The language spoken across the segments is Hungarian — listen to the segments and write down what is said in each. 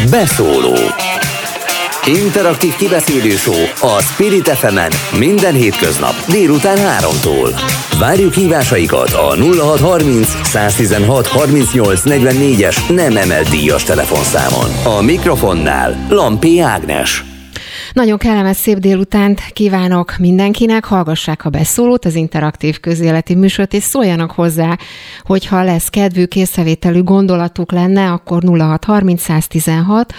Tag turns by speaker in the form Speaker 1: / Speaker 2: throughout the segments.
Speaker 1: Beszóló. Interaktív kibeszélő show a Spirit FM-en minden hétköznap délután 3-tól. Várjuk hívásaikat a 0630 116 38 44-es nem emelt díjas telefonszámon. A mikrofonnál Lampi Ágnes.
Speaker 2: Nagyon kellemes szép délutánt kívánok mindenkinek, hallgassák a Beszólót, az interaktív közéleti műsort, és szóljanak hozzá, hogyha lesz kedvük, észrevételű gondolatuk lenne, akkor 0630 116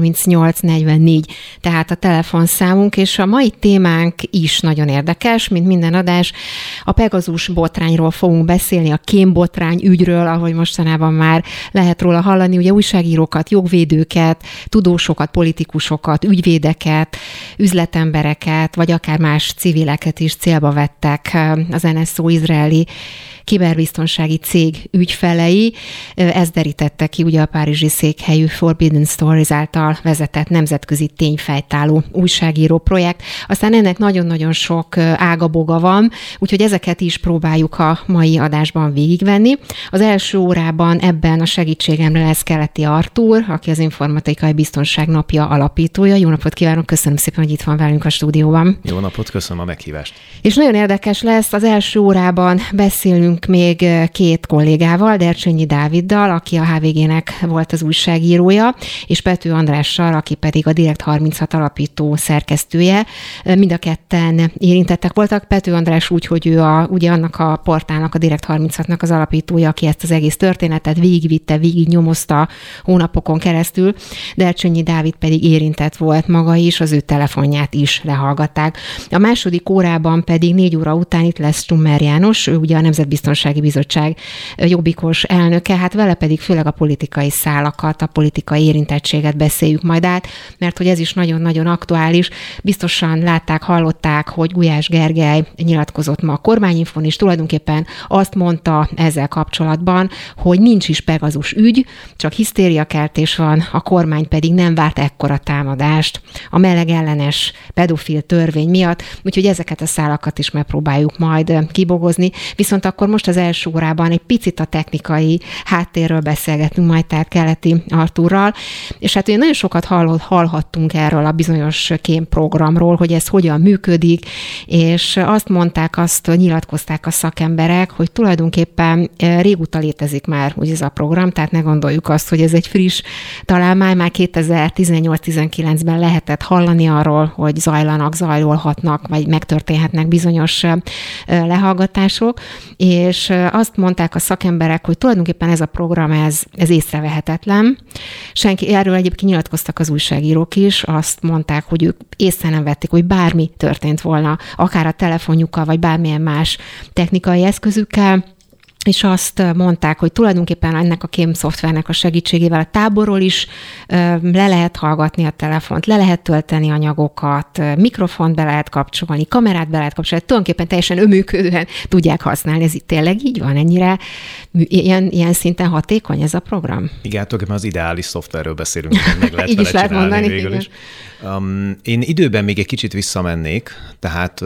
Speaker 2: 38 44, tehát a telefonszámunk, és a mai témánk is nagyon érdekes, mint minden adás. A Pegasus botrányról fogunk beszélni, a kémbotrány ügyről, ahogy mostanában már lehet róla hallani, ugye újságírókat, jogvédőket, tudósokat, politikusokat, ügyvédeket, üzletembereket, vagy akár más civileket is célba vettek az NSO izraeli kiberbiztonsági cég ügyfelei. Ez derítette ki ugye a párizsi székhelyű Forbidden Stories által vezetett nemzetközi tényfejtáló újságíró projekt. Aztán ennek nagyon-nagyon sok ágaboga van, úgyhogy ezeket is próbáljuk a mai adásban végigvenni. Az első órában ebben a segítségemre lesz Keleti Artúr, aki az Informatikai Biztonság Napja alapítója. Jó napot kívánok, köszönöm szépen, hogy itt van velünk a stúdióban.
Speaker 3: Jó napot, köszönöm a meghívást.
Speaker 2: És nagyon érdekes lesz, az első órában beszélünk még két kollégával, Dercsényi Dáviddal, aki a HVG-nek volt az újságírója, és Pető Andrással, aki pedig a Direkt 36 alapító szerkesztője. Mind a ketten érintettek voltak. Pető András úgy, hogy ő ugye annak a portálnak, a Direkt 36-nak az alapítója, aki ezt az egész történetet végigvitte, végignyomozta hónapokon keresztül. Dercsényi Dávid pedig érintett volt maga is, az ő telefonját is lehallgatták. A második órában pedig 4 óra után itt lesz Stummer János, ő ugye a Nemzetbiztonsági Bizottság jobbikos elnöke, hát vele pedig főleg a politikai szálakat, a politikai érintettséget beszéljük majd át, mert hogy ez is nagyon-nagyon aktuális. Biztosan látták, hallották, hogy Gulyás Gergely nyilatkozott ma a kormányinfón, és tulajdonképpen azt mondta ezzel kapcsolatban, hogy nincs is Pegasus ügy, csak hisztériakeltés van, a kormány pedig nem várt ekkora támadást a meleg ellenes pedofil törvény miatt, úgyhogy ezeket a szálakat is megpróbáljuk majd kibogozni. Viszont akkor most az első órában egy picit a technikai háttérről beszélgetünk majd, tehát Keleti Artúrral, és hát ugye nagyon sokat hallhattunk erről a bizonyos kémprogramról, hogy ez hogyan működik, és azt mondták, azt nyilatkozták a szakemberek, hogy tulajdonképpen régóta létezik már ugye ez a program, tehát ne gondoljuk azt, hogy ez egy friss találmány, már 2018-19-ben lehetett hallani arról, hogy zajolhatnak, vagy megtörténhetnek bizonyos lehallgatások, és azt mondták a szakemberek, hogy tulajdonképpen ez a program, ez észrevehetetlen. Erről egyébként nyilatkoztak az újságírók is, azt mondták, hogy ők észre nem vették, hogy bármi történt volna, akár a telefonjukkal, vagy bármilyen más technikai eszközükkel, és azt mondták, hogy tulajdonképpen ennek a kémszoftvernek a segítségével a táborról is le lehet hallgatni a telefont, le lehet tölteni anyagokat, mikrofont be lehet kapcsolni, kamerát be lehet kapcsolni, tulajdonképpen teljesen önműködően tudják használni. Ez itt tényleg így van? Ennyire ilyen szinten hatékony ez a program?
Speaker 3: Igen, tulajdonképpen az ideális szoftverről beszélünk, meg lehet
Speaker 2: így
Speaker 3: vele
Speaker 2: is lehet
Speaker 3: csinálni
Speaker 2: mondani,
Speaker 3: végül is. Én időben még egy kicsit visszamennék, tehát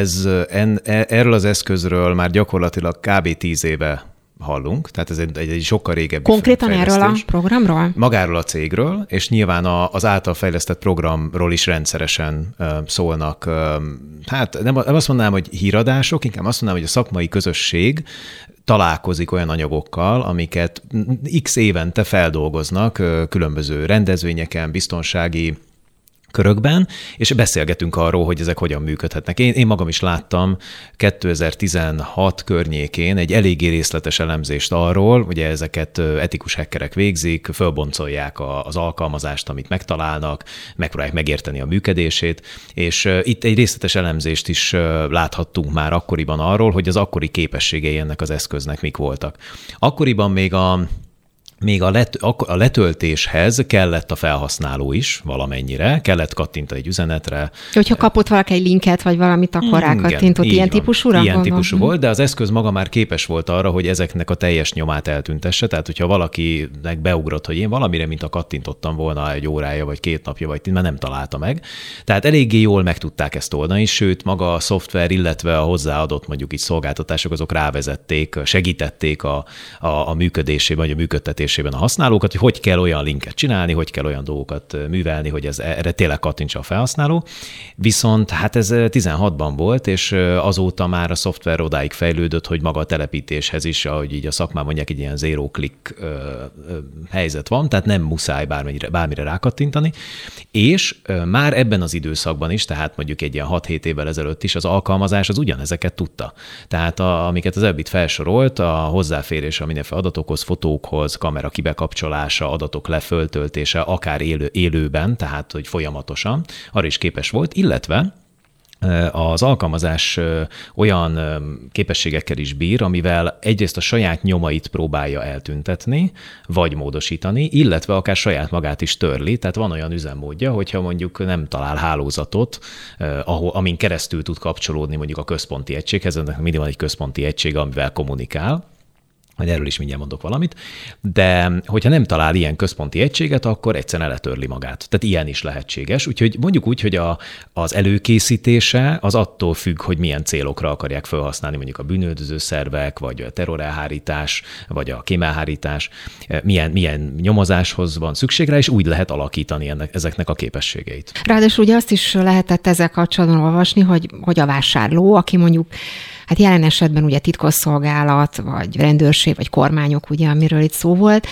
Speaker 3: erről az eszközről már gyakorlatilag kb. 10 éve hallunk, tehát ez egy sokkal régebbi
Speaker 2: konkrétan erről a programról?
Speaker 3: Magáról a cégről, és nyilván az által fejlesztett programról is rendszeresen szólnak, hát nem azt mondanám, hogy híradások, inkább azt mondanám, hogy a szakmai közösség találkozik olyan anyagokkal, amiket x évente feldolgoznak különböző rendezvényeken, biztonsági körökben, és beszélgetünk arról, hogy ezek hogyan működhetnek. Én magam is láttam 2016 környékén egy eléggé részletes elemzést arról, ugye ezeket etikus hackerek végzik, fölboncolják az alkalmazást, amit megtalálnak, megpróbálják megérteni a működését, és itt egy részletes elemzést is láthattunk már akkoriban arról, hogy az akkori képességei ennek az eszköznek mik voltak. Akkoriban még a letöltéshez kellett a felhasználó is valamennyire, kellett kattintani egy üzenetre.
Speaker 2: Hogyha kapott valaki egy linket, vagy valamit, akkor rákattintott. Ilyen típusúra?
Speaker 3: Ilyen típusú volt, de az eszköz maga már képes volt arra, hogy ezeknek a teljes nyomát eltüntesse. Tehát, hogyha valakinek beugrott, hogy én valamire, mint a kattintottam volna egy órája, vagy 2 napja, vagy már nem találta meg. Tehát eléggé jól meg tudták ezt oldani, sőt, maga a szoftver, illetve a hozzáadott mondjuk így szolgáltatások, azok rávezették, segítették a működésében, vagy a működtetésében vezetésében a használókat, hogy kell olyan linket csinálni, hogy kell olyan dolgokat művelni, hogy erre tényleg kattintsa a felhasználó. Viszont hát ez 16-ban volt, és azóta már a szoftver odáig fejlődött, hogy maga a telepítéshez is, ahogy így a szakmában mondják, egy ilyen zero click helyzet van, tehát nem muszáj bármire rákattintani, és már ebben az időszakban is, tehát mondjuk egy ilyen 6-7 évvel ezelőtt is az alkalmazás az ugyanezeket tudta. Tehát amiket az Ebbit felsorolt, a hozzáférés a mindenféle adatokhoz, fotókhoz, kamera kibekapcsolása, adatok leföltöltése, akár élőben, tehát hogy folyamatosan, arra is képes volt, illetve az alkalmazás olyan képességekkel is bír, amivel egyrészt a saját nyomait próbálja eltüntetni, vagy módosítani, illetve akár saját magát is törli. Tehát van olyan üzemmódja, hogyha mondjuk nem talál hálózatot, amin keresztül tud kapcsolódni mondjuk a központi egységhez, ennek mindig van egy központi egység, amivel kommunikál, majd erről is mindjárt mondok valamit, de hogyha nem talál ilyen központi egységet, akkor egyszerűen letörli magát. Tehát ilyen is lehetséges. Úgyhogy mondjuk úgy, hogy az előkészítése az attól függ, hogy milyen célokra akarják felhasználni, mondjuk a bűnöldöző szervek, vagy a terrorelhárítás, vagy a kémelhárítás, milyen nyomozáshoz van szükség rá, és úgy lehet alakítani ezeknek a képességeit.
Speaker 2: Ráadásul ugye azt is lehetett ezzel kapcsolatban olvasni, hogy a vásárló, aki mondjuk hát jelen esetben ugye titkosszolgálat, vagy rendőrség, vagy kormányok, ugye, amiről itt szó volt,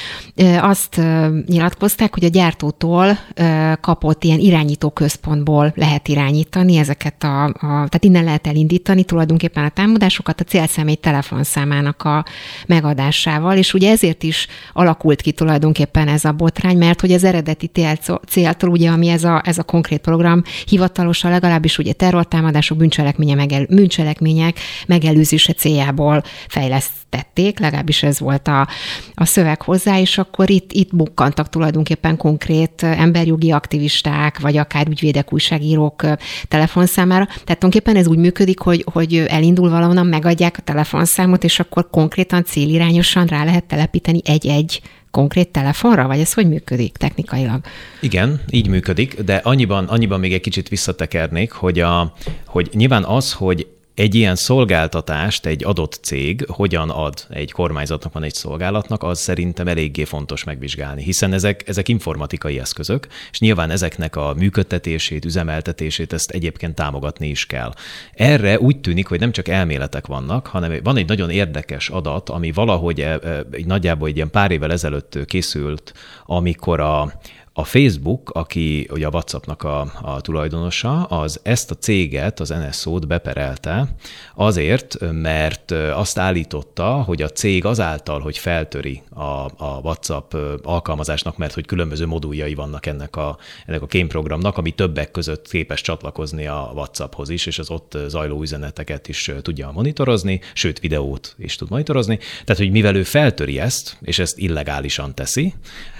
Speaker 2: azt nyilatkozták, hogy a gyártótól kapott ilyen irányító központból lehet irányítani ezeket tehát innen lehet elindítani tulajdonképpen a támadásokat a célszemély telefonszámának a megadásával, és ugye ezért is alakult ki tulajdonképpen ez a botrány, mert hogy az eredeti céltól, ugye, ami ez a konkrét program hivatalosan legalábbis ugye terrortámadások, bűncselekmények megelőzése céljából fejlesztették, legalábbis ez volt a szöveg hozzá, és akkor itt bukkantak tulajdonképpen konkrét emberjogi aktivisták, vagy akár ügyvédek, újságírók telefonszámára. Tehát tulajdonképpen ez úgy működik, hogy elindul valahonnan, megadják a telefonszámot, és akkor konkrétan célirányosan rá lehet telepíteni egy konkrét telefonra, vagy ez hogy működik technikailag?
Speaker 3: Igen, így működik, de annyiban még egy kicsit visszatekernék, hogy nyilván az, hogy egy ilyen szolgáltatást egy adott cég hogyan ad egy kormányzatnak, van egy szolgálatnak, az szerintem eléggé fontos megvizsgálni, hiszen ezek informatikai eszközök, és nyilván ezeknek a működtetését, üzemeltetését ezt egyébként támogatni is kell. Erre úgy tűnik, hogy nem csak elméletek vannak, hanem van egy nagyon érdekes adat, ami valahogy nagyjából egy ilyen pár évvel ezelőtt készült, amikor a Facebook, aki ugye a WhatsAppnak a tulajdonosa, az ezt a céget, az NSO-t beperelte azért, mert azt állította, hogy a cég azáltal, hogy feltöri a WhatsApp alkalmazásnak, mert hogy különböző moduljai vannak ennek a kémprogramnak, ami többek között képes csatlakozni a WhatsApphoz is, és az ott zajló üzeneteket is tudja monitorozni, sőt videót is tud monitorozni. Tehát, hogy mivel ő feltöri ezt, és ezt illegálisan teszi,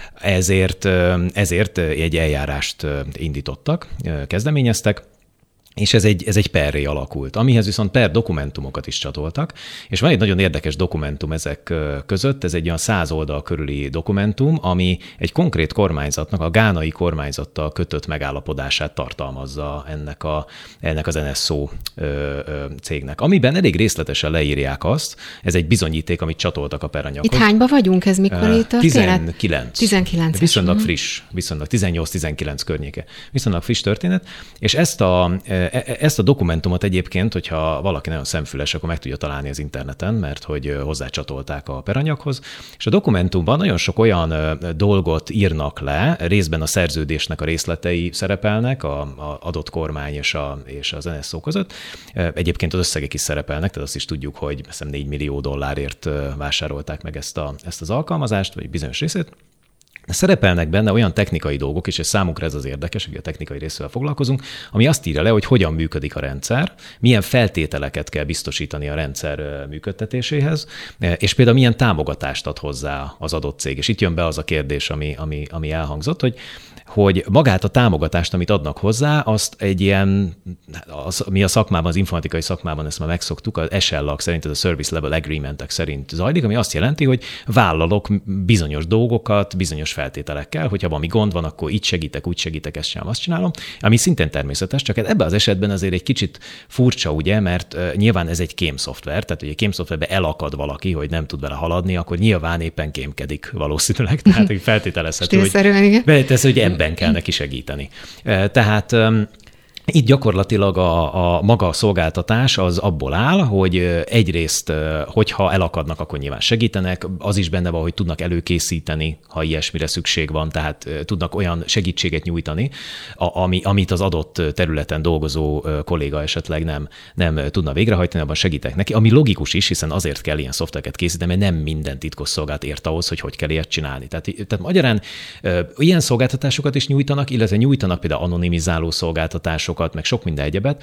Speaker 3: ezért egy eljárást indítottak, kezdeményeztek, és ez egy perré alakult, amihez viszont per dokumentumokat is csatoltak, és van egy nagyon érdekes dokumentum ezek között, ez egy olyan 100 oldal körüli dokumentum, ami egy konkrét kormányzatnak, a gánai kormányzattal kötött megállapodását tartalmazza ennek az NSO cégnek, amiben elég részletesen leírják azt, ez egy bizonyíték, amit csatoltak a peranyaghoz.
Speaker 2: Itt hányba vagyunk, ez mikor történet?
Speaker 3: 19. Viszonylag friss, 18-19 környéke. Viszonylag friss történet, és ezt a dokumentumot egyébként, hogyha valaki nagyon szemfüles, akkor meg tudja találni az interneten, mert hogy hozzácsatolták a peranyaghoz, és a dokumentumban nagyon sok olyan dolgot írnak le, részben a szerződésnek a részletei szerepelnek, a adott kormány és az NSO között. Egyébként az összegek is szerepelnek, tehát azt is tudjuk, hogy $4 millió vásárolták meg ezt az alkalmazást, vagy bizonyos részét. Szerepelnek benne olyan technikai dolgok, és számunkra ez az érdekes, hogy a technikai részével foglalkozunk, ami azt írja le, hogy hogyan működik a rendszer, milyen feltételeket kell biztosítani a rendszer működtetéséhez, és például milyen támogatást ad hozzá az adott cég. És itt jön be az a kérdés, ami elhangzott, hogy magát a támogatást, amit adnak hozzá, azt egy ilyen, mi a szakmában, az informatikai szakmában ezt már megszoktuk, az SLA-k szerint, ez a Service Level Agreement-ek szerint zajlik, ami azt jelenti, hogy vállalok bizonyos dolgokat, bizonyos feltételekkel, hogyha valami gond van, akkor így segítek, úgy segítek, ezt csinálom, azt csinálom, ami szintén természetes, csak ebben az esetben azért egy kicsit furcsa, ugye, mert nyilván ez egy kémszoftver, tehát ugye kémszoftverben elakad valaki, hogy nem tud vele haladni, akkor nyilván éppen kémkedik valószínűleg, tehát hogy feltételezhető, hogy ebben kell neki segíteni. Tehát itt gyakorlatilag a maga szolgáltatás az abból áll, hogy egyrészt, hogyha elakadnak, akkor nyilván segítenek, az is benne van, hogy tudnak előkészíteni, ha ilyesmire szükség van, tehát tudnak olyan segítséget nyújtani, amit az adott területen dolgozó kolléga esetleg nem tudna végrehajtani, abban segítek neki, ami logikus is, hiszen azért kell ilyen szoftvereket készíteni, mert nem minden titkosszolgálat ért ahhoz, hogy kell ilyet csinálni. Tehát magyarán ilyen szolgáltatásokat is nyújtanak, illetve nyújtanak például anonimizáló szolgáltatásokat, meg sok minden egyebet.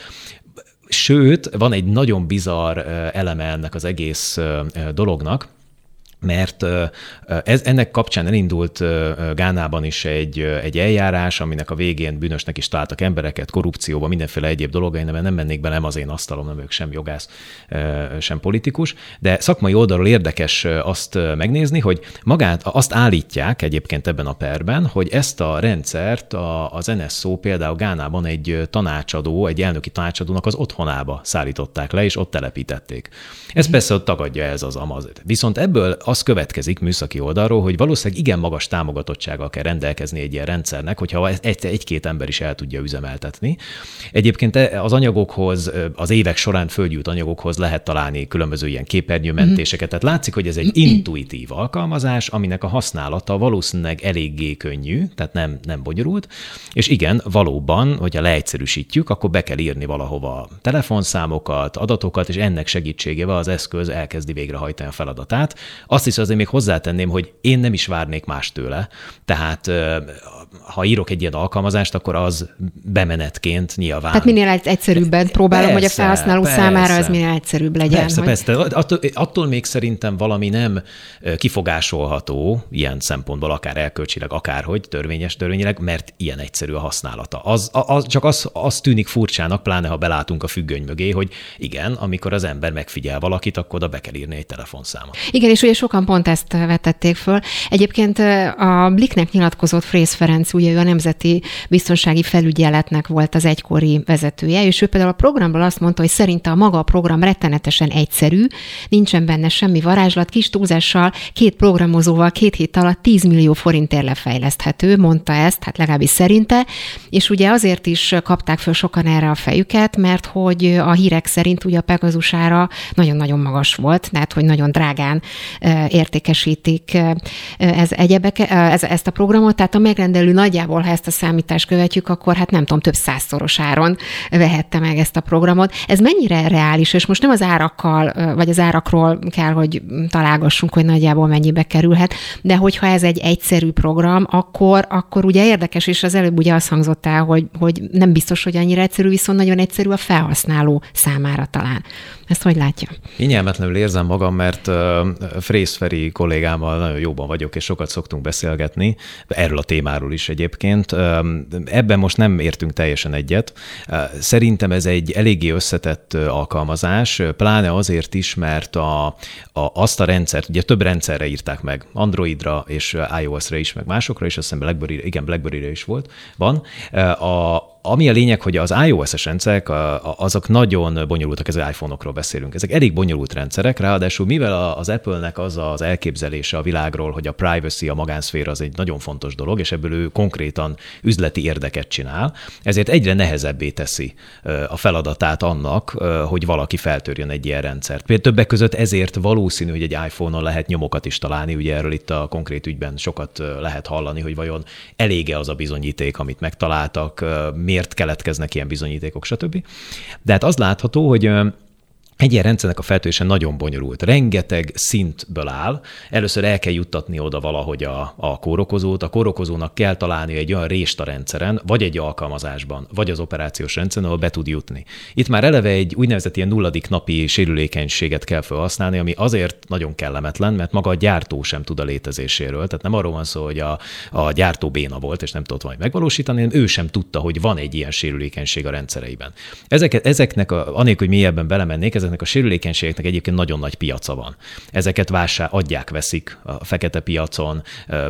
Speaker 3: Sőt, van egy nagyon bizarr eleme ennek az egész dolognak, mert ennek kapcsán elindult Gánában is egy eljárás, aminek a végén bűnösnek is találtak embereket, korrupcióba, mindenféle egyéb dolog, én nem mennék bele, nem az én asztalom, nem vagyok sem jogász, sem politikus, de szakmai oldalról érdekes azt megnézni, hogy magát azt állítják egyébként ebben a perben, hogy ezt a rendszert az NSO például Gánában egy elnöki tanácsadónak az otthonába szállították le, és ott telepítették. Ez persze ott tagadja ez az amaz. Viszont ebből az következik műszaki oldalról, hogy valószínűleg igen magas támogatottsággal kell rendelkezni egy ilyen rendszernek, hogyha egy-két ember is el tudja üzemeltetni. Egyébként az anyagokhoz, az évek során földgyűjt anyagokhoz lehet találni különböző ilyen képernyőmentéseket. Tehát látszik, hogy ez egy intuitív alkalmazás, aminek a használata valószínűleg eléggé könnyű, tehát nem bonyolult, és igen, valóban, hogyha leegyszerűsítjük, akkor be kell írni valahova telefonszámokat, adatokat, és ennek segítségével az eszköz elkezdi végrehajtani a feladatát. Azt is azért még hozzátenném, hogy én nem is várnék más tőle. Tehát ha írok egy ilyen alkalmazást, akkor az bemenetként nyilván.
Speaker 2: Tehát minél egyszerűbben próbálom, hogy a felhasználó számára az minél egyszerűbb legyen.
Speaker 3: Persze. Attól még szerintem valami nem kifogásolható ilyen szempontból, akár erkölcsileg, akárhogy törvényileg, mert ilyen egyszerű a használata. Csak az tűnik furcsának, pláne ha belátunk a függöny mögé, hogy igen, amikor az ember megfigyel valakit, akkor oda be kell írni egy telefonszámot.
Speaker 2: Igen, és ugye sokan pont ezt vetették föl. Egyébként a Blicknek nyilatkozott Frész Ferenc, ugye ő a Nemzeti Biztonsági Felügyeletnek volt az egykori vezetője, és ő például a programról azt mondta, hogy szerinte a maga a program rettenetesen egyszerű, nincsen benne semmi varázslat, kis túlzással, 2 programozóval 2 hét alatt 10 millió forintért lefejleszthető, mondta ezt, hát legalábbis szerinte, és ugye azért is kapták föl sokan erre a fejüket, mert hogy a hírek szerint ugye a Pegasus ára nagyon-nagyon magas volt, tehát hogy nagyon drágán értékesítik ezt a programot, tehát a megrendelő nagyjából, ha ezt a számítást követjük, akkor hát nem tudom, több 100-szoros áron vehette meg ezt a programot. Ez mennyire reális, és most nem az árakkal, vagy az árakról kell, hogy találgassunk, hogy nagyjából mennyibe kerülhet, de hogyha ez egy egyszerű program, akkor ugye érdekes, és az előbb ugye azt hangzott el, hogy nem biztos, hogy annyira egyszerű, viszont nagyon egyszerű a felhasználó számára talán. Ezt hogy látja? Én
Speaker 3: nyelmetlenül érzem magam, mert Frész Feri kollégámmal nagyon jóban vagyok, és sokat szoktunk beszélgetni, erről a témáról is egyébként. Ebben most nem értünk teljesen egyet. Szerintem ez egy eléggé összetett alkalmazás, pláne azért is, mert azt a rendszert, ugye több rendszerre írták meg, Androidra és iOS-re is, meg másokra is, azt hiszem BlackBerry-re is van. Ami a lényeg, hogy az iOS-es rendszerek, azok nagyon bonyolultak, ezek iPhone-okról beszélünk. Ezek elég bonyolult rendszerek, ráadásul mivel az Apple-nek az az elképzelése a világról, hogy a privacy, a magánszféra az egy nagyon fontos dolog, és ebből ő konkrétan üzleti érdeket csinál, ezért egyre nehezebbé teszi a feladatát annak, hogy valaki feltörjön egy ilyen rendszert. Például többek között ezért valószínű, hogy egy iPhone-on lehet nyomokat is találni, ugye erről itt a konkrét ügyben sokat lehet hallani, hogy vajon elége az a bizonyíték, amit megtaláltak, miért keletkeznek ilyen bizonyítékok, stb. De hát az látható, hogy egy ilyen rendszernek a feltörése nagyon bonyolult. Rengeteg szintből áll. Először el kell juttatni oda valahogy a kórokozót. A kórokozónak kell találni egy olyan rést a rendszeren, vagy egy alkalmazásban, vagy az operációs rendszeren, ahol be tud jutni. Itt már eleve egy úgynevezett ilyen 0. napi sérülékenységet kell felhasználni, ami azért nagyon kellemetlen, mert maga a gyártó sem tud a létezéséről. Tehát nem arról van szó, hogy a gyártó béna volt, és nem tudott majd megvalósítani, hanem ő sem tudta, hogy van egy ilyen sérülékenység a rendszereiben. Ezeknek, anélkül, hogy mélyebben belemennék, ezeknek a sérülékenységeknek egyébként nagyon nagy piaca van. Ezeket adják, veszik a fekete piacon,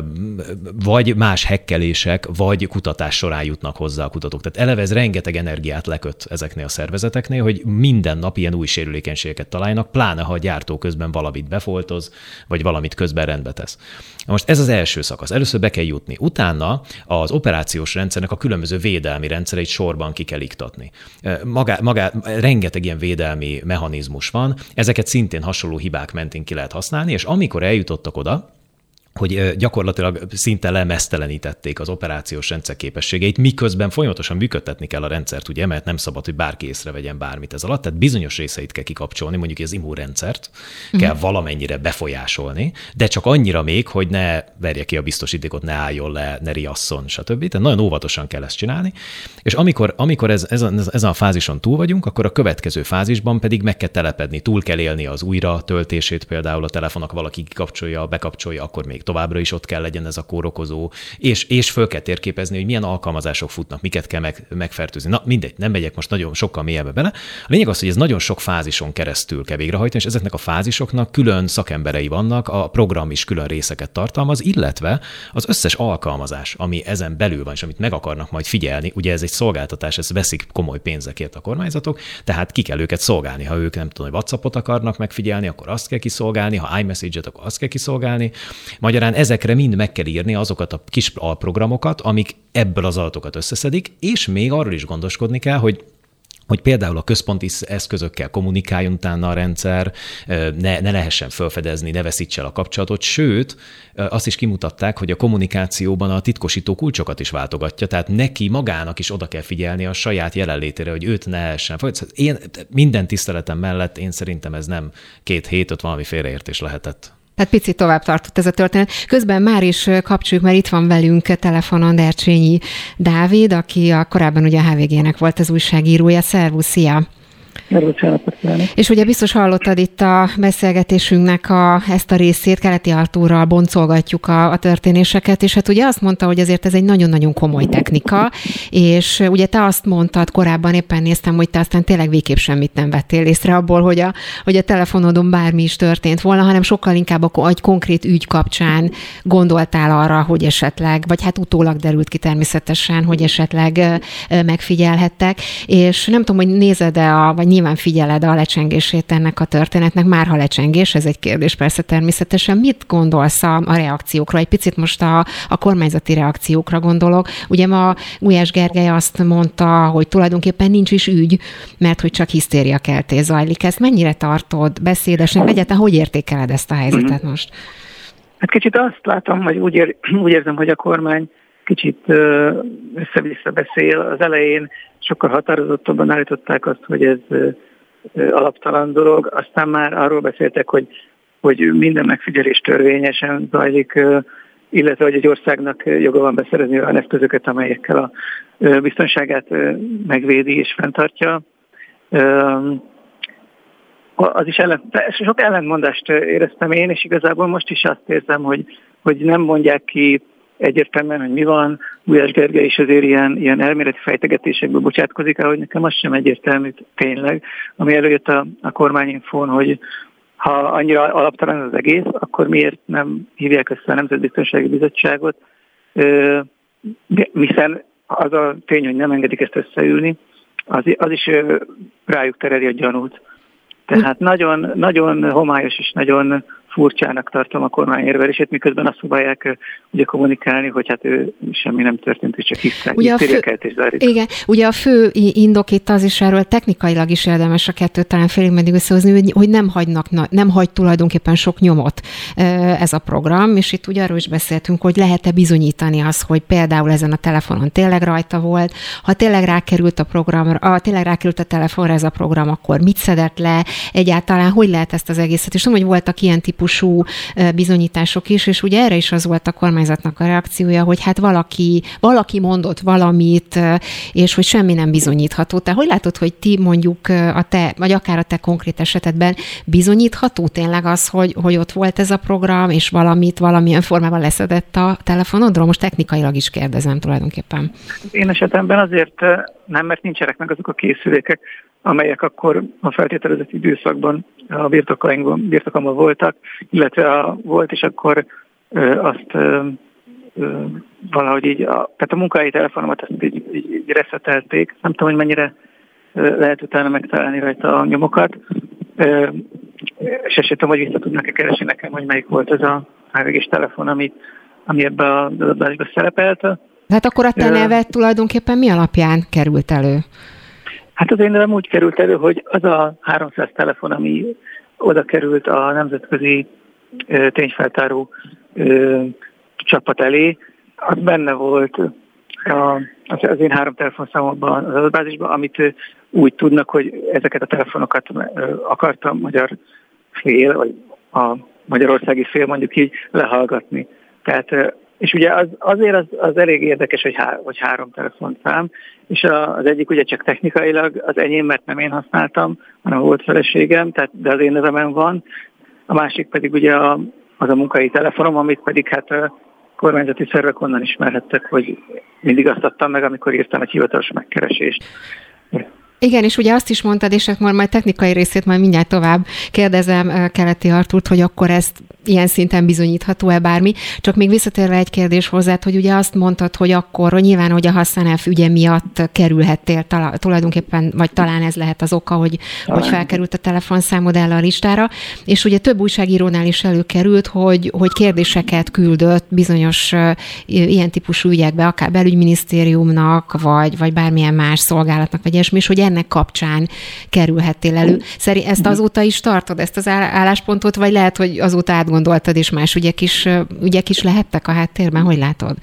Speaker 3: vagy más hekkelések, vagy kutatás során jutnak hozzá a kutatók. Tehát eleve ez rengeteg energiát leköt ezeknél a szervezeteknél, hogy minden nap ilyen új sérülékenységeket találnak, pláne ha a gyártó közben valamit befoltoz, vagy valamit közben rendbe tesz. Most ez az első szakasz. Először be kell jutni. Utána az operációs rendszernek a különböző védelmi rendszereit sorban ki kell iktatni. Rengeteg ilyen védelmi mechanizmus van, ezeket szintén hasonló hibák mentén ki lehet használni, és amikor eljutottak oda, hogy gyakorlatilag szinte lemeztelenítették az operációs rendszer képességeit, miközben folyamatosan működtetni kell a rendszert, ugye, mert nem szabad, hogy bárki észrevegyen bármit ez alatt, tehát bizonyos részeit kell kikapcsolni, mondjuk az immunrendszert kell valamennyire befolyásolni, de csak annyira még, hogy ne verje ki a biztosítékot, ne álljon le, ne riasszon, stb. Tehát nagyon óvatosan kell ezt csinálni, és amikor ezen a fázison túl vagyunk, akkor a következő fázisban pedig meg kell telepedni, túl kell élni az újra töltését, például a telefonnak valaki kikapcsolja, bekapcsolja, akkor még továbbra is ott kell legyen ez a kórokozó, és föl kell térképezni, hogy milyen alkalmazások futnak, miket kell megfertőzni. Na mindegy, nem megyek most nagyon sokkal mélyebbre bele. A lényeg az, hogy ez nagyon sok fázison keresztül kell végrehajtani, és ezeknek a fázisoknak külön szakemberei vannak, a program is külön részeket tartalmaz, illetve az összes alkalmazás, ami ezen belül van, és amit meg akarnak majd figyelni, ugye ez egy szolgáltatás, ezt veszik komoly pénzekért a kormányzatok, tehát ki kell őket szolgálni. Ha ők nem tudom, hogy WhatsAppot akarnak megfigyelni, akkor azt kell kiszolgálni, ha iMessage-et, akkor azt kell kiszolgálni. Magyarán ezekre mind meg kell írni azokat a kis alprogramokat, amik ebből az adatokat összeszedik, és még arról is gondoskodni kell, hogy például a központi eszközökkel kommunikáljon utána a rendszer, ne lehessen felfedezni, ne veszítse el a kapcsolatot, sőt, azt is kimutatták, hogy a kommunikációban a titkosító kulcsokat is váltogatja, tehát neki magának is oda kell figyelni a saját jelenlétére, hogy őt ne lehessen. Én minden tiszteletem mellett én szerintem ez nem 2 hét, ott valami félreértés lehetett.
Speaker 2: Tehát picit tovább tartott ez a történet. Közben már is kapcsoljuk, mert itt van velünk telefonon Dercsényi Dávid, aki korábban ugye a HVG-nek volt az újságírója. Szervusz, szia! És ugye biztos hallottad itt a beszélgetésünknek ezt a részét, Keleti Artúrral boncolgatjuk a történéseket, és hát ugye azt mondta, hogy azért ez egy nagyon-nagyon komoly technika, és ugye te azt mondtad korábban, éppen néztem, hogy te aztán tényleg végképp semmit nem vettél észre abból, hogy a telefonodon bármi is történt volna, hanem sokkal inkább egy konkrét ügy kapcsán gondoltál arra, hogy esetleg, vagy hát utólag derült ki természetesen, hogy esetleg megfigyelhettek, és nem tudom, hogy nézed-e vagy nyilván figyeled a lecsengését ennek a történetnek, már ha lecsengés, ez egy kérdés persze természetesen. Mit gondolsz a reakciókra? Egy picit most a kormányzati reakciókra gondolok. Ugye ma Gulyás Gergely azt mondta, hogy tulajdonképpen nincs is ügy, mert hogy csak hisztériakeltés zajlik. Ezt mennyire tartod beszédesnek? Egyáltalán hogy értékeled ezt a helyzetet most?
Speaker 4: Hát kicsit azt látom, hogy úgy érzem, hogy a kormány kicsit össze-vissza beszél. Az elején sokkal határozottabban állították azt, hogy ez alaptalan dolog, aztán már arról beszéltek, hogy minden megfigyelés törvényesen zajlik, illetve hogy egy országnak joga van beszerezni olyan eszközöket, amelyekkel a biztonságát megvédi és fenntartja. Az is sok ellentmondást éreztem én, és igazából most is azt érzem, hogy nem mondják ki egyértelműen, hogy mi van. Gulyás Gergely is azért ilyen elméleti fejtegetésekből bocsátkozik, ahogy nekem az sem egyértelmű tényleg, ami előjött a kormányinfón, hogy ha annyira alaptalan az egész, akkor miért nem hívják össze a Nemzetbiztonsági Bizottságot, hiszen az a tény, hogy nem engedik ezt összeülni, az is rájuk tereli a gyanút. Tehát nagyon, nagyon homályos és nagyon furcsának tartom a kormány érvelését, miközben azt próbálják ugye kommunikálni, hogy hát semmi nem történt, és csak hisztériakeltés zajlik.
Speaker 2: Igen, ugye a fő indok itt az is, erről technikailag is érdemes a kettőt talán félig meddig összehozni, hogy nem hagy tulajdonképpen sok nyomot ez a program, és itt ugye arról is beszéltünk, hogy lehet-e bizonyítani azt, hogy például ezen a telefonon tényleg rajta volt, ha tényleg rákerült a telefonra ez a program, akkor mit szedett le, egyáltalán hogy lehet ezt az egészet, és tudom, hogy voltak ilyen típusú bizonyítások is, és ugye erre is az volt a kormányzatnak a reakciója, hogy hát valaki mondott valamit, és hogy semmi nem bizonyítható. Te hogy látod, hogy ti mondjuk vagy akár a te konkrét esetedben bizonyítható tényleg az, hogy ott volt ez a program, és valamilyen formában leszedett a telefonodról? Most technikailag is kérdezem tulajdonképpen.
Speaker 4: Én esetemben azért nem, mert nincsenek meg azok a készülékek, amelyek akkor a feltételezett időszakban a birtokomban voltak, illetve volt, és akkor azt valahogy így, tehát a munkahelyi telefonomat ezt így reszetelték. Nem tudom, hogy mennyire lehet utána megtalálni rajta a nyomokat, és esetleg tudom, hogy vissza tudnak-e keresni nekem, hogy melyik volt ez a HVG-s telefon, ami ebbe a adatbázisba szerepelt.
Speaker 2: Hát akkor a te neved tulajdonképpen mi alapján került elő?
Speaker 4: Hát az én nevem úgy került elő, hogy az a 300 telefon, ami oda került a nemzetközi tényfeltáró csapat elé, az benne volt az én 3 telefonszámomban az adatbázisban, amit úgy tudnak, hogy ezeket a telefonokat akarta a magyar fél, vagy a magyarországi fél mondjuk így lehallgatni. Tehát, és ugye az elég érdekes, hogy 3 telefonszám, és az egyik ugye csak technikailag az enyém, mert nem én használtam, hanem volt feleségem, de az én nevemen van. A másik pedig ugye az a munkai telefonom, amit pedig hát kormányzati szervek onnan ismerhettek, hogy mindig azt adtam meg, amikor írtam egy hivatalos megkeresést.
Speaker 2: Igen, és ugye azt is mondtad, és majd technikai részét majd mindjárt tovább kérdezem Keleti Artúrt, hogy akkor ezt ilyen szinten bizonyítható-e bármi. Csak még visszatérve egy kérdés hozzád, hogy ugye azt mondtad, hogy akkor hogy nyilván, hogy a Hassanelf ügye miatt kerülhettél tulajdonképpen, vagy talán ez lehet az oka, hogy felkerült a telefonszámod el a listára, és ugye több újságírónál is előkerült, hogy kérdéseket küldött bizonyos ilyen típusú ügyekbe, akár belügyminisztériumnak, vagy bármilyen más szolgálatnak, vagy ilyesmi, és hogy ennek kapcsán kerülhettél elő. Szerint ezt azóta is tartod, ezt az álláspontot, vagy lehet, hogy azóta átgondoltad, és más ügyek is lehettek a háttérben? Hogy látod?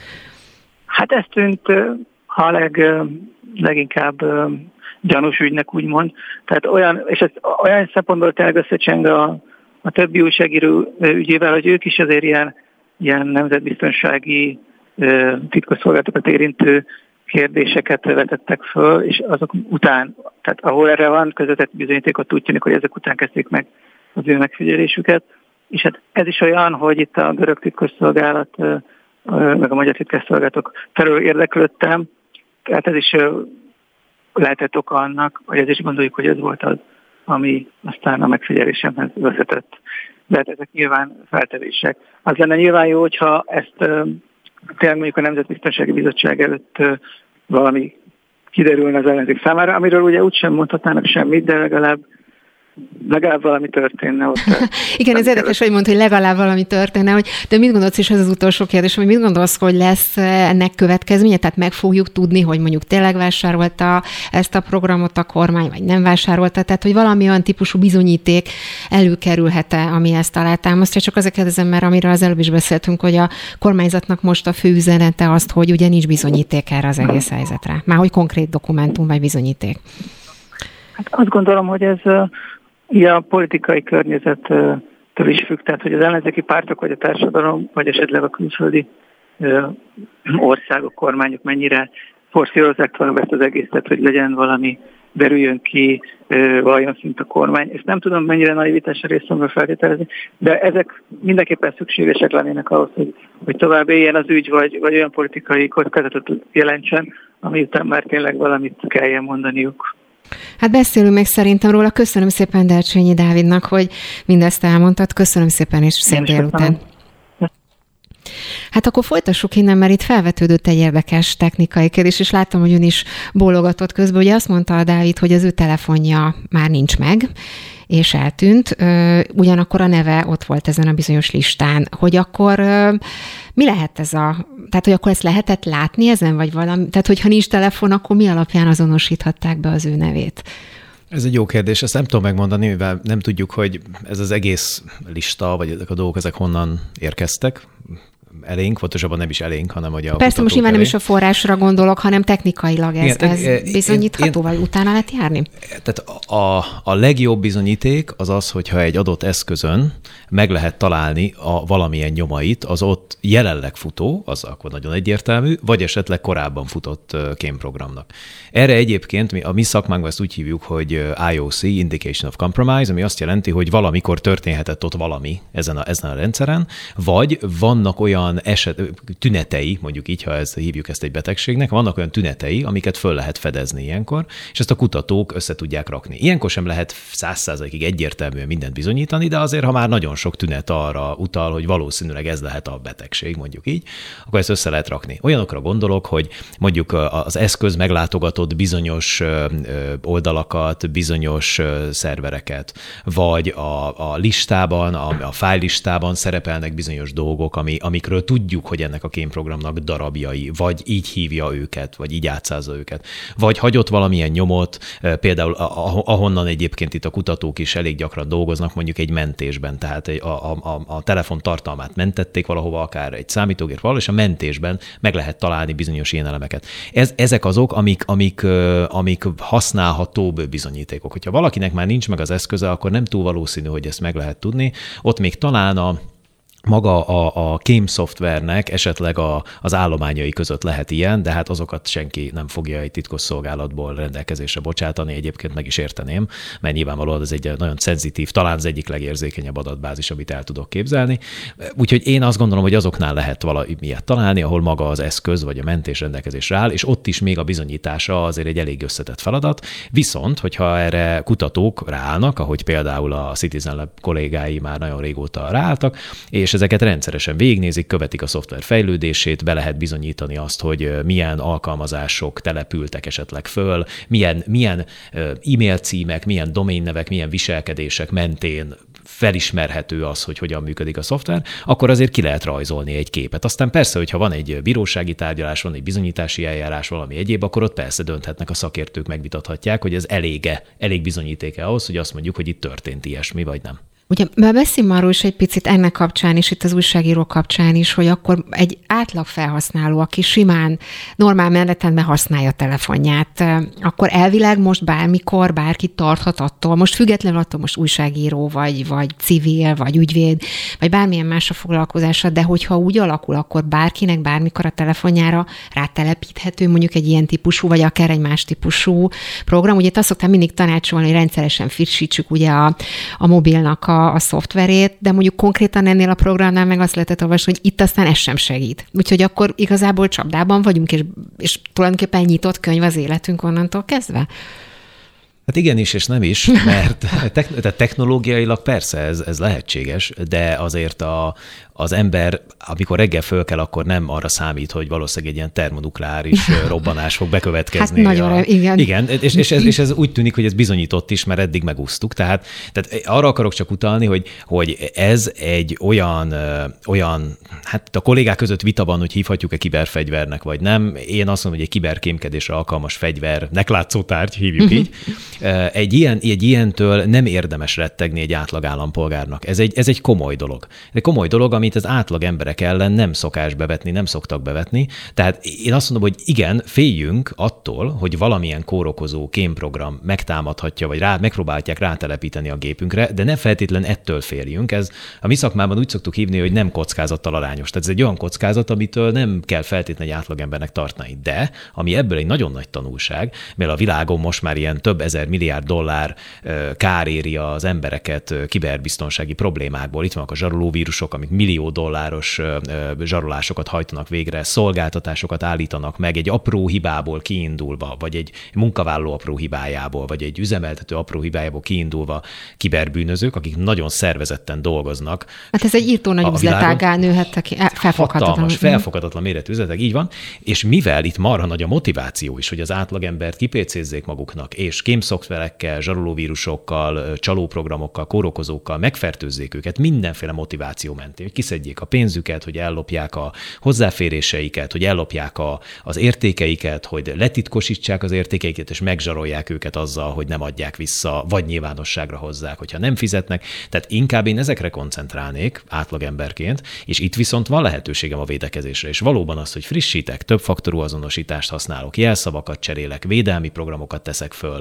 Speaker 2: Hát ez tűnt
Speaker 4: a leginkább gyanús ügynek, úgymond. Tehát olyan szempontból tényleg összecseng a többi újságíró ügyével, hogy ők is azért ilyen nemzetbiztonsági titkosszolgálatokat érintő kérdéseket vetettek föl, és azok után, tehát ahol erre van közvetett bizonyítékot, úgy tűnik, hogy ezek után kezdték meg az ő megfigyelésüket. És hát ez is olyan, hogy itt a görög titkosszolgálat, meg a magyar titkosszolgálatok felől érdeklődtem, tehát ez is lehetett oka annak, hogy ez is gondoljuk, hogy ez volt az, ami aztán a megfigyelésemhez vezetett. De hát ezek nyilván feltevések. Az lenne nyilván jó, hogyha ezt tényleg mondjuk a Nemzetbiztonsági Bizottság előtt valami kiderülne az ellenzék számára, amiről ugye úgysem mondhatnának semmit, de legalább valami történne ott.
Speaker 2: Igen, ez érdekes, hogy mondta, hogy legalább valami történne, de mit gondolsz, és ez az utolsó kérdés, hogy mit gondolsz, hogy lesz ennek következménye? Tehát meg fogjuk tudni, hogy mondjuk tényleg vásárolta ezt a programot a kormány, vagy nem vásárolta, tehát hogy valami olyan típusú bizonyíték előkerülhet-e, ami ezt alátámasztja. Csak azért kérdezem, mert amiről az előbb is beszéltünk, hogy a kormányzatnak most a fő üzenete azt, hogy ugye nincs bizonyíték erre az egész helyzetre. Már hogy konkrét dokumentum vagy bizonyíték.
Speaker 4: Hát azt gondolom, hogy ez a politikai környezettől is függ, tehát hogy az ellenzéki pártok, vagy a társadalom, vagy esetleg a külföldi országok, kormányok mennyire forszírozzák tovább ezt az egészet, hogy legyen valami, derüljön ki, valljon szint a kormány. Ezt nem tudom, mennyire naivitás a részemről feltételezni, de ezek mindenképpen szükségesek lennének ahhoz, hogy tovább éljen az ügy, vagy olyan politikai kockázatot jelentsen, ami után már tényleg valamit kelljen mondaniuk.
Speaker 2: Hát beszélünk meg szerintem róla. Köszönöm szépen Dercsényi Dávidnak, hogy mindezt elmondtad. Köszönöm szépen, és szép délután. Hát akkor folytassuk innen, mert itt felvetődött egy érdekes technikai kérdés, és láttam, hogy ön is bólogatott közben. Ugye azt mondta a Dávid, hogy az ő telefonja már nincs meg, és eltűnt. Ugyanakkor a neve ott volt ezen a bizonyos listán. Hogy akkor mi lehet tehát hogy akkor ezt lehetett látni ezen, vagy valami? Tehát, hogyha nincs telefon, akkor mi alapján azonosíthatták be az ő nevét?
Speaker 3: Ez egy jó kérdés, ezt nem tudom megmondani, mivel nem tudjuk, hogy ez az egész lista, vagy ezek a dolgok, ezek honnan érkeztek. Elénk, pontosabban nem is elénk, hanem hogy a
Speaker 2: persze most nyilván nem is a forrásra gondolok, hanem technikailag ez bizonyítható, vagy utána lehet járni?
Speaker 3: Tehát a legjobb bizonyíték az, hogyha egy adott eszközön meg lehet találni a valamilyen nyomait, az ott jelenleg futó, az akkor nagyon egyértelmű, vagy esetleg korábban futott kémprogramnak. Erre egyébként a mi szakmánkban ezt úgy hívjuk, hogy IOC, Indication of Compromise, ami azt jelenti, hogy valamikor történhetett ott valami ezen a rendszeren, vagy vannak olyan olyan tünetei, mondjuk így, ha hívjuk ezt egy betegségnek, vannak olyan tünetei, amiket föl lehet fedezni ilyenkor, és ezt a kutatók össze tudják rakni. Ilyenkor sem lehet 100%-ig egyértelműen mindent bizonyítani, de azért, ha már nagyon sok tünet arra utal, hogy valószínűleg ez lehet a betegség, mondjuk így, akkor ezt össze lehet rakni. Olyanokra gondolok, hogy mondjuk az eszköz meglátogatott bizonyos oldalakat, bizonyos szervereket, vagy a listában, a fájllistában szerepelnek bizonyos dolgok, amikről tudjuk, hogy ennek a kémprogramnak darabjai, vagy így hívja őket, vagy így átszázza őket. Vagy hagyott valamilyen nyomot, például ahonnan egyébként itt a kutatók is elég gyakran dolgoznak, mondjuk egy mentésben, tehát a telefon tartalmát mentették valahova, akár egy számítógép valahol, és a mentésben meg lehet találni bizonyos ilyen elemeket. Ezek azok, amik használhatóbb bizonyítékok. Hogyha valakinek már nincs meg az eszköze, akkor nem túl valószínű, hogy ezt meg lehet tudni. Ott még talán maga a kém szoftvernek esetleg az állományai között lehet ilyen, de hát azokat senki nem fogja egy titkosszolgálatból rendelkezésre bocsátani, egyébként meg is érteném, mert nyilvánvalóan ez egy nagyon szenzitív, talán az egyik legérzékenyebb adatbázis, amit el tudok képzelni. Úgyhogy én azt gondolom, hogy azoknál lehet valami ilyet találni, ahol maga az eszköz vagy a mentés rendelkezésre áll, és ott is még a bizonyítása azért egy elég összetett feladat. Viszont, hogyha erre kutatók ráállnak, ahogy például a Citizen Lab kollégái már nagyon régóta ráálltak, és ezeket rendszeresen végignézik, követik a szoftver fejlődését, be lehet bizonyítani azt, hogy milyen alkalmazások települtek esetleg föl, milyen e-mail címek, milyen doménnevek, milyen viselkedések mentén felismerhető az, hogy hogyan működik a szoftver, akkor azért ki lehet rajzolni egy képet. Aztán persze, hogyha van egy bírósági tárgyalás, van egy bizonyítási eljárás, valami egyéb, akkor ott persze dönthetnek a szakértők, megvitathatják, hogy ez elég bizonyítéke ahhoz, hogy azt mondjuk, hogy itt történt ilyesmi, vagy nem.
Speaker 2: Ugye beszéljünk arról is egy picit ennek kapcsán is, itt az újságíró kapcsán is, hogy akkor egy átlag felhasználó, aki simán, normál menetben használja a telefonját, akkor elvileg most bármikor bárki tarthat attól, most függetlenül attól most újságíró, vagy civil, vagy ügyvéd, vagy bármilyen más a foglalkozása, de hogyha úgy alakul, akkor bárkinek bármikor a telefonjára rátelepíthető mondjuk egy ilyen típusú, vagy akár egy más típusú program. Ugye azt szoktam mindig tanácsolni, hogy rendszeresen frissítsük ugye a mobilnak a szoftverét, de mondjuk konkrétan ennél a programnál meg azt lehetett olvasni, hogy itt aztán ez sem segít. Úgyhogy akkor igazából csapdában vagyunk, és tulajdonképpen nyitott könyv az életünk onnantól kezdve.
Speaker 3: Hát igenis, és nem is, mert technológiailag persze ez lehetséges, de azért az ember, amikor reggel föl kell, akkor nem arra számít, hogy valószínűleg egy ilyen termonukleáris robbanás fog bekövetkezni. Hát
Speaker 2: nagyon igen.
Speaker 3: Igen, és ez úgy tűnik, hogy ez bizonyított is, mert eddig megúsztuk. Tehát arra akarok csak utalni, hogy ez egy olyan, hát a kollégák között vita van, hogy hívhatjuk-e kiberfegyvernek, vagy nem. Én azt mondom, hogy egy kiberkémkedésre alkalmas fegyvernek látszó tárgy, hívjuk így. Egy ilyentől nem érdemes rettegni egy átlag állampolgárnak. Ez egy komoly dolog. Egy komoly dolog, amit az átlag emberek ellen nem szokás bevetni, nem szoktak bevetni. Tehát én azt mondom, hogy igen, féljünk attól, hogy valamilyen kórokozó kémprogram megtámadhatja, vagy megpróbálják rátelepíteni a gépünkre, de ne feltétlen ettől féljünk. Ez a mi szakmában úgy szoktuk hívni, hogy nem kockázattal arányos. Tehát ez egy olyan kockázat, amitől nem kell feltétlenül egy átlagembernek tartani. De ami ebből egy nagyon nagy tanulság, mert a világon most már ilyen több ezer milliárd dollár kár éri az embereket kiberbiztonsági problémákból. Itt vannak a zsarolóvírusok, amik millió dolláros zsarolásokat hajtanak végre, szolgáltatásokat állítanak meg egy apró hibából kiindulva, vagy egy munkavállaló apró hibájából, vagy egy üzemeltető apró hibájából kiindulva kiberbűnözők, akik nagyon szervezetten dolgoznak.
Speaker 2: Hát ez egy írtó nagy üzletágá nőhettek ki.
Speaker 3: Felfoghatatlan méretű üzletek, így van. És mivel itt marha nagy a motiváció is, hogy az átlagembert kipécézzék maguknak, és kémszoftverekkel, zsarolóvírusokkal, csalóprogramokkal, kórokozókkal megfertőzzék őket mindenféle motiváció mentén, hogy kiszedjék a pénzüket, hogy ellopják a hozzáféréseiket, hogy ellopják az értékeiket, hogy letitkosítsák az értékeiket, és megzsarolják őket azzal, hogy nem adják vissza, vagy nyilvánosságra hozzák, hogyha nem fizetnek. Tehát inkább én ezekre koncentrálnék átlagemberként, és itt viszont van lehetőségem a védekezésre, és valóban az, hogy frissítek, többfaktorú azonosítást használok, jelszavakat cserélek, védelmi programokat teszek föl, nem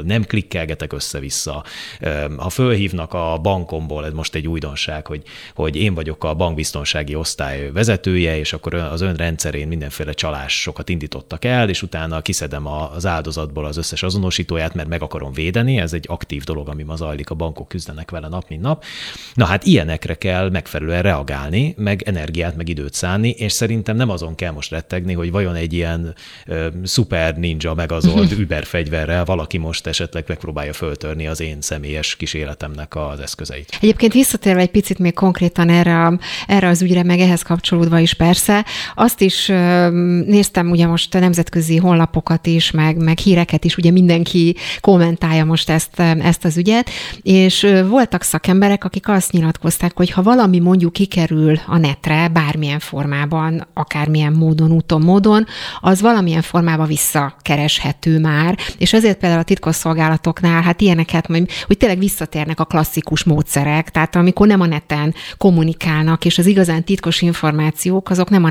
Speaker 3: klikkelgetek össze-vissza. Ha fölhívnak a bankomból, ez most egy újdonság, hogy én vagyok a bankbiztonsági osztály vezetője, és akkor az ön rendszerén mindenféle csalásokat indítottak el, és utána kiszedem az áldozatból az összes azonosítóját, mert meg akarom védeni. Ez egy aktív dolog, ami ma zajlik, a bankok küzdenek vele nap, mint nap. Na hát ilyenekre kell megfelelően reagálni, meg energiát, meg időt szánni, és szerintem nem azon kell most rettegni, hogy vajon egy ilyen szuper ninja megazolt überfegyverrel valaki most esetleg megpróbálja föltörni az én személyes kis életemnek az eszközeit.
Speaker 2: Egyébként visszatérve egy picit még konkrétan erre az ügyre, meg ehhez kapcsolódva is persze, azt is néztem ugye most a nemzetközi honlapokat is, meg híreket is, ugye mindenki kommentálja most ezt az ügyet, és voltak szakemberek, akik azt nyilatkozták, hogy ha valami mondjuk kikerül a netre, bármilyen formában, akármilyen módon, úton, módon, az valamilyen formában visszakereshető már, és ezért például a titkosszolgálatoknál, hát ilyeneket, hogy tényleg visszatérnek a klasszikus módszerek, tehát amikor nem a neten kommunikálnak, és az igazán titkos információk, azok nem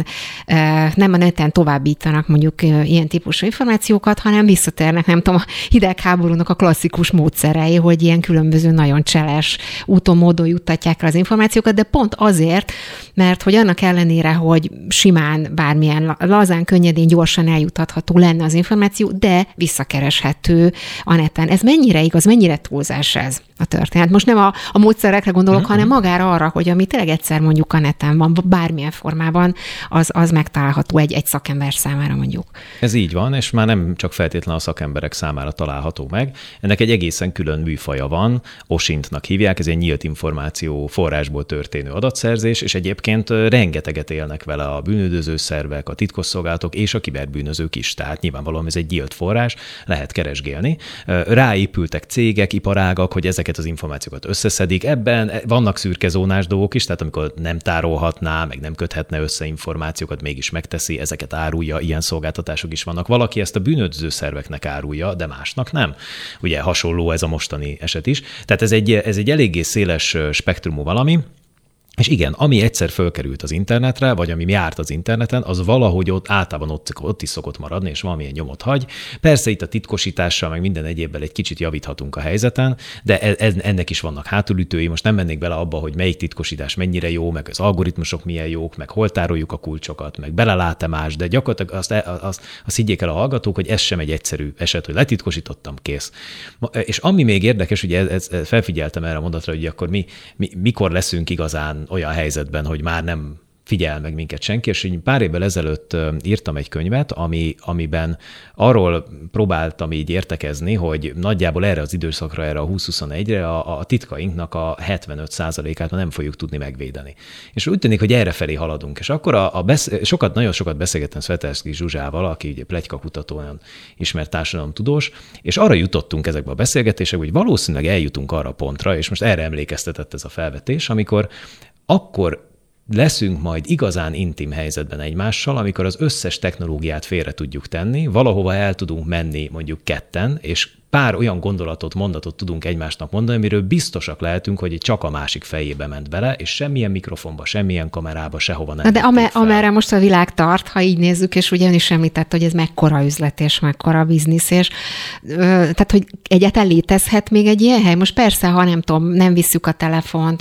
Speaker 2: a neten továbbítanak mondjuk ilyen típusú információkat, hanem visszatérnek, nem tudom, a hidegháborúnak a klasszikus módszerei, hogy ilyen különböző nagyon cseles úton, módon juttatják rá az információkat, de pont azért, mert hogy annak ellenére, hogy simán bármilyen lazán, könnyedén, gyorsan eljuthatható lenne az információ, de visszakereshető a neten. Ez mennyire igaz, mennyire túlzás ez a történet? Most nem a módszerekre gondolok, hanem magára arra, hogy ami tényleg egyszer mondjuk a neten van, bármilyen formában, az megtalálható egy szakember számára mondjuk.
Speaker 3: Ez így van, és már nem csak feltétlenül a szakemberek számára található meg. Ennek egy egészen külön műfaja van, OSINT-nak hívják, ez egy nyílt információ forrásból történő adatszerzés, és egyébként rengeteget élnek vele a bűnüldöző szervek, a titkosszolgálatok és a kiberbűnözők is. Tehát nyilvánvalóan ez egy nyílt forrás, lehet keresgélni. Ráépültek cégek, iparágak, hogy ezeket az információkat összeszedik. Ebben vannak szürkezónás dolgok is, tehát amikor nem tárolhatná, meg nem köthetne össze információkat, mégis megteszi, ezeket árulja, ilyen szolgáltatások is vannak. Valaki ezt a bűnöldöző szerveknek árulja, de másnak nem. Ugye hasonló ez a mostani eset is. Tehát ez egy eléggé széles spektrumú valami. És igen, ami egyszer fölkerült az internetre, vagy ami járt az interneten, az valahogy általában ott is szokott maradni, és valamilyen nyomot hagy. Persze itt a titkosítással, meg minden egyébben egy kicsit javíthatunk a helyzeten, de ennek is vannak hátulütői. Most nem mennék bele abba, hogy melyik titkosítás mennyire jó, meg az algoritmusok milyen jók, meg hol tároljuk a kulcsokat, meg belelát-e más, de gyakorlatilag azt higgyék el a hallgatók, hogy ez sem egy egyszerű eset, hogy letitkosítottam, kész. És ami még érdekes, ugye felfigyeltem erre a mondatra, hogy akkor mikor leszünk igazán olyan helyzetben, hogy már nem figyel meg minket senki, és így pár évvel ezelőtt írtam egy könyvet, amiben arról próbáltam így értekezni, hogy nagyjából erre az időszakra, erre a 2021-re a titkainknak a 75%-át már nem fogjuk tudni megvédeni. És úgy tűnik, hogy erre felé haladunk. És akkor nagyon sokat beszélgettem Szvetelszky Zsuzsával, aki ugye pletykakutatóan olyan ismert társadalomtudós, és arra jutottunk ezekbe a beszélgetésekbe, hogy valószínűleg eljutunk arra a pontra, és most erre emlékeztetett ez a felvetés, amikor akkor leszünk majd igazán intim helyzetben egymással, amikor az összes technológiát félre tudjuk tenni, valahova el tudunk menni mondjuk ketten, és pár olyan mondatot tudunk egymásnak mondani, amiről biztosak lehetünk, hogy csak a másik fejébe ment bele, és semmilyen mikrofonba, semmilyen kamerába, sehova nem.
Speaker 2: De amerre most a világ tart, ha így nézzük, és ugye ön is említett, hogy ez mekkora üzlet és mekkora biznisz, és tehát, hogy egyáltalán létezhet még egy ilyen hely? Most persze, ha nem tudom, nem visszük a telefont,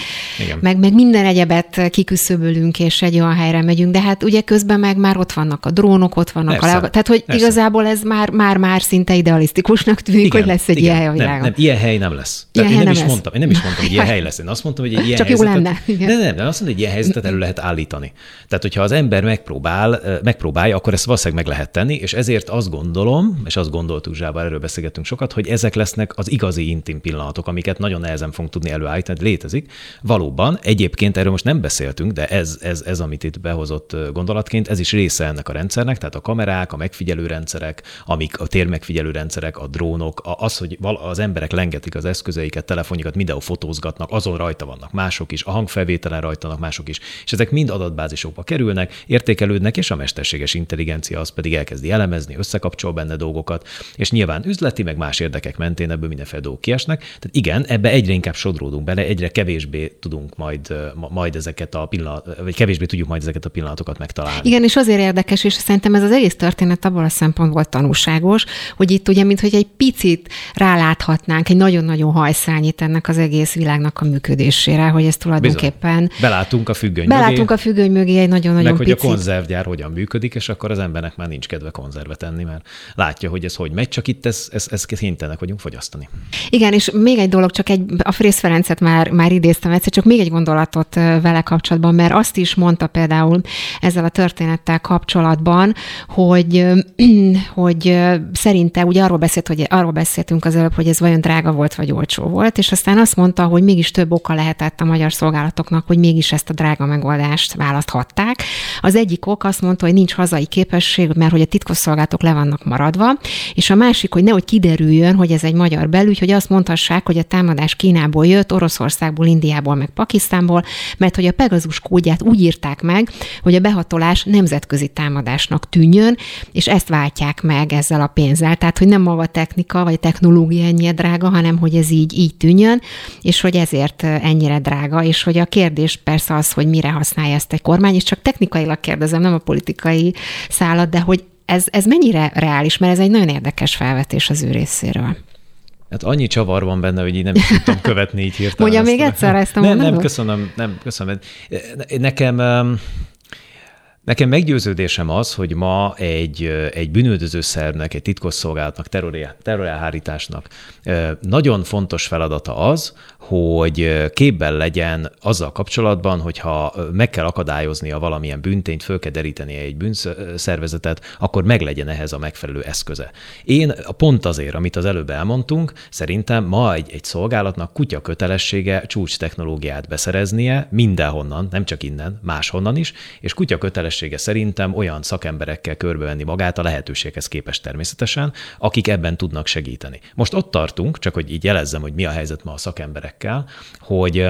Speaker 2: meg minden egyebet kiküszöbölünk, és egy olyan helyre megyünk, de hát ugye közben meg már ott vannak a drónok, ott vannak tehát, hogy igazából ez már szinte idealisztikusnak tűnik, igen, hogy lesz egy ilyen hely a világon. Nem,
Speaker 3: ilyen hely nem lesz. Én nem is mondtam, hogy ilyen hely lesz. Én azt mondtam, hogy egy ilyen
Speaker 2: csak
Speaker 3: helyzetet...
Speaker 2: jó lenne.
Speaker 3: Nem, azt mondtam, hogy egy ilyen helyzetet elő lehet állítani. Tehát, hogyha az ember megpróbálja, akkor ezt valószínűleg meg lehet tenni, és ezért azt gondolom, és azt gondoltuk Zsával, erről beszélgettünk sokat, hogy ezek lesznek az igazi intim pillanatok, amiket nagyon nehezen fogunk tudni előállítani, létezik. Valóban, egyébként erről most nem beszéltünk, de ez amit itt behozott gondolatként, ez is része ennek a rendszernek, tehát a kamerák, a megfigyelő rendszerek, a térmegfigyelő rendszerek, a drónok, az, hogy az emberek lengetik az eszközeiket, telefonjukat, mindenhol fotózgatnak, azon rajta vannak mások is, a hangfelvételen rajta vannak mások is, és ezek mind adatbázisokba kerülnek, értékelődnek, és a mesterséges intelligencia az pedig elkezdi elemezni, összekapcsol benne dolgokat, és nyilván üzleti, meg más érdekek mentén ebből mindenféle dolgok kiesnek. Tehát igen, ebbe egyre inkább sodródunk bele, egyre kevésbé tudunk majd ezeket a vagy kevésbé tudjuk majd ezeket a pillanatokat megtalálni.
Speaker 2: Igen, és azért érdekes, és szerintem ez az egész történet abból a szempontból tanulságos, hogy itt ugye, mint hogy egy picit ráláthatnánk egy nagyon-nagyon hajszányit ennek az egész világnak a működésére, hogy ez tulajdonképpen...
Speaker 3: Bizony. Belátunk a függöny mögé egy nagyon-nagyon meg,
Speaker 2: picit.
Speaker 3: hogy a konzervgyár hogyan működik, és akkor az embernek már nincs kedve konzervet enni, mert látja, hogy ez hogy megy, csak itt ezt kénytelenek vagyunk fogyasztani.
Speaker 2: Igen, és még egy dolog, csak a Frész Ferencet már idéztem egyszer, csak még egy gondolatot vele kapcsolatban, mert azt is mondta például ezzel a történettel kapcsolatban, hogy szerinte ugye arról beszéltünk az előbb, hogy ez vajon drága volt, vagy olcsó volt, és aztán azt mondta, hogy mégis több oka lehetett a magyar szolgálatoknak, hogy mégis ezt a drága megoldást választhatták. Az egyik ok azt mondta, hogy nincs hazai képesség, mert hogy a titkosszolgálatok le vannak maradva, és a másik, hogy nehogy kiderüljön, hogy ez egy magyar belügy, hogy azt mondhassák, hogy a támadás Kínából jött, Oroszországból, Indiából, meg Pakisztánból, mert hogy a Pegazus kódját úgy írták meg, hogy a behatolás nemzetközi támadásnak tűnjön, és ezt váltják meg ezzel a pénzzel. Tehát, hogy nem maga a technika vagy technológia ennyire drága, hanem hogy ez így tűnjön, és hogy ezért ennyire drága, és hogy a kérdés persze az, hogy mire használja ezt egy kormány, és csak technikailag kérdezem, nem a politikai szálat, de hogy ez mennyire reális, mert ez egy nagyon érdekes felvetés az ő részéről.
Speaker 3: Hát annyi csavar van benne, hogy így nem is tudtam követni így hirtelen.
Speaker 2: Mondja még egyszer ezt a mondatot?
Speaker 3: Nem, köszönöm. Nekem meggyőződésem az, hogy ma egy bűnüldöző szervnek, egy titkosszolgálatnak, terrorelhárításnak nagyon fontos feladata az, hogy képben legyen azzal kapcsolatban, hogyha meg kell akadályoznia valamilyen bűntényt, föl kell derítenie egy bűnszervezetet, akkor meglegyen ehhez a megfelelő eszköze. Én pont azért, amit az előbb elmondtunk, szerintem ma egy szolgálatnak kutya kötelessége csúcs technológiát beszereznie mindenhonnan, nem csak innen, máshonnan is, és kutya kötelessége szerintem olyan szakemberekkel körbevenni magát a lehetőséghez képest természetesen, akik ebben tudnak segíteni. Most ott tartunk, csak hogy így jelezzem, hogy mi a helyzet ma a szakemberekkel, hogy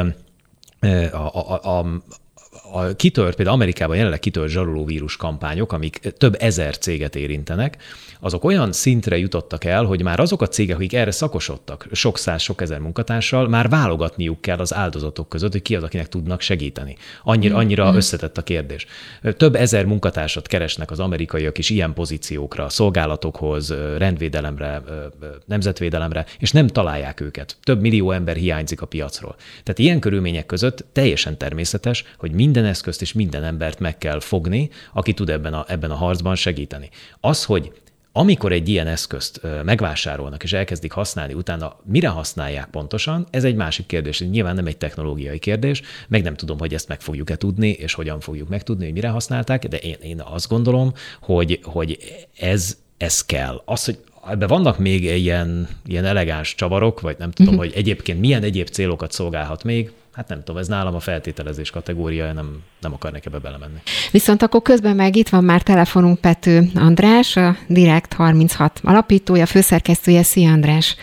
Speaker 3: például Amerikában jelenleg kitört zsarolóvírus kampányok, amik több ezer céget érintenek, azok olyan szintre jutottak el, hogy már azok a cégek, akik erre szakosodtak, sok száz, sok ezer munkatársal, már válogatniuk kell az áldozatok között, hogy ki az, akinek tudnak segíteni. Annyira összetett a kérdés. Több ezer munkatársat keresnek az amerikaiak is ilyen pozíciókra, szolgálatokhoz, rendvédelemre, nemzetvédelemre, és nem találják őket. Több millió ember hiányzik a piacról. Tehát ilyen körülmények között teljesen természetes, hogy minden eszközt és minden embert meg kell fogni, aki tud ebben a harcban segíteni. Az, hogy amikor egy ilyen eszközt megvásárolnak és elkezdik használni, utána mire használják pontosan, ez egy másik kérdés. Nyilván nem egy technológiai kérdés, meg nem tudom, hogy ezt meg fogjuk-e tudni, és hogyan fogjuk megtudni, hogy mire használták, de én azt gondolom, hogy ez kell. Az, hogy ebben vannak még ilyen elegáns csavarok, vagy nem tudom, hogy egyébként milyen egyéb célokat szolgálhat még, hát nem tudom, ez nálam a feltételezés kategóriája, nem akarnék ebbe belemenni. Viszont
Speaker 2: akkor közben meg itt van már telefonunk Pető András, a Direkt 36 alapítója, főszerkesztője. Szia, András!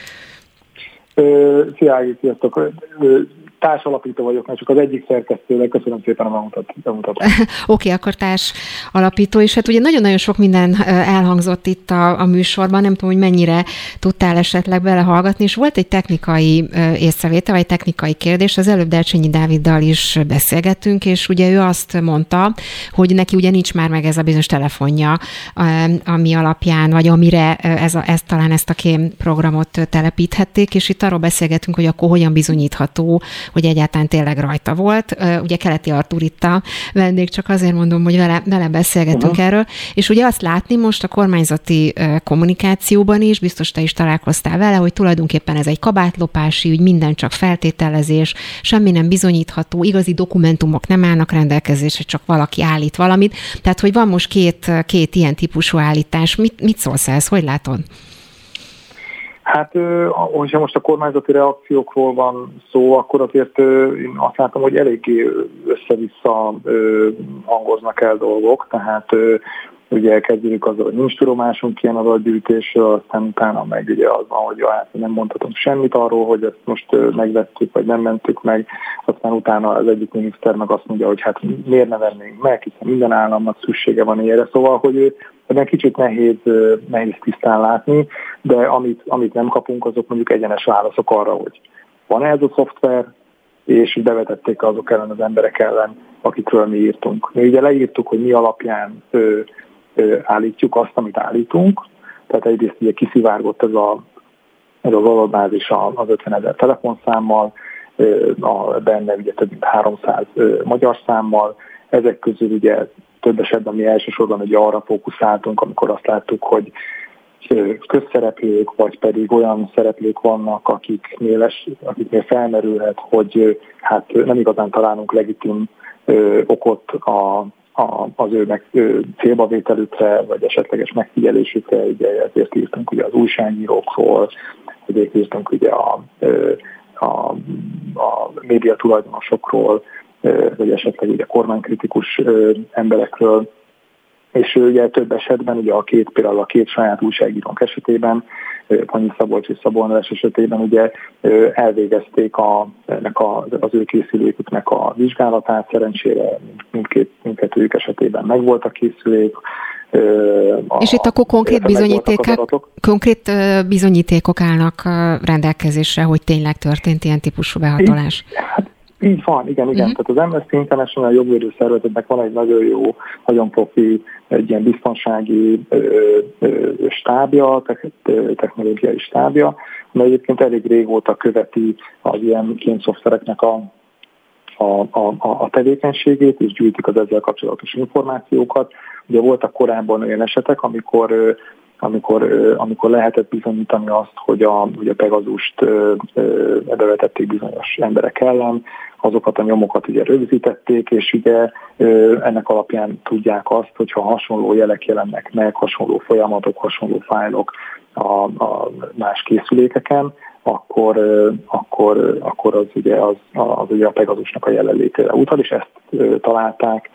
Speaker 5: Szia, Ági, sziasztok! Társalapító vagyok, mert csak az egyik szerkesztő, de köszönöm szépen a bemutatást.
Speaker 2: Oké, akkor társalapító, és hát ugye nagyon-nagyon sok minden elhangzott itt a műsorban, nem tudom, hogy mennyire tudtál esetleg belehallgatni, és volt egy technikai észrevétel, vagy technikai kérdés, az előbb Dercsényi Dáviddal is beszélgettünk, és ugye ő azt mondta, hogy neki ugye nincs már meg ez a bizonyos telefonja, ami alapján, vagy amire talán ezt a kém programot telepíthették, és itt arról beszélgetünk, hogy akkor hogyan bizonyítható, hogy egyáltalán tényleg rajta volt. Ugye Keleti Artúr itt a vendég, csak azért mondom, hogy vele beszélgetünk erről. És ugye azt látni most a kormányzati kommunikációban is, biztos te is találkoztál vele, hogy tulajdonképpen ez egy kabátlopási ügy, minden csak feltételezés, semmi nem bizonyítható, igazi dokumentumok nem állnak rendelkezésre, csak valaki állít valamit. Tehát, hogy van most két ilyen típusú állítás. Mit szólsz ehhez? Hogy látod?
Speaker 5: Hát, hogyha most a kormányzati reakciókról van szó, akkor azért én azt látom, hogy eléggé össze-vissza hangoznak el dolgok, tehát ugye kezdjük azzal, hogy nincs tudomásunk ilyen adatgyűjtésről, aztán utána meg ugye az van, hogy nem mondhatunk semmit arról, hogy ezt most megvettük, vagy nem mentük meg, aztán utána az egyik miniszter meg azt mondja, hogy hát miért ne vennénk meg, hiszen minden államnak szüksége van ilyenre, szóval, hogy ebben kicsit nehéz tisztán látni, de amit nem kapunk, azok mondjuk egyenes válaszok arra, hogy van ez a szoftver, és bevetették azok ellen az emberek ellen, akikről mi írtunk. Mi ugye leírtuk, hogy mi alapján állítjuk azt, amit állítunk, tehát egyrészt ugye kiszivárgott ez a ez az adatbázis az 50 000 telefonszámmal, benne ugye több mint 300 magyar számmal. Ezek közül ugye több esetben mi elsősorban ugye arra fókuszáltunk, amikor azt láttuk, hogy közszereplők, vagy pedig olyan szereplők vannak, akiknél felmerülhet, hogy hát nem igazán találunk legitim okot az ő célbavételükre, vagy esetleges megfigyelésükre, ugye ezért írtunk ugye az újságírókról, ezért írtunk ugye a média tulajdonosokról, vagy esetleg ugye kormánykritikus emberekről, és ugye több esetben, ugye például a két saját újságírónk esetében, Panyi Szabolcs és Szabó András esetében ugye elvégezték az ő készüléküknek a vizsgálatát, szerencsére mindkettőjük esetében megvolt a készülék.
Speaker 2: És itt akkor konkrét bizonyítékok állnak rendelkezésre, hogy tényleg történt ilyen típusú behatolás?
Speaker 5: Így van, igen. Tehát az Amnesty International jogvédő szervezetnek van egy nagyon jó, nagyon profi, egy ilyen biztonsági stábja, technológiai stábja, amely egyébként elég régóta követi az ilyen kémszoftvereknek a tevékenységét, és gyűjtik az ezzel kapcsolatos információkat. Ugye voltak korábban olyan esetek, amikor lehetett bizonyítani azt, hogy a Pegazust bevetették bizonyos emberek ellen, azokat a nyomokat ugye rögzítették, és ugye ennek alapján tudják azt, hogyha hasonló jelek jelennek meg, hasonló folyamatok, hasonló fájlok a más készülékeken, akkor az ugye a Pegazusnak a jelenlétére utal, és ezt találták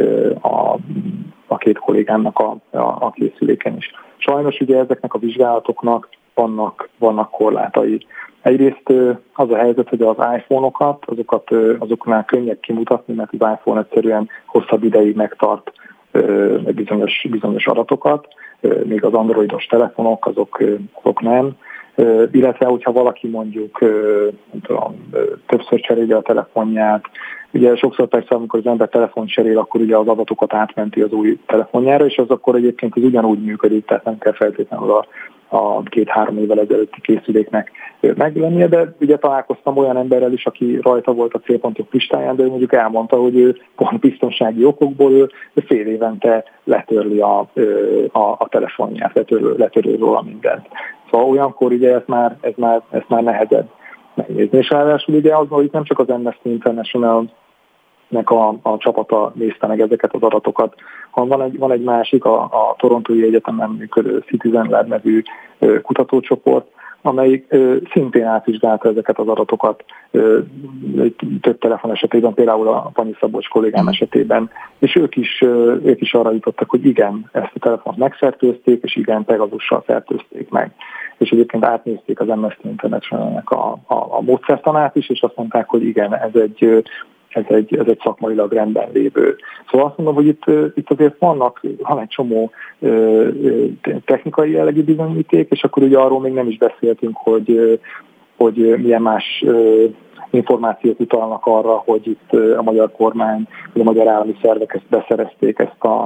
Speaker 5: a két kollégámnak a készüléken is. Sajnos ugye ezeknek a vizsgálatoknak vannak korlátai. Egyrészt az a helyzet, hogy az iPhone-okat, azoknál könnyebb kimutatni, mert az iPhone egyszerűen hosszabb ideig megtart bizonyos adatokat, még az androidos telefonok, azok nem. Illetve, hogyha valaki mondjuk többször cseréli a telefonját, ugye sokszor persze, amikor az ember telefont cserél, akkor ugye az adatokat átmenti az új telefonjára, és az akkor egyébként az ugyanúgy működik, tehát nem kell feltétlenül a 2-3 évvel ezelőtti készüléknek meglennie, de ugye találkoztam olyan emberrel is, aki rajta volt a célpontok listáján, de ő mondjuk elmondta, hogy ő pont biztonsági okokból ő fél évente letörli a telefonját, letörli róla mindent. Szóval olyankor ugye ezt már nehezebb megnézni. És ráadásul ugye az, hogy nem csak az Amnesty International-nek a csapata nézte meg ezeket az adatokat, hanem van egy másik, a Torontói Egyetemen működő Citizen Lab nevű kutatócsoport, amelyik szintén átvizsgálta ezeket az adatokat több telefon esetében, például a Panyi Szabolcs kollégám esetében, és ők is arra jutottak, hogy igen, ezt a telefont megfertőzték, és igen, Pegazussal fertőzték meg. És egyébként átnézték az Amnesty International-nek a módszertanát is, és azt mondták, hogy igen, ez egy szakmailag rendben lévő. Szóval azt mondom, hogy itt azért van egy csomó technikai jellegű bizonyíték, és akkor ugye arról még nem is beszéltünk, hogy milyen más információk utalnak arra, hogy itt a magyar kormány, vagy a magyar állami szervek ezt beszerezték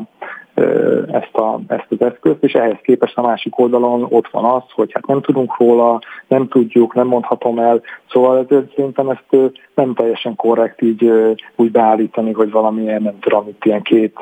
Speaker 5: ezt az eszközt, és ehhez képest a másik oldalon ott van az, hogy hát nem tudunk róla, nem tudjuk, nem mondhatom el, szóval szerintem ezt nem teljesen korrekt így úgy beállítani, hogy valamilyen, nem tudom, itt ilyen két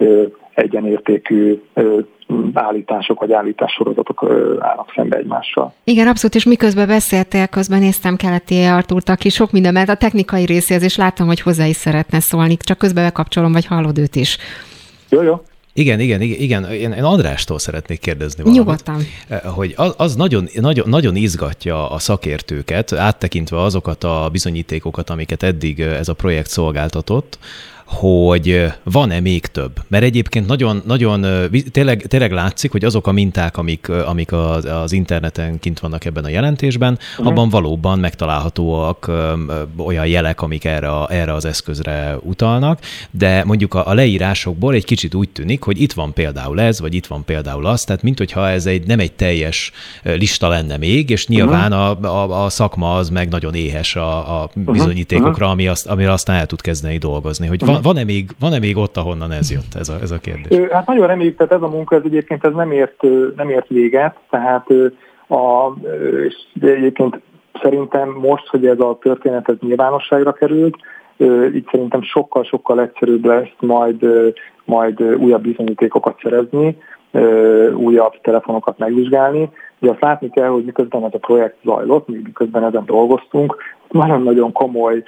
Speaker 5: egyenértékű állítások vagy állítássorozatok állnak szembe egymással.
Speaker 2: Igen, abszolút, és miközben beszéltél, közben néztem Keleti Artúrt, aki sok minden, mert a technikai részéhez, és láttam, hogy hozzá is szeretne szólni, csak közben bekapcsolom, vagy hallod őt is.
Speaker 5: Jó.
Speaker 3: Igen. Én Andrástól szeretnék kérdezni valamit.
Speaker 2: Nyugodtan.
Speaker 3: Hogy az nagyon izgatja a szakértőket, áttekintve azokat a bizonyítékokat, amiket eddig ez a projekt szolgáltatott, hogy van-e még több? Mert egyébként nagyon tényleg látszik, hogy azok a minták, amik az interneten kint vannak ebben a jelentésben, abban valóban megtalálhatóak olyan jelek, amik erre az eszközre utalnak, de mondjuk a leírásokból egy kicsit úgy tűnik, hogy itt van például ez, vagy itt van például az, tehát minthogyha ez nem egy teljes lista lenne még, és nyilván a szakma az meg nagyon éhes a bizonyítékokra, amire aztán el tud kezdeni dolgozni, hogy van-e még ott, ahonnan ez jött, ez a kérdés?
Speaker 5: Hát nagyon reméljük, tehát ez a munka, ez egyébként nem ért véget, tehát És egyébként szerintem most, hogy ez a történet ez nyilvánosságra került, így szerintem sokkal egyszerűbb lesz majd újabb bizonyítékokat szerezni, újabb telefonokat megvizsgálni. Ugye azt látni kell, hogy miközben ez a projekt zajlott, miközben ezen dolgoztunk, nagyon-nagyon komoly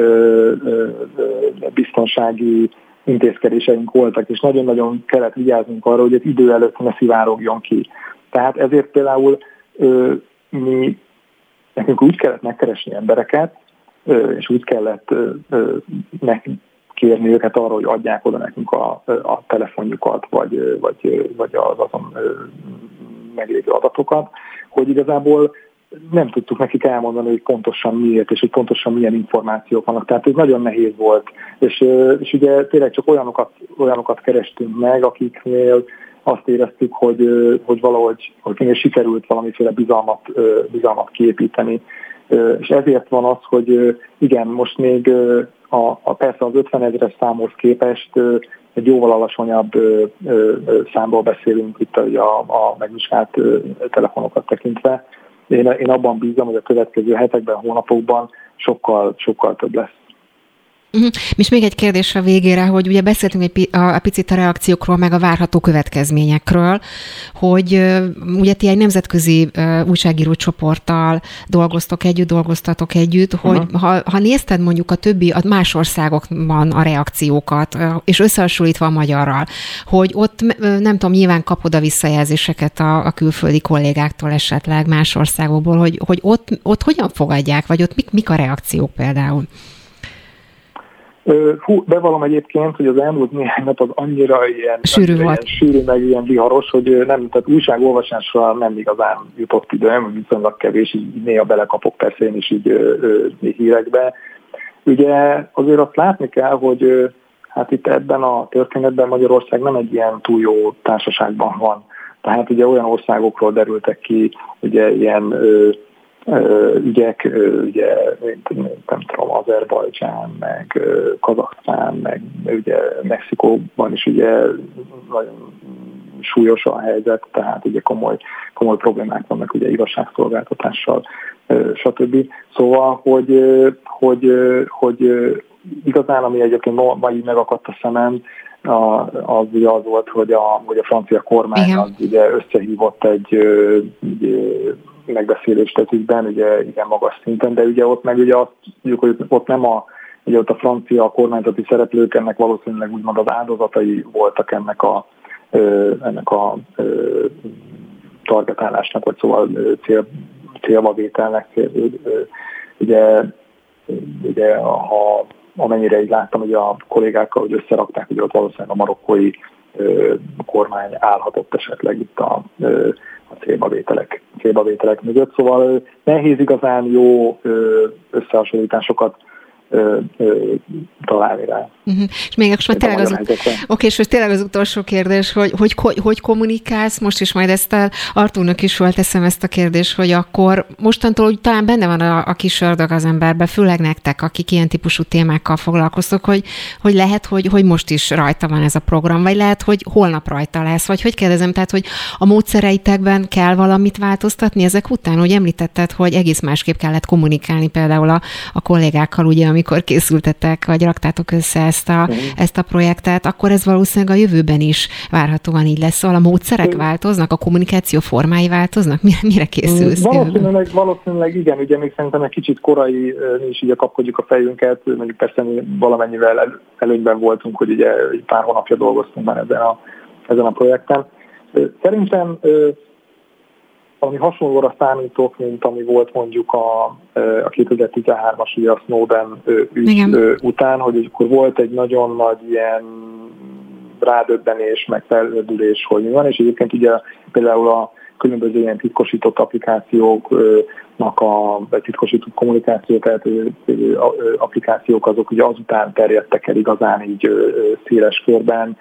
Speaker 5: biztonsági intézkedéseink voltak, és nagyon-nagyon kellett vigyáznunk arra, hogy az idő előtt ne szivárogjon ki. Tehát ezért például nekünk úgy kellett megkeresni embereket, és úgy kellett megkérni őket arra, hogy adják oda nekünk a telefonjukat, vagy az azon meglévő adatokat, hogy igazából nem tudtuk nekik elmondani, hogy pontosan miért, és hogy pontosan milyen információk vannak. Tehát ez nagyon nehéz volt. És ugye tényleg csak olyanokat kerestünk meg, akiknél azt éreztük, hogy valahogy sikerült valamiféle bizalmat kiépíteni. És ezért van az, hogy igen, most még persze az 50 000-es számhoz képest egy jóval alacsonyabb számról beszélünk itt a megvizsgált telefonokat tekintve. Én abban bízom, hogy a következő hetekben, hónapokban sokkal több lesz.
Speaker 2: És még egy kérdés a végére, hogy ugye beszéltünk egy picit a reakciókról, meg a várható következményekről, hogy ugye ti egy nemzetközi újságíró csoporttal dolgoztatok együtt, hogy ha nézted mondjuk a más országokban a reakciókat, és összehasonlítva a magyarral, hogy ott nem tudom, nyilván kapod a visszajelzéseket a külföldi kollégáktól esetleg más országokból, hogy ott hogyan fogadják, vagy ott mik a reakciók például?
Speaker 5: Bevallom egyébként, hogy az elmúlt néhány nap az annyira ilyen sűrű, meg ilyen viharos, hogy tehát újságolvasásra nem igazán jutott időm, viszonylag kevés, így néha belekapok persze én is így hírekbe. Ugye azért azt látni kell, hogy hát itt ebben a történetben Magyarország nem egy ilyen túl jó társaságban van. Tehát ugye olyan országokról derültek ki, ugye ilyen ügyek, ugye, nem tudom, Azerbajdzsán, meg Kazaksztán, meg ugye Mexikóban is ugye nagyon súlyos a helyzet, tehát ugye komoly problémák vannak ugye igazságszolgáltatással, stb. Szóval, hogy igazán, ami egyébként ma így megakadt a szemem, az ugye az volt, hogy a francia kormány az ugye összehívott egy megbeszélést ez ügyben, ugye igen magas szinten, de ugye ott meg ugye azt mondjuk, hogy ott nem ugye ott a francia kormányzati szereplők ennek valószínűleg úgymond az áldozatai voltak ennek a targetálásnak, vagy szóval célba vételnek. Ugye amennyire így láttam, hogy a kollégákkal, hogy összerakták, hogy ott valószínűleg a marokkói kormány állhatott esetleg itt a célbavételek mögött. Szóval nehéz igazán jó összehasonlításokat találni rá.
Speaker 2: És még akkor tényleg az utolsó kérdés, hogy kommunikálsz most is, majd ezt Artúrnak is fölteszem ezt a kérdést, hogy akkor mostantól úgy talán benne van a kis ördög az emberben, főleg nektek, akik ilyen típusú témákkal foglalkoztok, hogy lehet, hogy most is rajta van ez a program, vagy lehet, hogy holnap rajta lesz, vagy hogy kérdezem, tehát, hogy a módszereitekben kell valamit változtatni ezek után, hogy említetted, hogy egész másképp kellett kommunikálni például a kollégákkal, ugye, amikor készültetek, vagy raktátok össze ezt a projektet, akkor ez valószínűleg a jövőben is várhatóan így lesz. Szóval a módszerek változnak, a kommunikáció formái változnak? Mire készülsz?
Speaker 5: Valószínűleg igen, ugye még szerintem egy kicsit korai, mi is ugye kapkodjuk a fejünket, mondjuk persze mi valamennyivel előnyben voltunk, hogy ugye pár hónapja dolgoztunk már ezen a projekten. Szerintem valami hasonlóra számítok, mint ami volt mondjuk a 2013-as ugye a Snowden ügy után, hogy akkor volt egy nagyon nagy ilyen rádöbbenés, meg felördülés, hogy mi van, és egyébként ugye például a különböző ilyen titkosított applikációknak vagy titkosított kommunikáció, tehát applikációk azok ugye azután terjedtek el igazán így széles körben,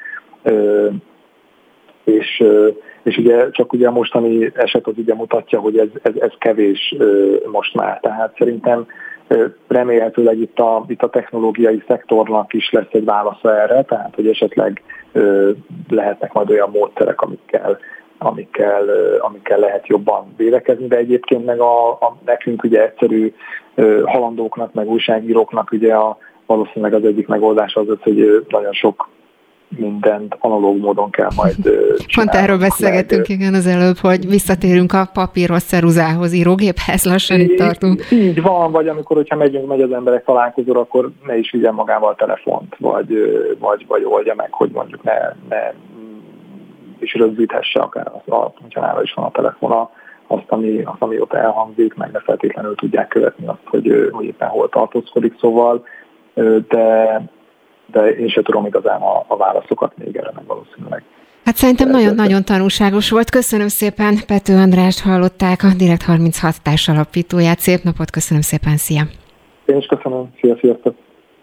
Speaker 5: és ugye csak ugye a mostani eset az ugye mutatja, hogy ez kevés most már. Tehát szerintem remélhetőleg itt a technológiai szektornak is lesz egy válasza erre, tehát hogy esetleg lehetnek majd olyan módszerek, amikkel amikkel lehet jobban védekezni, de egyébként meg nekünk ugye egyszerű halandóknak, meg újságíróknak ugye valószínűleg az egyik megoldás az, hogy nagyon sok mindent analóg módon kell majd csinálni.
Speaker 2: Pont erről beszélgettünk igen az előbb, hogy visszatérünk a papíros ceruzához, írógéphez, lassan itt tartunk.
Speaker 5: Így van, vagy amikor, hogyha megy az emberek találkozóra, akkor ne is vigyen magával a telefont, vagy oldja meg, hogy mondjuk ne és rögzíthesse akár, hogyha nála is van a telefona, azt, ami ott elhangzik, meg ne feltétlenül tudják követni azt, hogy éppen hol tartózkodik, szóval, de én sem tudom igazán a válaszokat még erre meg valószínűleg.
Speaker 2: Hát szerintem nagyon-nagyon tanulságos volt. Köszönöm szépen, Pető Andrást hallották, a Direkt 36 társalapítóját. Szép napot, köszönöm szépen, szia!
Speaker 5: Én is köszönöm, sziasztok!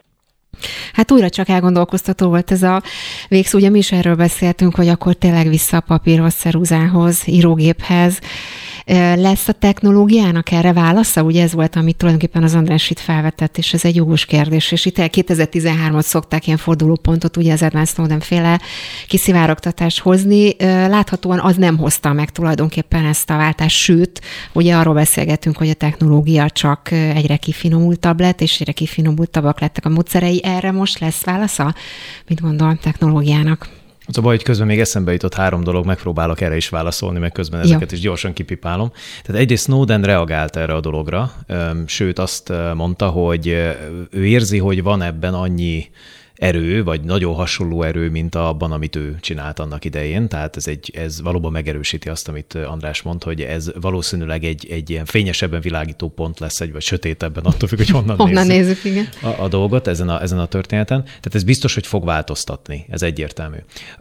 Speaker 2: Hát újra csak elgondolkoztató volt ez a végszó. Ugye mi is erről beszéltünk, hogy akkor tényleg vissza a papírhoz, ceruzához, írógéphez. Lesz a technológiának erre válasza? Ugye ez volt, amit tulajdonképpen az András itt felvetett, és ez egy jogos kérdés. És itt 2013-ot szokták ilyen fordulópontot, ugye az Edward Snowden-féle kiszivárogtatást hozni. Láthatóan az nem hozta meg tulajdonképpen ezt a váltást, sőt, ugye arról beszélgetünk, hogy a technológia csak egyre kifinomultabb lett, és egyre kifinomultabbak lettek a módszerei. Erre most lesz válasza? Mit gondol technológiának?
Speaker 3: Az a baj, hogy közben még eszembe jutott 3 dolog, megpróbálok erre is válaszolni, meg közben ezeket is gyorsan kipipálom. Tehát egyrészt Snowden reagált erre a dologra, sőt azt mondta, hogy ő érzi, hogy van ebben annyi erő, vagy nagyon hasonló erő, mint abban, amit ő csinált annak idején. Tehát ez valóban megerősíti azt, amit András mond, hogy ez valószínűleg egy ilyen fényesebben világító pont lesz, vagy sötétebben, attól függ, hogy honnan nézzük igen. A dolgot ezen a történeten. Tehát ez biztos, hogy fog változtatni, ez egyértelmű.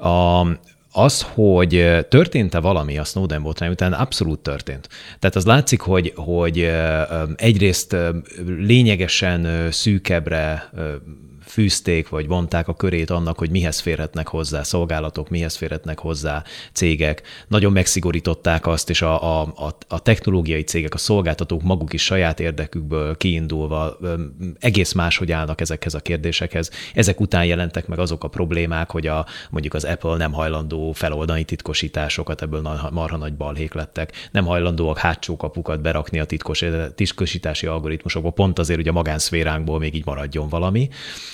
Speaker 3: Az, hogy történt-e valami a Snowden botrány után, abszolút történt. Tehát az látszik, hogy egyrészt lényegesen szűkebbre fűzték, vagy vonták a körét annak, hogy mihez férhetnek hozzá szolgálatok, mihez férhetnek hozzá cégek. Nagyon megszigorították azt, és a technológiai cégek, a szolgáltatók maguk is saját érdekükből kiindulva egész máshogy állnak ezekhez a kérdésekhez. Ezek után jelentek meg azok a problémák, hogy mondjuk az Apple nem hajlandó feloldani titkosításokat, ebből marha nagy balhék lettek. Nem hajlandóak hátsó kapukat berakni a titkosítási algoritmusokba, pont azért, hogy a magánszféránkból még így maradjon valami.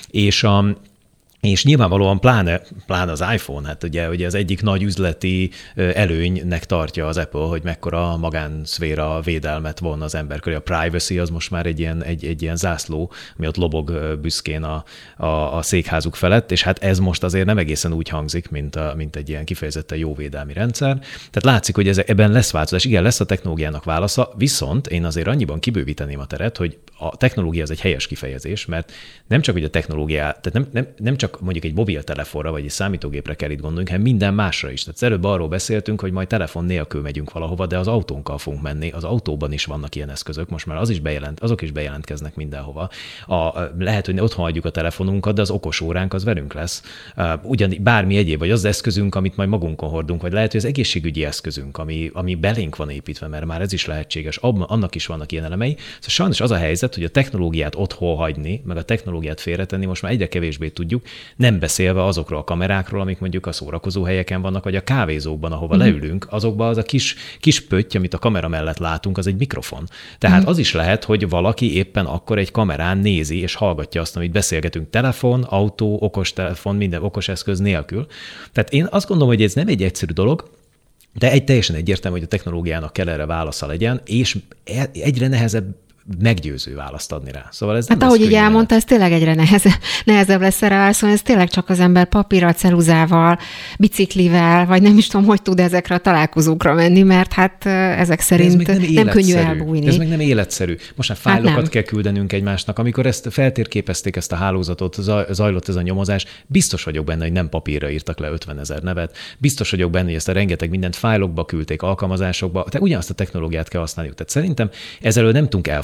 Speaker 3: És nyilvánvalóan pláne az iPhone, hát ugye az egyik nagy üzleti előnynek tartja az Apple, hogy mekkora magánszféra védelmet von az ember köré. A privacy az most már egy ilyen zászló, ami ott lobog büszkén a székházuk felett, és hát ez most azért nem egészen úgy hangzik, mint egy ilyen kifejezetten jó védelmi rendszer. Tehát látszik, hogy ebben lesz változás. Igen, lesz a technológiának válasza, viszont én azért annyiban kibővíteném a teret, hogy a technológia az egy helyes kifejezés, mert nem csak, hogy a technológia, tehát nem csak mondjuk egy mobiltelefonra vagy egy számítógépre kell itt gondolnunk, hanem minden másra is. Tehát előbb arról beszéltünk, hogy majd telefon nélkül megyünk valahova, de az autónkkal fogunk menni. Az autóban is vannak ilyen eszközök, most már azok is bejelentkeznek mindenhova. Lehet, hogy otthon hagyjuk a telefonunkat, de az okos óránk az velünk lesz. Bármi egyéb, vagy az eszközünk, amit majd magunkon hordunk, vagy lehet, hogy az egészségügyi eszközünk, ami belénk van építve, mert már ez is lehetséges. Annak is vannak ilyen elemei. Szóval sajnos az a helyzet, hogy a technológiát otthon hagyni, meg a technológiát félretenni most már egyre kevésbé tudjuk, nem beszélve azokról a kamerákról, amik mondjuk a szórakozó helyeken vannak, vagy a kávézókban, ahova leülünk, azokban az a kis pötty, amit a kamera mellett látunk, az egy mikrofon. Tehát az is lehet, hogy valaki éppen akkor egy kamerán nézi és hallgatja azt, amit beszélgetünk telefon, autó, okostelefon, minden okos eszköz nélkül. Tehát én azt gondolom, hogy ez nem egy egyszerű dolog, de teljesen egyértelmű, hogy a technológiának kell erre válasza legyen, és egyre nehezebb meggyőző választ adni rá. Szóval ez nem
Speaker 2: hát ahogy így elmondta, ez tényleg egyre nehezebb lesz erre válaszolni, ez tényleg csak az ember papírral, ceruzával, biciklivel, vagy nem is tudom, hogy tud ezekre a találkozókra menni, mert hát ezek szerint nem könnyű elbújni.
Speaker 3: Ez meg nem életszerű. Most már fájlokat kell küldenünk egymásnak. Amikor ezt feltérképezték, ezt a hálózatot, zajlott ez a nyomozás, biztos vagyok benne, hogy nem papírra írtak le 50 000 nevet. Biztos vagyok benne, hogy ezt a rengeteg mindent fájlokba küldték, alkalmazásokba. Tehát ugyanazt a technológiát kell használniuk. Tehát szerintem ezzel nem tudunk elfutni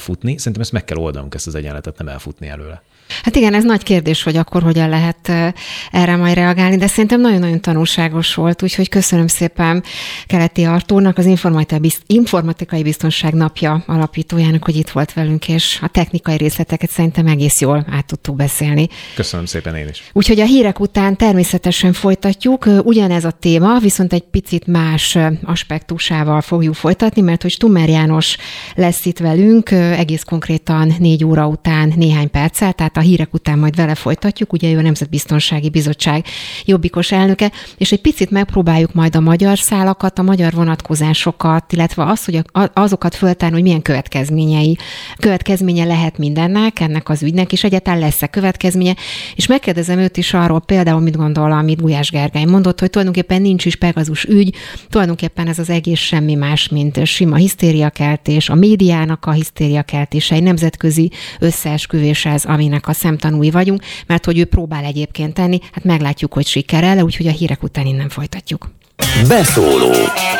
Speaker 3: elfutni. Szerintem ezt meg kell oldanunk, ezt az egyenletet, nem elfutni előle.
Speaker 2: Hát igen, ez nagy kérdés, hogy akkor hogyan lehet erre majd reagálni, de szerintem nagyon-nagyon tanulságos volt, úgyhogy köszönöm szépen Keleti Artúrnak, az Informatikai Biztonság Napja alapítójának, hogy itt volt velünk, és a technikai részleteket szerintem egész jól át tudtuk beszélni.
Speaker 3: Köszönöm szépen én is.
Speaker 2: Úgyhogy a hírek után természetesen folytatjuk, ugyanez a téma, viszont egy picit más aspektusával fogjuk folytatni, mert hogy Stumer János lesz itt velünk egész konkrétan 4 óra után néhány perccel, tehát a hírek után majd vele folytatjuk, ugye ő a Nemzetbiztonsági Bizottság jobbikos elnöke, és egy picit megpróbáljuk majd a magyar szálakat, a magyar vonatkozásokat, illetve azt, hogy azokat föltárni, hogy milyen következménye lehet mindennek, ennek az ügynek, és egyáltalán lesz-e következménye, és megkérdezem őt is arról például, mit gondol, amit Gulyás Gergely mondott, hogy tulajdonképpen nincs is Pegazus ügy, tulajdonképpen ez az egész semmi más, mint sima hisztériakeltés, a médiának a hisztériakeltése, egy nemzetközi összeesküvés ez, aminek a szemtanúi vagyunk, mert hogy ő próbál egyébként tenni, hát meglátjuk, hogy sikerrel, úgyhogy a hírek után innen folytatjuk.
Speaker 1: Beszóló.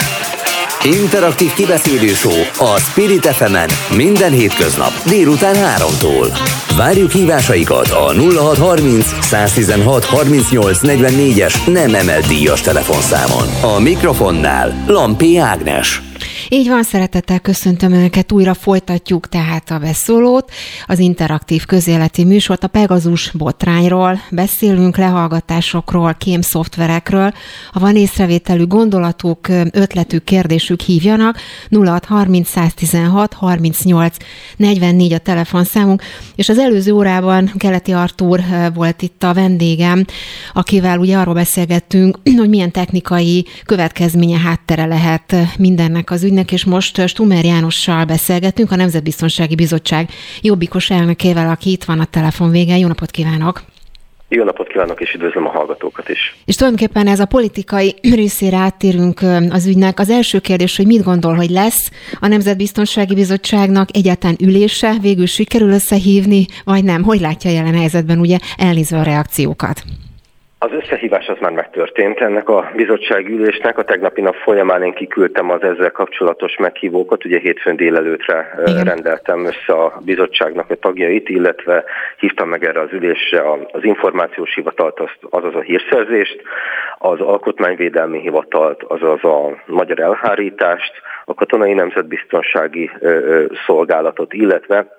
Speaker 1: Interaktív kibeszélő show a Spirit FM-en minden hétköznap délután 3-tól. Várjuk hívásaikat a 0630 116 38 44-es nem emelt díjas telefonszámon. A mikrofonnál Lampi Ágnes.
Speaker 2: Így van, szeretettel köszöntöm Önöket, újra folytatjuk tehát a beszólót, az interaktív közéleti műsort, a Pegazus botrányról beszélünk, lehallgatásokról, kémszoftverekről. Ha van észrevételű gondolatuk, ötletük, kérdésük, hívjanak, 0630 116 38 44 a telefonszámunk, és az előző órában Keleti Artúr volt itt a vendégem, akivel ugye arról beszélgettünk, hogy milyen technikai következménye, háttere lehet mindennek az ügynek, és most Stumer Jánossal beszélgetünk, a Nemzetbiztonsági Bizottság jobbikos elnökével, aki itt van a telefon végén. Jó napot kívánok!
Speaker 6: Jó napot kívánok, és üdvözlöm a hallgatókat is.
Speaker 2: És tulajdonképpen ez a politikai részére áttérünk az ügynek. Az első kérdés, hogy mit gondol, hogy lesz a Nemzetbiztonsági Bizottságnak egyáltalán ülése, végül sikerül összehívni, vagy nem? Hogy látja jelen helyzetben, ugye elnézve a reakciókat?
Speaker 6: Az összehívás az már megtörtént ennek a bizottságülésnek. A tegnapi nap folyamán én kiküldtem az ezzel kapcsolatos meghívókat. Ugye hétfőn délelőtre rendeltem össze a bizottságnak a tagjait, illetve hívtam meg erre az ülésre az információs hivatalt, azaz a hírszerzést, az alkotmányvédelmi hivatalt, azaz a magyar elhárítást, a katonai nemzetbiztonsági szolgálatot, illetve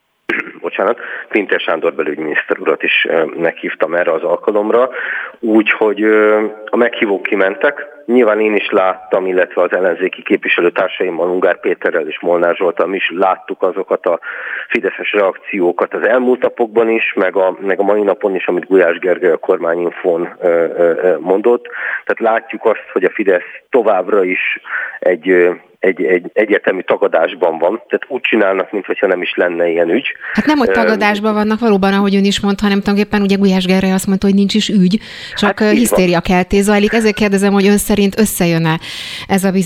Speaker 6: Pintér Sándor belügyminiszter urat is meghívtam erre az alkalomra, úgyhogy a meghívók kimentek. Nyilván én is láttam, illetve az ellenzéki képviselőtársaimmal, Ungár Péterrel és Molnár Zsolttal mi is láttuk azokat a fideszes reakciókat az elmúlt napokban is, meg a mai napon is, amit Gulyás Gergely a kormányinfón mondott. Tehát látjuk azt, hogy a Fidesz továbbra is egy egyértelmű tagadásban van. Tehát úgy csinálnak, mintha nem is lenne ilyen ügy.
Speaker 2: Hát nem, hogy tagadásban vannak valóban, ahogy ön is mondta, hanem tulajdonképpen ugye Gulyás Gergely azt mondta, hogy nincs is ügy, csak hisztériakeltés zajlik. Ezért kérdezem, hogy ön szerint összejön-e ez a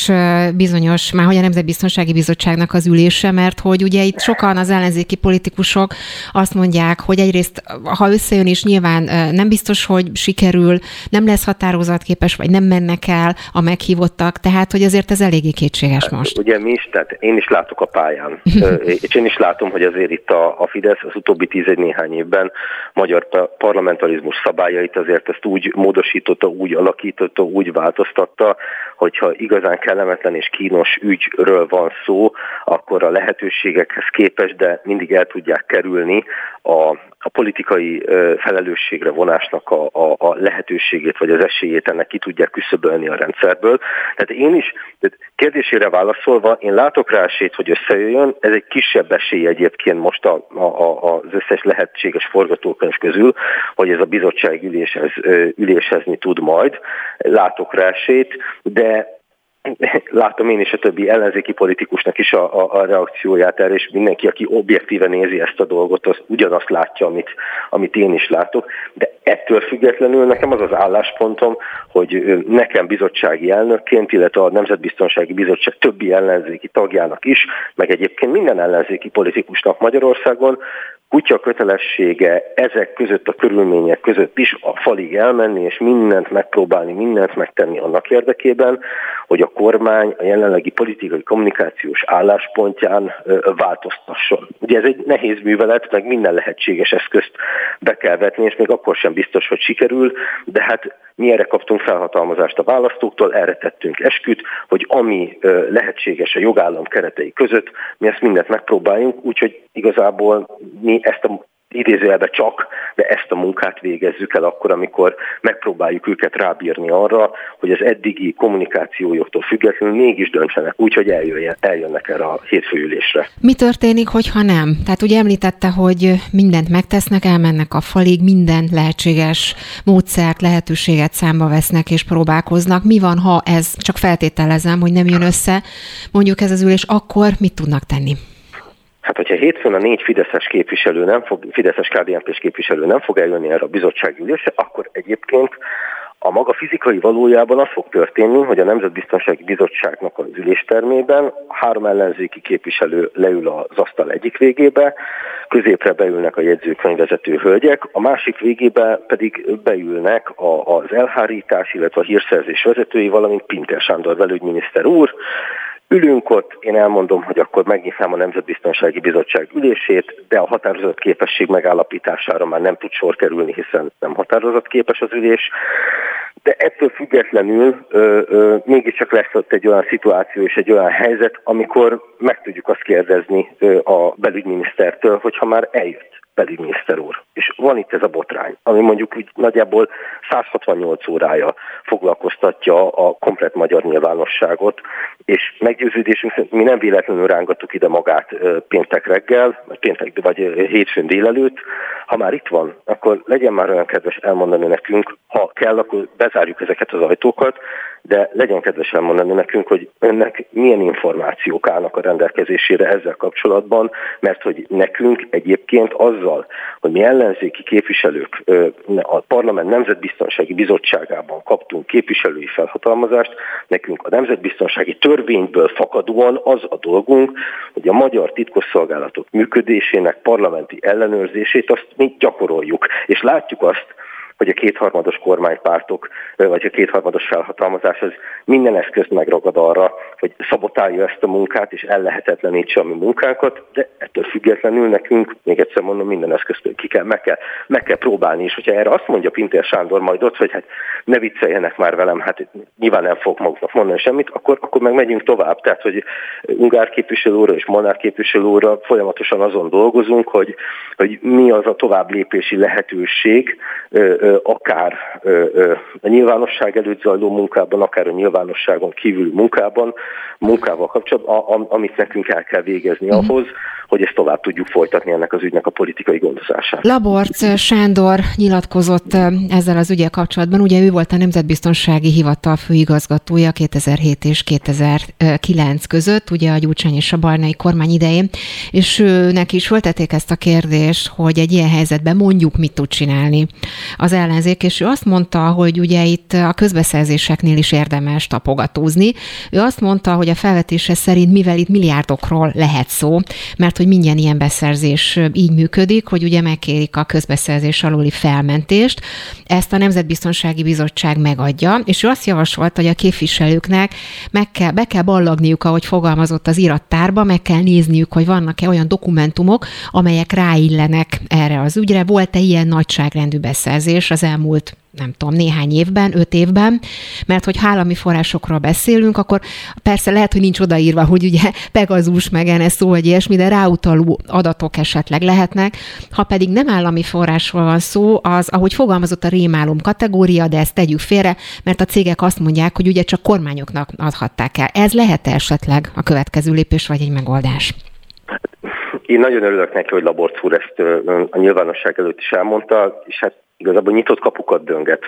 Speaker 2: bizonyos, már hogy a Nemzetbiztonsági Bizottságnak az ülése, mert hogy ugye itt sokan az ellenzéki politikusok azt mondják, hogy egyrészt, ha összejön is nyilván nem biztos, hogy sikerül, nem lesz határozatképes, vagy nem mennek el a meghívottak, tehát hogy azért ez eléggé kétséges most.
Speaker 6: Ugye mi is, tehát én is látok a pályán, és én is látom, hogy azért itt a Fidesz az utóbbi 10 néhány évben magyar parlamentarizmus szabályait azért ezt úgy módosította, úgy alakította, úgy változtatta, hogyha igazán kellemetlen és kínos ügyről van szó, akkor a lehetőségekhez képest, de mindig el tudják kerülni a politikai felelősségre vonásnak a lehetőségét, vagy az esélyét ennek ki tudják küszöbölni a rendszerből. Tehát én is, kérdésére válaszolva, én látok rá esélyt, hogy összejöjjön, ez egy kisebb esély egyébként most az összes lehetséges forgatókönyv közül, hogy ez a bizottság ülésezni tud majd. Látok rá esélyt, de látom én is a többi ellenzéki politikusnak is a reakcióját erre, és mindenki, aki objektíven nézi ezt a dolgot, az ugyanazt látja, amit én is látok. De ettől függetlenül nekem az az álláspontom, hogy nekem bizottsági elnökként, illetve a Nemzetbiztonsági Bizottság többi ellenzéki tagjának is, meg egyébként minden ellenzéki politikusnak Magyarországon kutya kötelessége ezek között a körülmények között is a falig elmenni, és mindent megpróbálni, mindent megtenni annak érdekében, hogy a kormány a jelenlegi politikai kommunikációs álláspontján változtasson. Ugye ez egy nehéz művelet, meg minden lehetséges eszközt be kell vetni, és még akkor sem biztos, hogy sikerül, de hát mi erre kaptunk felhatalmazást a választóktól, erre tettünk esküt, hogy ami lehetséges a jogállam keretei között, mi ezt mindent megpróbáljunk, úgyhogy igazából mi ezt a idézőjelben csak, de ezt a munkát végezzük el akkor, amikor megpróbáljuk őket rábírni arra, hogy az eddigi kommunikációjoktól függetlenül mégis döntsenek úgy, hogy eljönnek erre a hétfőülésre.
Speaker 2: Mi történik, hogyha nem? Tehát ugye említette, hogy mindent megtesznek, elmennek a falig, minden lehetséges módszert, lehetőséget számba vesznek és próbálkoznak. Mi van, ha ez, csak feltételezem, hogy nem jön össze, mondjuk ez az ülés, akkor mit tudnak tenni?
Speaker 6: Hát, hogyha hétfőn a 4 fideszes képviselő fideszes KDNP-s képviselő nem fog eljönni erre a bizottsági ülésre, akkor egyébként a maga fizikai valójában az fog történni, hogy a Nemzetbiztonsági Bizottságnak az üléstermében 3 ellenzéki képviselő leül az asztal egyik végébe, középre beülnek a jegyzőkönyvvezető hölgyek, a másik végébe pedig beülnek az elhárítás, illetve a hírszerzés vezetői, valamint Pintér Sándor belügyminiszter úr. Ülünk ott, én elmondom, hogy akkor megnyitnám a Nemzetbiztonsági Bizottság ülését, de a határozatképesség megállapítására már nem tud sor kerülni, hiszen nem határozatképes az ülés. De ettől függetlenül mégiscsak lesz ott egy olyan szituáció és egy olyan helyzet, amikor meg tudjuk azt kérdezni a belügyminisztertől, hogyha már eljött belügyminiszter úr. És van itt ez a botrány, ami mondjuk úgy nagyjából 168 órája foglalkoztatja a komplett magyar nyilvánosságot, és meggyőződésünk szerint mi nem véletlenül rángattuk ide magát péntek reggel, vagy hétfőn délelőtt. Ha már itt van, akkor legyen már olyan kedves elmondani nekünk, ha kell, akkor bezárjuk ezeket az ajtókat, de legyen kedves elmondani nekünk, hogy önnek milyen információk állnak a rendelkezésére ezzel kapcsolatban, mert hogy nekünk egyébként azzal, hogy mi ellenzéki képviselők a Parlament Nemzetbiztonsági Bizottságában kaptunk képviselői felhatalmazást, nekünk a nemzetbiztonsági törvényből fakadóan az a dolgunk, hogy a magyar titkosszolgálatok működésének parlamenti ellenőrzését azt mi gyakoroljuk, és látjuk azt, hogy a kétharmados kormánypártok, vagy a kétharmados felhatalmazás az minden eszközt megragad arra, hogy szabotálja ezt a munkát, és ellehetetlenítse a mi munkánkat, de ettől függetlenül nekünk, még egyszer mondom, minden eszközt meg kell próbálni, és hogyha erre azt mondja Pintér Sándor majd ott, hogy hát ne vicceljenek már velem, hát nyilván nem fog maguknak mondani semmit, akkor meg megyünk tovább. Tehát, hogy Ungár képviselő úrra és Molnár képviselő úrra folyamatosan azon dolgozunk, hogy mi az a tovább lépési lehetőség, akár a nyilvánosság előtt zajló munkában, akár a nyilvánosságon kívül munkával kapcsolatban, amit nekünk el kell végezni ahhoz, hogy ezt tovább tudjuk folytatni ennek az ügynek a politikai gondozását.
Speaker 2: Laborc Sándor nyilatkozott ezzel az ügyel kapcsolatban, ugye ő volt a Nemzetbiztonsági Hivatal főigazgatója 2007 és 2009 között, ugye a Gyurcsány és a Barnai kormány idején, és őnek is föltették ezt a kérdést, hogy egy ilyen helyzetben mondjuk mit tud csinálni az ellenzék, és ő azt mondta, hogy ugye itt a közbeszerzéseknél is érdemes tapogatózni. Ő azt mondta, hogy a felvetése szerint, mivel itt milliárdokról lehet szó, mert hogy minden ilyen beszerzés így működik, hogy ugye megkérik a közbeszerzés aluli felmentést, ezt a Nemzetbiztonsági Bizottság megadja, és ő azt javasolta, hogy a képviselőknek be kell ballagniuk, ahogy fogalmazott az irattárba, meg kell nézniük, hogy vannak-e olyan dokumentumok, amelyek ráillenek erre az ügyre. Volt-e ilyen nagyságrendű beszerzés az elmúlt, nem tudom, néhány évben, 5 évben, mert hogy állami forrásokról beszélünk, akkor persze lehet, hogy nincs odaírva, hogy ugye Pegazus, meg NSO, vagy ilyesmi, de ráutaló adatok esetleg lehetnek. Ha pedig nem állami forrásról van szó, az, ahogy fogalmazott, a rémálom kategória, de ezt tegyük félre, mert a cégek azt mondják, hogy ugye csak kormányoknak adhatták el. Ez lehet esetleg a következő lépés, vagy egy megoldás?
Speaker 6: Én nagyon örülök neki, hogy Laborc úr ezt a nyilvánosság előtt is elmondta, és hát igazából nyitott kapukat dönget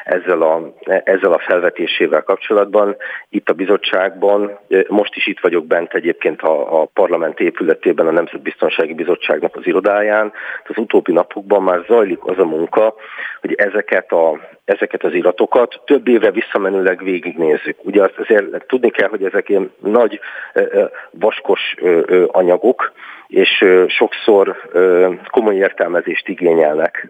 Speaker 6: ezzel a felvetésével kapcsolatban. Itt a bizottságban, most is itt vagyok bent egyébként a parlament épületében, a Nemzetbiztonsági Bizottságnak az irodáján. Az utóbbi napokban már zajlik az a munka, hogy ezeket az iratokat több évre visszamenőleg végignézzük. Ugye azt azért tudni kell, hogy ezek ilyen nagy vaskos anyagok, és sokszor komoly értelmezést igényelnek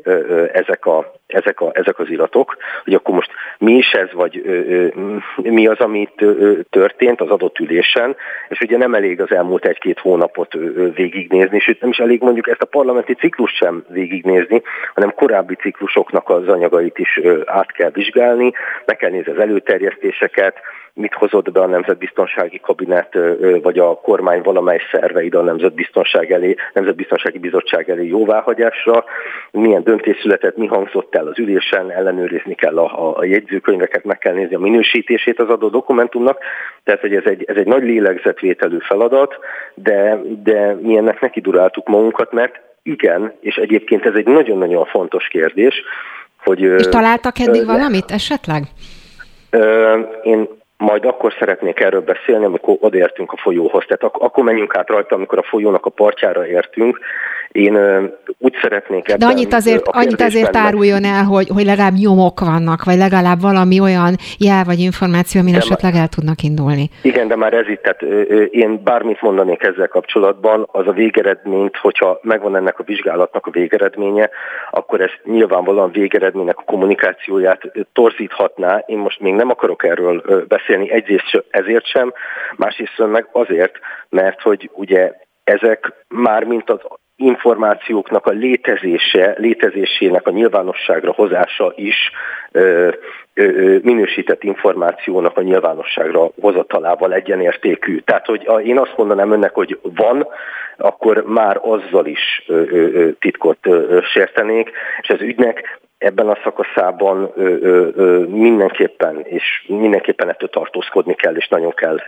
Speaker 6: ezek az iratok, hogy akkor most mi is ez, vagy mi az, amit történt az adott ülésen, és ugye nem elég az elmúlt 1-2 hónapot végignézni, sőt nem is elég mondjuk ezt a parlamenti ciklust sem végignézni, hanem korábbi ciklusoknak az anyagait is át kell vizsgálni, meg kell nézni az előterjesztéseket, mit hozott be a Nemzetbiztonsági Kabinet, vagy a kormány valamely szerve ide a Nemzetbiztonsági Bizottság elé jóváhagyásra, milyen döntés született, mi hangzott el az ülésen, ellenőrizni kell a jegyzőkönyveket, meg kell nézni a minősítését az adott dokumentumnak, tehát hogy ez egy nagy lélegzetvételű feladat, de mi ennek nekiduráltuk magunkat, mert igen, és egyébként ez egy nagyon-nagyon fontos kérdés, hogy...
Speaker 2: És találtak eddig valamit esetleg?
Speaker 6: Én majd akkor szeretnék erről beszélni, amikor odaértünk a folyóhoz. Tehát akkor menjünk át rajta, amikor a folyónak a partjára értünk. Én úgy szeretnék ebben...
Speaker 2: De annyit azért áruljon el, hogy legalább nyomok vannak, vagy legalább valami olyan jel vagy információ, amin esetleg el tudnak indulni.
Speaker 6: Igen, de már ez itt, tehát én bármit mondanék ezzel kapcsolatban, az a végeredményt, hogyha megvan ennek a vizsgálatnak a végeredménye, akkor ez nyilvánvalóan végeredménynek a kommunikációját torzíthatná. Én most még nem akarok erről beszélni, egyrészt ezért sem, másrészt meg azért, mert hogy ugye ezek már mint az információknak a létezésének a nyilvánosságra hozása is minősített információnak a nyilvánosságra hozatalával egyenértékű. Tehát, hogy én azt mondanám önnek, hogy van, akkor már azzal is titkot sértenék, és az ügynek ebben a szakaszában mindenképpen ettől tartózkodni kell, és nagyon kell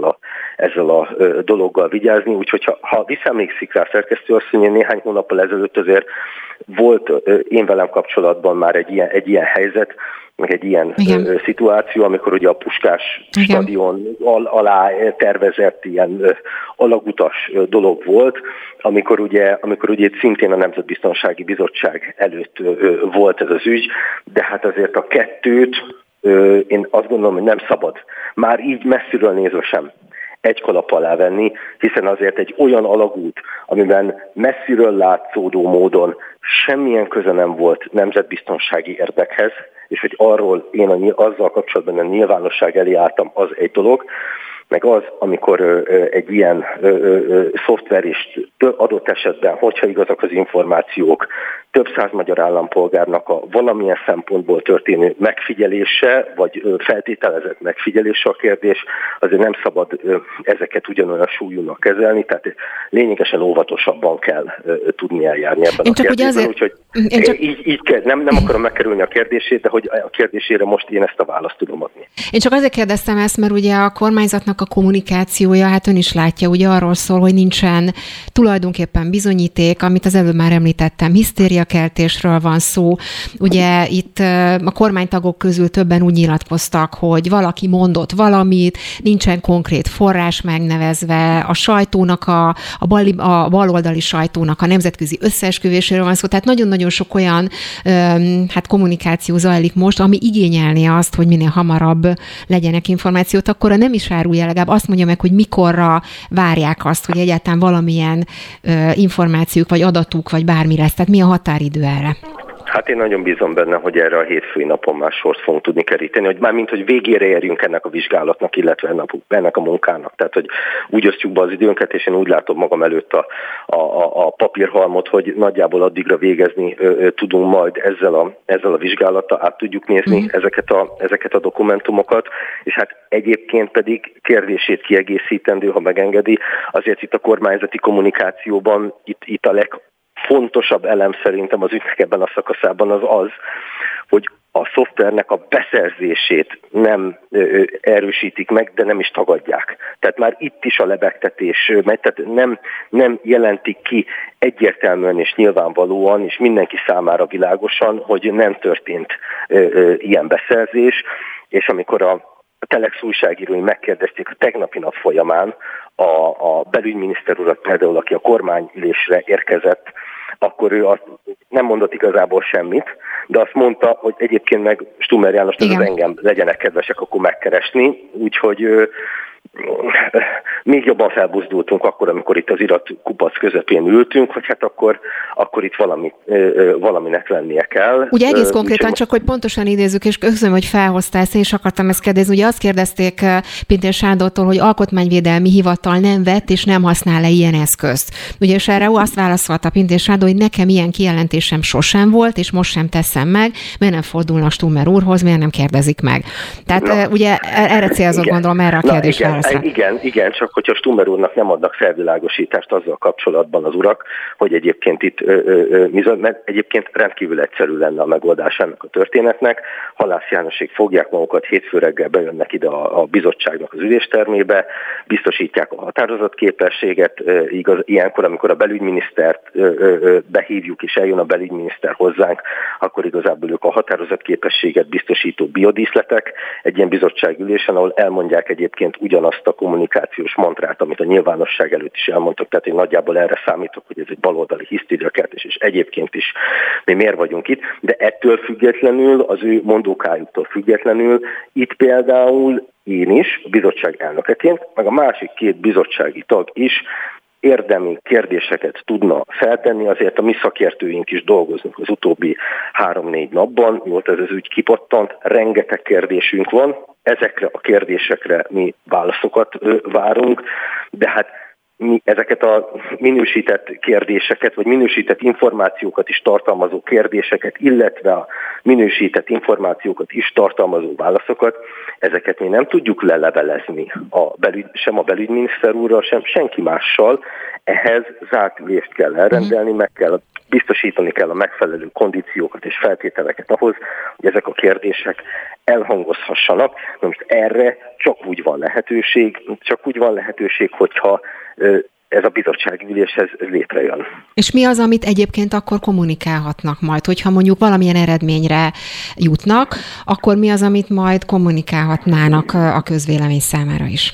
Speaker 6: ezzel a dologgal vigyázni. Úgyhogy ha visszaemlékszik rá, szerkesztő asszony, néhány hónappal ezelőtt azért volt én velem kapcsolatban már egy ilyen helyzet, meg egy ilyen szituáció, amikor ugye a Puskás stadion alá tervezett ilyen alagutas dolog volt, amikor ugye szintén a Nemzetbiztonsági Bizottság előtt volt ez az ügy, de hát azért a kettőt én azt gondolom, hogy nem szabad már így messziről nézve sem egy kalap alá venni, hiszen azért egy olyan alagút, amiben messziről látszódó módon semmilyen köze nem volt nemzetbiztonsági érdekhez, és hogy arról én azzal kapcsolatban a nyilvánosság elé álltam, az egy dolog, meg az, amikor egy ilyen szoftver is adott esetben, hogyha igazak az információk, több száz magyar állampolgárnak a valamilyen szempontból történő megfigyelése, vagy feltételezett megfigyelése a kérdés, azért nem szabad ezeket ugyanolyan súlyúnak kezelni, tehát lényegesen óvatosabban kell tudni eljárni ebben a kérdésben. Úgyhogy így kell, nem akarom megkerülni a kérdését, de hogy a kérdésére most én ezt a választ tudom adni.
Speaker 2: Én csak azért kérdeztem ezt, mert ugye a kormányzatnak a kommunikációja, hát ön is látja, ugye arról szól, hogy nincsen tulajdonképpen bizonyíték, amit az előbb már említettem, hisztériakeltésről van szó. Ugye itt a kormánytagok közül többen úgy nyilatkoztak, hogy valaki mondott valamit, nincsen konkrét forrás megnevezve, a sajtónak, a baloldali sajtónak a nemzetközi összeesküvéséről van szó, tehát nagyon-nagyon sok olyan kommunikáció zajlik most, ami igényelné azt, hogy minél hamarabb legyenek információt, akkor nem is árulja, legalább azt mondja meg, hogy mikorra várják azt, hogy egyáltalán valamilyen információk, vagy adatuk, vagy bármi lesz. Tehát mi a határidő erre?
Speaker 6: Hát én nagyon bízom benne, hogy erre a hétfői napon már sort fogunk tudni keríteni, hogy mármint, hogy végére érjünk ennek a vizsgálatnak, illetve ennek a munkának. Tehát, hogy úgy osztjuk be az időnket, és én úgy látom magam előtt a papírhalmot, hogy nagyjából addigra végezni tudunk majd ezzel a vizsgálattal, át tudjuk nézni ezeket a dokumentumokat, és hát egyébként pedig kérdését kiegészítendő, ha megengedi, azért itt a kormányzati kommunikációban itt a legfontosabb elem szerintem az ügynek ebben a szakaszában az, hogy a szoftvernek a beszerzését nem erősítik meg, de nem is tagadják. Tehát már itt is a lebegtetés megy, tehát nem jelentik ki egyértelműen és nyilvánvalóan, és mindenki számára világosan, hogy nem történt ilyen beszerzés, és amikor a Telex újságírói megkérdezték a tegnapi nap folyamán a belügyminiszter urat például, aki a kormányülésre érkezett, akkor ő azt nem mondott igazából semmit, de azt mondta, hogy egyébként meg Stumer János, ez az engem legyenek kedvesek akkor megkeresni, úgyhogy még jobban felbuzdultunk akkor, amikor itt az iratkupac közepén ültünk, hogy hát akkor itt valaminek lennie kell.
Speaker 2: Ugye egész konkrétan, csak hogy pontosan idézzük, és köszönöm, hogy felhoztál ezt, én is akartam ezt kérdezni. Ugye azt kérdezték Pintér Sándortól, hogy alkotmányvédelmi hivatal nem vett és nem használ-e ilyen eszközt. Ugye és erre azt válaszolta Pintér Sándor, hogy nekem ilyen kijelentésem sosem volt, és most sem teszem meg, miért nem fordulnak Stumer úrhoz, miért nem kérdezik meg. Tehát ugye erre célzott, gondolom, erre a kérdésre.
Speaker 6: Igen, csak hogyha Stumer úrnak nem adnak felvilágosítást azzal kapcsolatban az urak, hogy egyébként itt, mert egyébként rendkívül egyszerű lenne a megoldás ennek a történetnek. Halász Jánosék fogják magukat, hétfő reggel bejönnek ide a bizottságnak az üléstermébe, biztosítják a határozatképességet, igaz, ilyenkor, amikor a belügyminisztert behívjuk és eljön a belügyminiszter hozzánk, akkor igazából ők a határozatképességet biztosító biodíszletek egy ilyen bizottságülésen, ahol elmondják egyébként ugyanazt a kommunikációs mantrát, amit a nyilvánosság előtt is elmondtak, tehát én nagyjából erre számítok, hogy ez egy baloldali hisztériakeltés, és egyébként is mi miért vagyunk itt, de ettől függetlenül, az ő mondókájuktól függetlenül, itt például én is, a bizottság elnökeként, meg a másik két bizottsági tag is érdemi kérdéseket tudna feltenni, azért a mi szakértőink is dolgoznak az utóbbi 3-4 napban, mióta ez az ügy kipattant, rengeteg kérdésünk van, ezekre a kérdésekre mi válaszokat várunk, de hát mi ezeket a minősített kérdéseket, vagy minősített információkat is tartalmazó kérdéseket, illetve a minősített információkat is tartalmazó válaszokat, ezeket mi nem tudjuk lelevelezni sem a belügyminiszter úrral, sem senki mással. Ehhez zárt ülést kell elrendelni, biztosítani kell a megfelelő kondíciókat és feltételeket ahhoz, hogy ezek a kérdések elhangozhassanak. Most erre csak úgy van lehetőség, hogyha ez a bizottsági üléshez létrejön.
Speaker 2: És mi az, amit egyébként akkor kommunikálhatnak majd? Hogyha mondjuk valamilyen eredményre jutnak, akkor mi az, amit majd kommunikálhatnának a közvélemény számára is?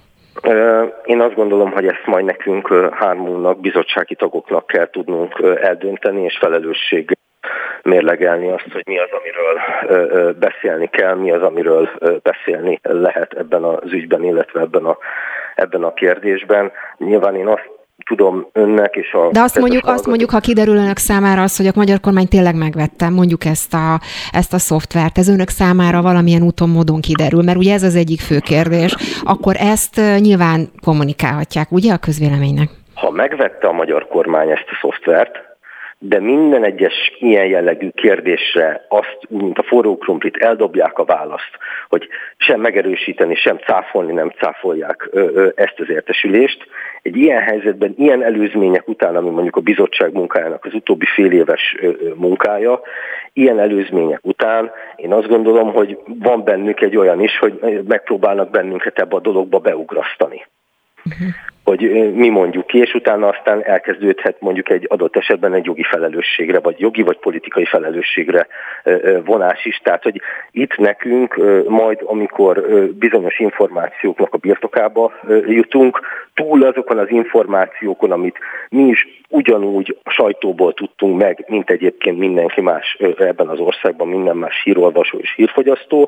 Speaker 6: Én azt gondolom, hogy ezt majd nekünk hármunknak, bizottsági tagoknak kell tudnunk eldönteni, és felelősség mérlegelni azt, hogy mi az, amiről beszélni kell, mi az, amiről beszélni lehet ebben az ügyben, illetve ebben a kérdésben. Nyilván én azt tudom önnek és a...
Speaker 2: De azt mondjuk, ha kiderül önök számára az, hogy a magyar kormány tényleg megvette mondjuk ezt a szoftvert, ez önök számára valamilyen úton, módon kiderül, mert ugye ez az egyik fő kérdés, akkor ezt nyilván kommunikálhatják, ugye a közvéleménynek?
Speaker 6: Ha megvette a magyar kormány ezt a szoftvert, de minden egyes ilyen jellegű kérdésre azt, mint a forró krumplit, eldobják a választ, hogy sem megerősíteni, sem cáfolni nem cáfolják ezt az értesülést. Egy ilyen helyzetben, ilyen előzmények után, ami mondjuk a bizottság munkájának az utóbbi fél éves munkája, ilyen előzmények után én azt gondolom, hogy van bennük egy olyan is, hogy megpróbálnak bennünket ebbe a dologba beugrasztani. Hogy mi mondjuk ki, és utána aztán elkezdődhet mondjuk egy adott esetben egy jogi felelősségre, vagy jogi vagy politikai felelősségre vonás is. Tehát, hogy itt nekünk majd, amikor bizonyos információknak a birtokába jutunk, túl azokon az információkon, amit mi is ugyanúgy a sajtóból tudtunk meg, mint egyébként mindenki más ebben az országban, minden más hírolvasó és hírfogyasztó,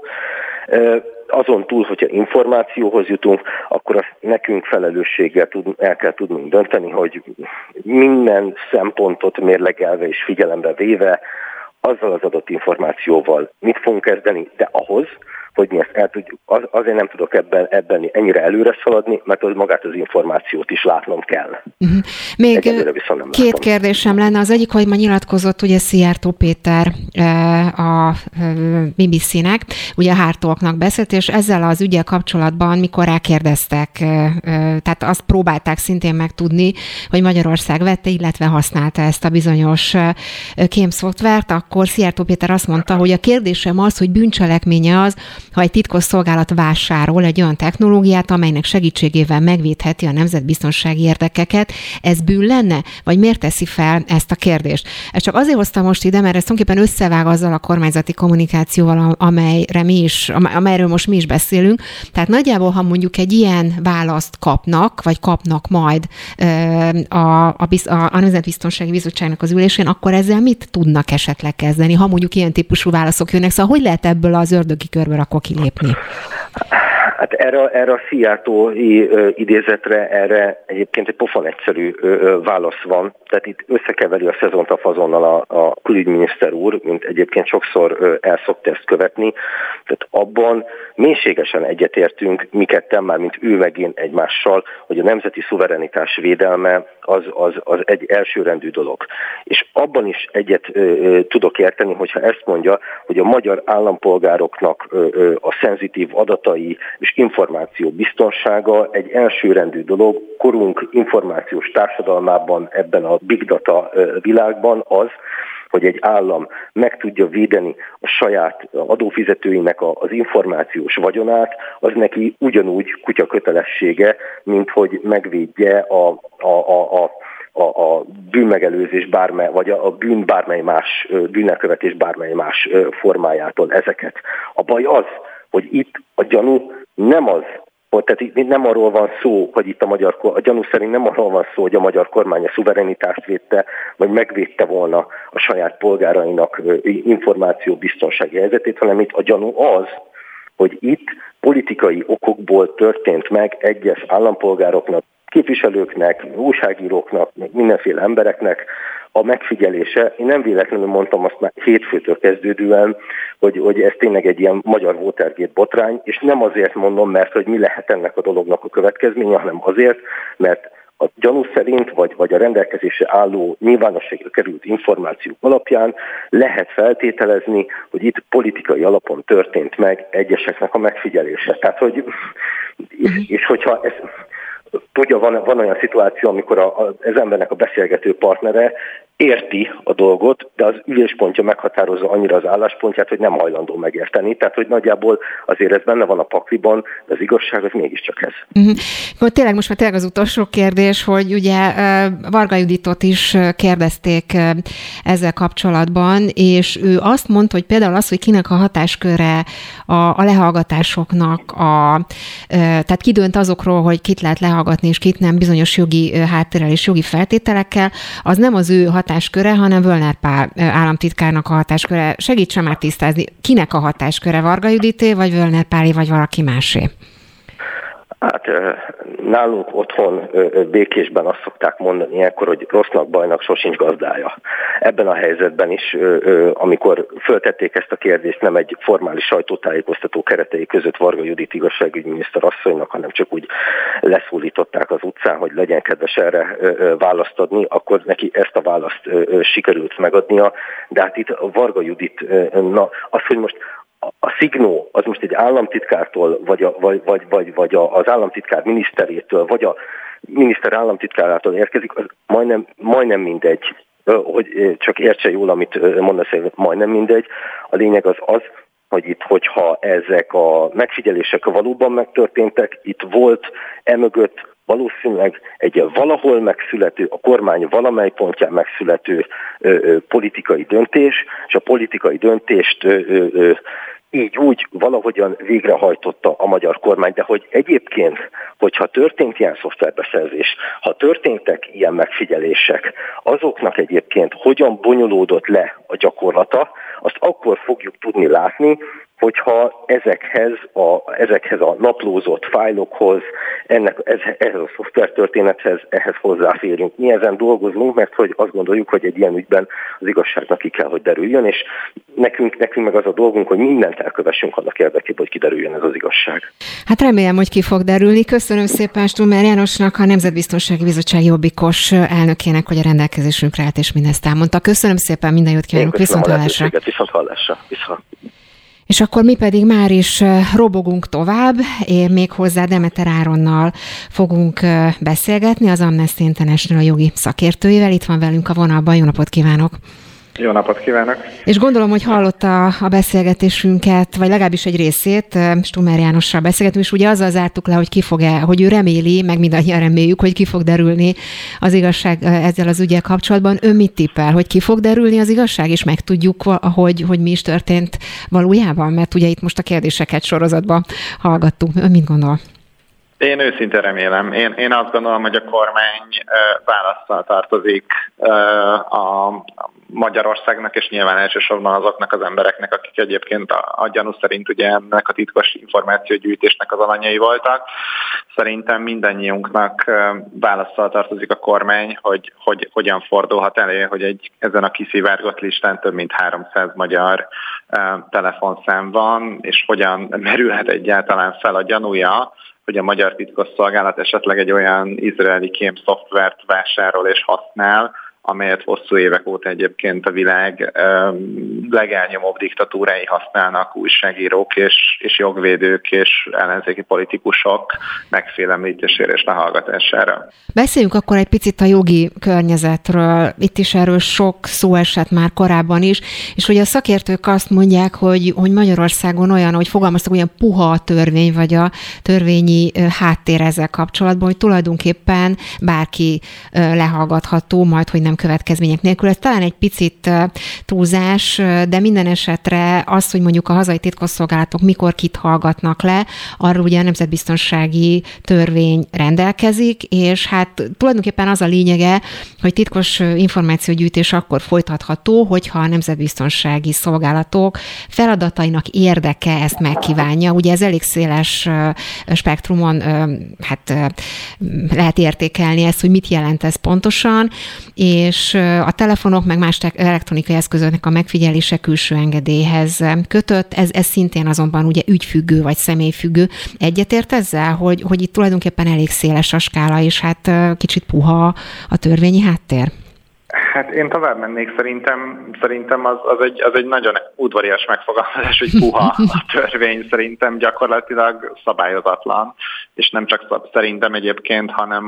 Speaker 6: azon túl, hogyha információhoz jutunk, akkor azt nekünk felelősséggel el kell tudnunk dönteni, hogy minden szempontot mérlegelve és figyelembe véve azzal az adott információval mit fogunk kezdeni, de ahhoz, hogy mi ezt el tudjuk. Azért nem tudok ebben ennyire előre szaladni, mert magát az információt is látnom kell.
Speaker 2: Még két kérdésem lenne. Az egyik, hogy ma nyilatkozott ugye Szijjártó Péter a BBC-nek, ugye a Hard Talknak beszélt, és ezzel az ügyel kapcsolatban, mikor rákérdeztek, tehát azt próbálták szintén megtudni, hogy Magyarország vette, illetve használta ezt a bizonyos kémszoftvert, akkor Szijjártó Péter azt mondta, hogy a kérdésem az, hogy bűncselekménye az, ha egy titkosszolgálat vásárol egy olyan technológiát, amelynek segítségével megvédheti a nemzetbiztonsági érdekeket, ez bűn lenne? Vagy miért teszi fel ezt a kérdést? Ezt csak azért hoztam most ide, mert ez tulajdonképpen összevág azzal a kormányzati kommunikációval, amelyről most mi is beszélünk. Tehát nagyjából, ha mondjuk egy ilyen választ kapnak, vagy kapnak majd a Nemzetbiztonsági Bizottságnak az ülésén, akkor ezzel mit tudnak esetleg kezdeni, ha mondjuk ilyen típusú válaszok jönnek? Szóval hogy lehet ebből az ördögi körből akkor kilépni?
Speaker 6: Hát erre a Szijjártói idézetre erre egyébként egy pofon egyszerű válasz van. Tehát itt összekeveri a szezont a fazonnal a külügyminiszter úr, mint egyébként sokszor el szokta ezt követni. Tehát abban mélységesen egyetértünk, mi ketten már, mint ő meg én egymással, hogy a nemzeti szuverenitás védelme az egy elsőrendű dolog. És abban is egyet tudok érteni, hogyha ezt mondja, hogy a magyar állampolgároknak a szenzitív adatai és információ biztonsága egy elsőrendű dolog, korunk információs társadalmában, ebben a big data világban az, hogy egy állam meg tudja védeni a saját adófizetőinek az információs vagyonát, az neki ugyanúgy kutya kötelessége, mint hogy megvédje a bűnmegelőzés vagy a bűn bármely más, bűnelkövetés bármely más formájától ezeket. A baj az, hogy itt a gyanú nem az, tehát itt nem arról van szó, hogy itt a gyanú szerint nem arról van szó, hogy a magyar kormány a szuverenitást védte, vagy megvédte volna a saját polgárainak információbiztonsági helyzetét, hanem itt a gyanú az, hogy itt politikai okokból történt meg egyes állampolgároknak, képviselőknek, újságíróknak, mindenféle embereknek a megfigyelése. Én nem véletlenül mondtam azt már hétfőtől kezdődően, hogy ez tényleg egy ilyen magyar Watergate botrány, és nem azért mondom, mert hogy mi lehet ennek a dolognak a következménye, hanem azért, mert a gyanú szerint, vagy a rendelkezésre álló nyilvánosságra került információk alapján lehet feltételezni, hogy itt politikai alapon történt meg egyeseknek a megfigyelése. Tehát, és hogyha ez... Tudja, van olyan szituáció, amikor az embernek a beszélgető partnere érti a dolgot, de az üléspontja meghatározza annyira az álláspontját, hogy nem hajlandó megérteni. Tehát, hogy nagyjából azért ez benne van a pakliban, de az igazság az mégiscsak ez.
Speaker 2: Tényleg most már tényleg az utolsó kérdés, hogy ugye Varga Juditot is kérdezték ezzel kapcsolatban, és ő azt mondta, hogy például az, hogy kinek a hatásköre a lehallgatásoknak, tehát ki dönt azokról, hogy kit lehet lehallgatni, és kit nem bizonyos jogi háttérrel és jogi feltételekkel, az nem az ő hatásköre, hanem Völner Pál államtitkárnak a hatásköre. Segítsen már tisztázni, kinek a hatásköre, Varga Judité, vagy Völner Pálé, vagy valaki másé?
Speaker 6: Hát nálunk otthon Békésben azt szokták mondani ilyenkor, hogy rossznak bajnak sosincs gazdája. Ebben a helyzetben is, amikor föltették ezt a kérdést, nem egy formális sajtótájékoztató keretei között Varga Judit igazságügyminiszter asszonynak, hanem csak úgy leszólították az utcán, hogy legyen kedves erre választ adni, akkor neki ezt a választ sikerült megadnia. De hát itt Varga Judit, az, hogy most a szignó az most egy államtitkártól, vagy az államtitkár miniszterétől, vagy a miniszter államtitkárától érkezik, az majdnem mindegy, hogy csak értse jól, amit mondasz, majdnem mindegy. A lényeg az, hogy itt, hogyha ezek a megfigyelések valóban megtörténtek, itt volt emögött valószínűleg egy valahol megszülető, a kormány valamely pontján megszülető politikai döntés, és a politikai döntést így úgy valahogyan végrehajtotta a magyar kormány, de hogy egyébként, hogyha történt ilyen szoftverbeszerzés, ha történtek ilyen megfigyelések, azoknak egyébként hogyan bonyolódott le a gyakorlata, azt akkor fogjuk tudni látni, hogyha ezekhez a naplózott fájlokhoz, ehhez a szoftvertörténethez, ehhez hozzáférünk. Mi ezen dolgozunk, mert hogy azt gondoljuk, hogy egy ilyen ügyben az igazságnak ki kell, hogy derüljön, és nekünk meg az a dolgunk, hogy mindent elkövessünk annak érdekében, hogy kiderüljön ez az igazság.
Speaker 2: Hát remélem, hogy ki fog derülni. Köszönöm szépen Stumer Jánosnak, a Nemzetbiztonsági Bizottság jobbikos elnökének, hogy a rendelkezésünkre állt és mindezt elmondta. Köszönöm szépen, minden jót kívánok, viszonthallásra. És akkor mi pedig már is robogunk tovább, még hozzá Demeter Áronnal fogunk beszélgetni, az Amnesty International jogi szakértőjével. Itt van velünk a vonalban, jó napot kívánok!
Speaker 5: Jó napot kívánok!
Speaker 2: És gondolom, hogy hallotta a beszélgetésünket, vagy legalábbis egy részét, Stumer Jánossal beszélgetünk, és ugye azzal zártuk le, hogy ő reméli, meg mindannyian reméljük, hogy ki fog derülni az igazság ezzel az ügyel kapcsolatban. Ön mit tippel, hogy ki fog derülni az igazság, és megtudjuk, hogy mi is történt valójában? Mert ugye itt most a kérdéseket sorozatban hallgattunk. Ön mit gondol?
Speaker 7: Én őszintén remélem. Én azt gondolom, hogy a kormány válasszal tartozik a Magyarországnak, és nyilván elsősorban azoknak az embereknek, akik egyébként a gyanú szerint ugye ennek a titkos információgyűjtésnek az alanyai voltak. Szerintem mindannyiunknak válasszal tartozik a kormány, hogy hogyan fordulhat elő, hogy ezen a kiszivárgott listán több mint 300 magyar telefonszám van, és hogyan merülhet egyáltalán fel a gyanúja, hogy a magyar titkosszolgálat esetleg egy olyan izraeli kém szoftvert vásárol és használ, amelyet hosszú évek óta egyébként a világ legelnyomóbb diktatúrái használnak újságírók és jogvédők és ellenzéki politikusok megfélemlítésére és lehallgatására.
Speaker 2: Beszéljünk akkor egy picit a jogi környezetről. Itt is erről sok szó esett már korábban is, és hogy a szakértők azt mondják, hogy Magyarországon olyan, hogy fogalmaztak, olyan puha a törvény, vagy a törvényi háttér ezzel kapcsolatban, hogy tulajdonképpen bárki lehallgatható, majd, hogy nem következmények nélkül. Ez talán egy picit túlzás, de minden esetre az, hogy mondjuk a hazai titkosszolgálatok mikor kit hallgatnak le, arról ugye a nemzetbiztonsági törvény rendelkezik, és hát tulajdonképpen az a lényege, hogy titkos információgyűjtés akkor folytatható, hogyha a nemzetbiztonsági szolgálatok feladatainak érdeke ezt megkívánja. Ugye ez elég széles spektrumon lehet értékelni ezt, hogy mit jelent ez pontosan, és a telefonok meg más elektronikai eszközöknek a megfigyelése külső engedélyhez kötött. Ez szintén azonban ugye ügyfüggő vagy személyfüggő. Egyetért ezzel, hogy itt tulajdonképpen elég széles a skála, és hát kicsit puha a törvényi háttér?
Speaker 7: Hát én tovább mennék, szerintem az egy nagyon udvarias megfogalmazás, hogy puha a törvény, szerintem gyakorlatilag szabályozatlan, és nem csak szerintem egyébként,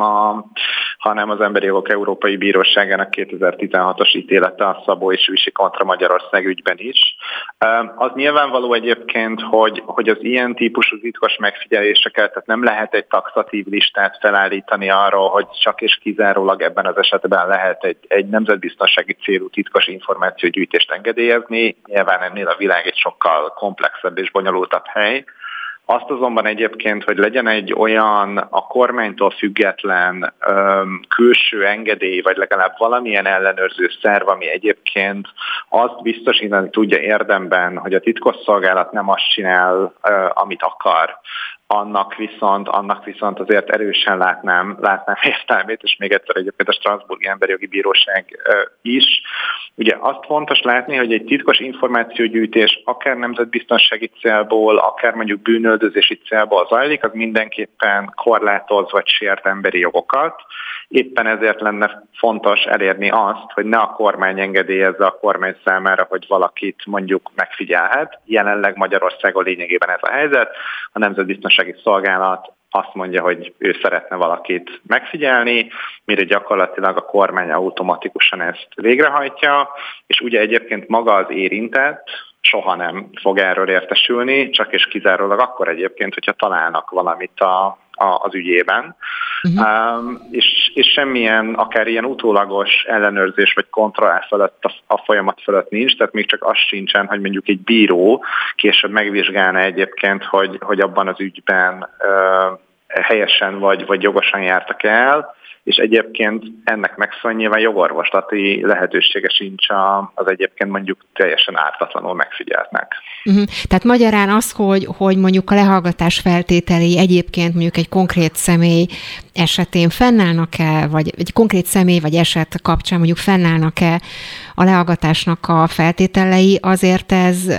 Speaker 7: hanem az Emberi Jogok Európai Bíróságának 2016-os ítélete a Szabó és Visi kontra Magyarország ügyben is. Az nyilvánvaló egyébként, hogy az ilyen típusú titkos megfigyeléseket, tehát nem lehet egy taxatív listát felállítani arról, hogy csak és kizárólag ebben az esetben lehet egy nemzetbiztonsági célú titkos információgyűjtést engedélyezni. Nyilván ennél a világ egy sokkal komplexebb és bonyolultabb hely. Azt azonban egyébként, hogy legyen egy olyan a kormánytól független külső engedély, vagy legalább valamilyen ellenőrző szerv, ami egyébként azt biztosítani tudja érdemben, hogy a titkosszolgálat nem azt csinál, amit akar, annak viszont azért erősen látnám értelmét, és még egyszer egyébként a Strasbourgi Emberi Jogi Bíróság is. Ugye azt fontos látni, hogy egy titkos információgyűjtés akár nemzetbiztonsági célból, akár mondjuk bűnöldözési célból zajlik, az mindenképpen korlátoz vagy sért emberi jogokat. Éppen ezért lenne fontos elérni azt, hogy ne a kormány engedélyezze a kormány számára, hogy valakit mondjuk megfigyelhet. Jelenleg Magyarországon lényegében ez a helyzet. A Nemzetbiztonsági Szolgálat azt mondja, hogy ő szeretne valakit megfigyelni, mire gyakorlatilag a kormány automatikusan ezt végrehajtja, és ugye egyébként maga az érintett soha nem fog erről értesülni, csak és kizárólag akkor egyébként, hogyha találnak valamit az ügyében. És semmilyen, akár ilyen utólagos ellenőrzés vagy kontroll fölött a folyamat fölött nincs, tehát még csak az sincsen, hogy mondjuk egy bíró később megvizsgálna egyébként, hogy abban az ügyben helyesen vagy jogosan jártak el, és egyébként ennek megfelelően nyilván jogorvoslati lehetősége sincs az egyébként mondjuk teljesen ártatlanul megfigyeltnek.
Speaker 2: Tehát magyarán az, hogy mondjuk a lehallgatás feltételei egyébként mondjuk egy konkrét személy esetén fennállnak-e, vagy egy konkrét személy vagy eset kapcsán mondjuk fennállnak-e a lehallgatásnak a feltételei, azért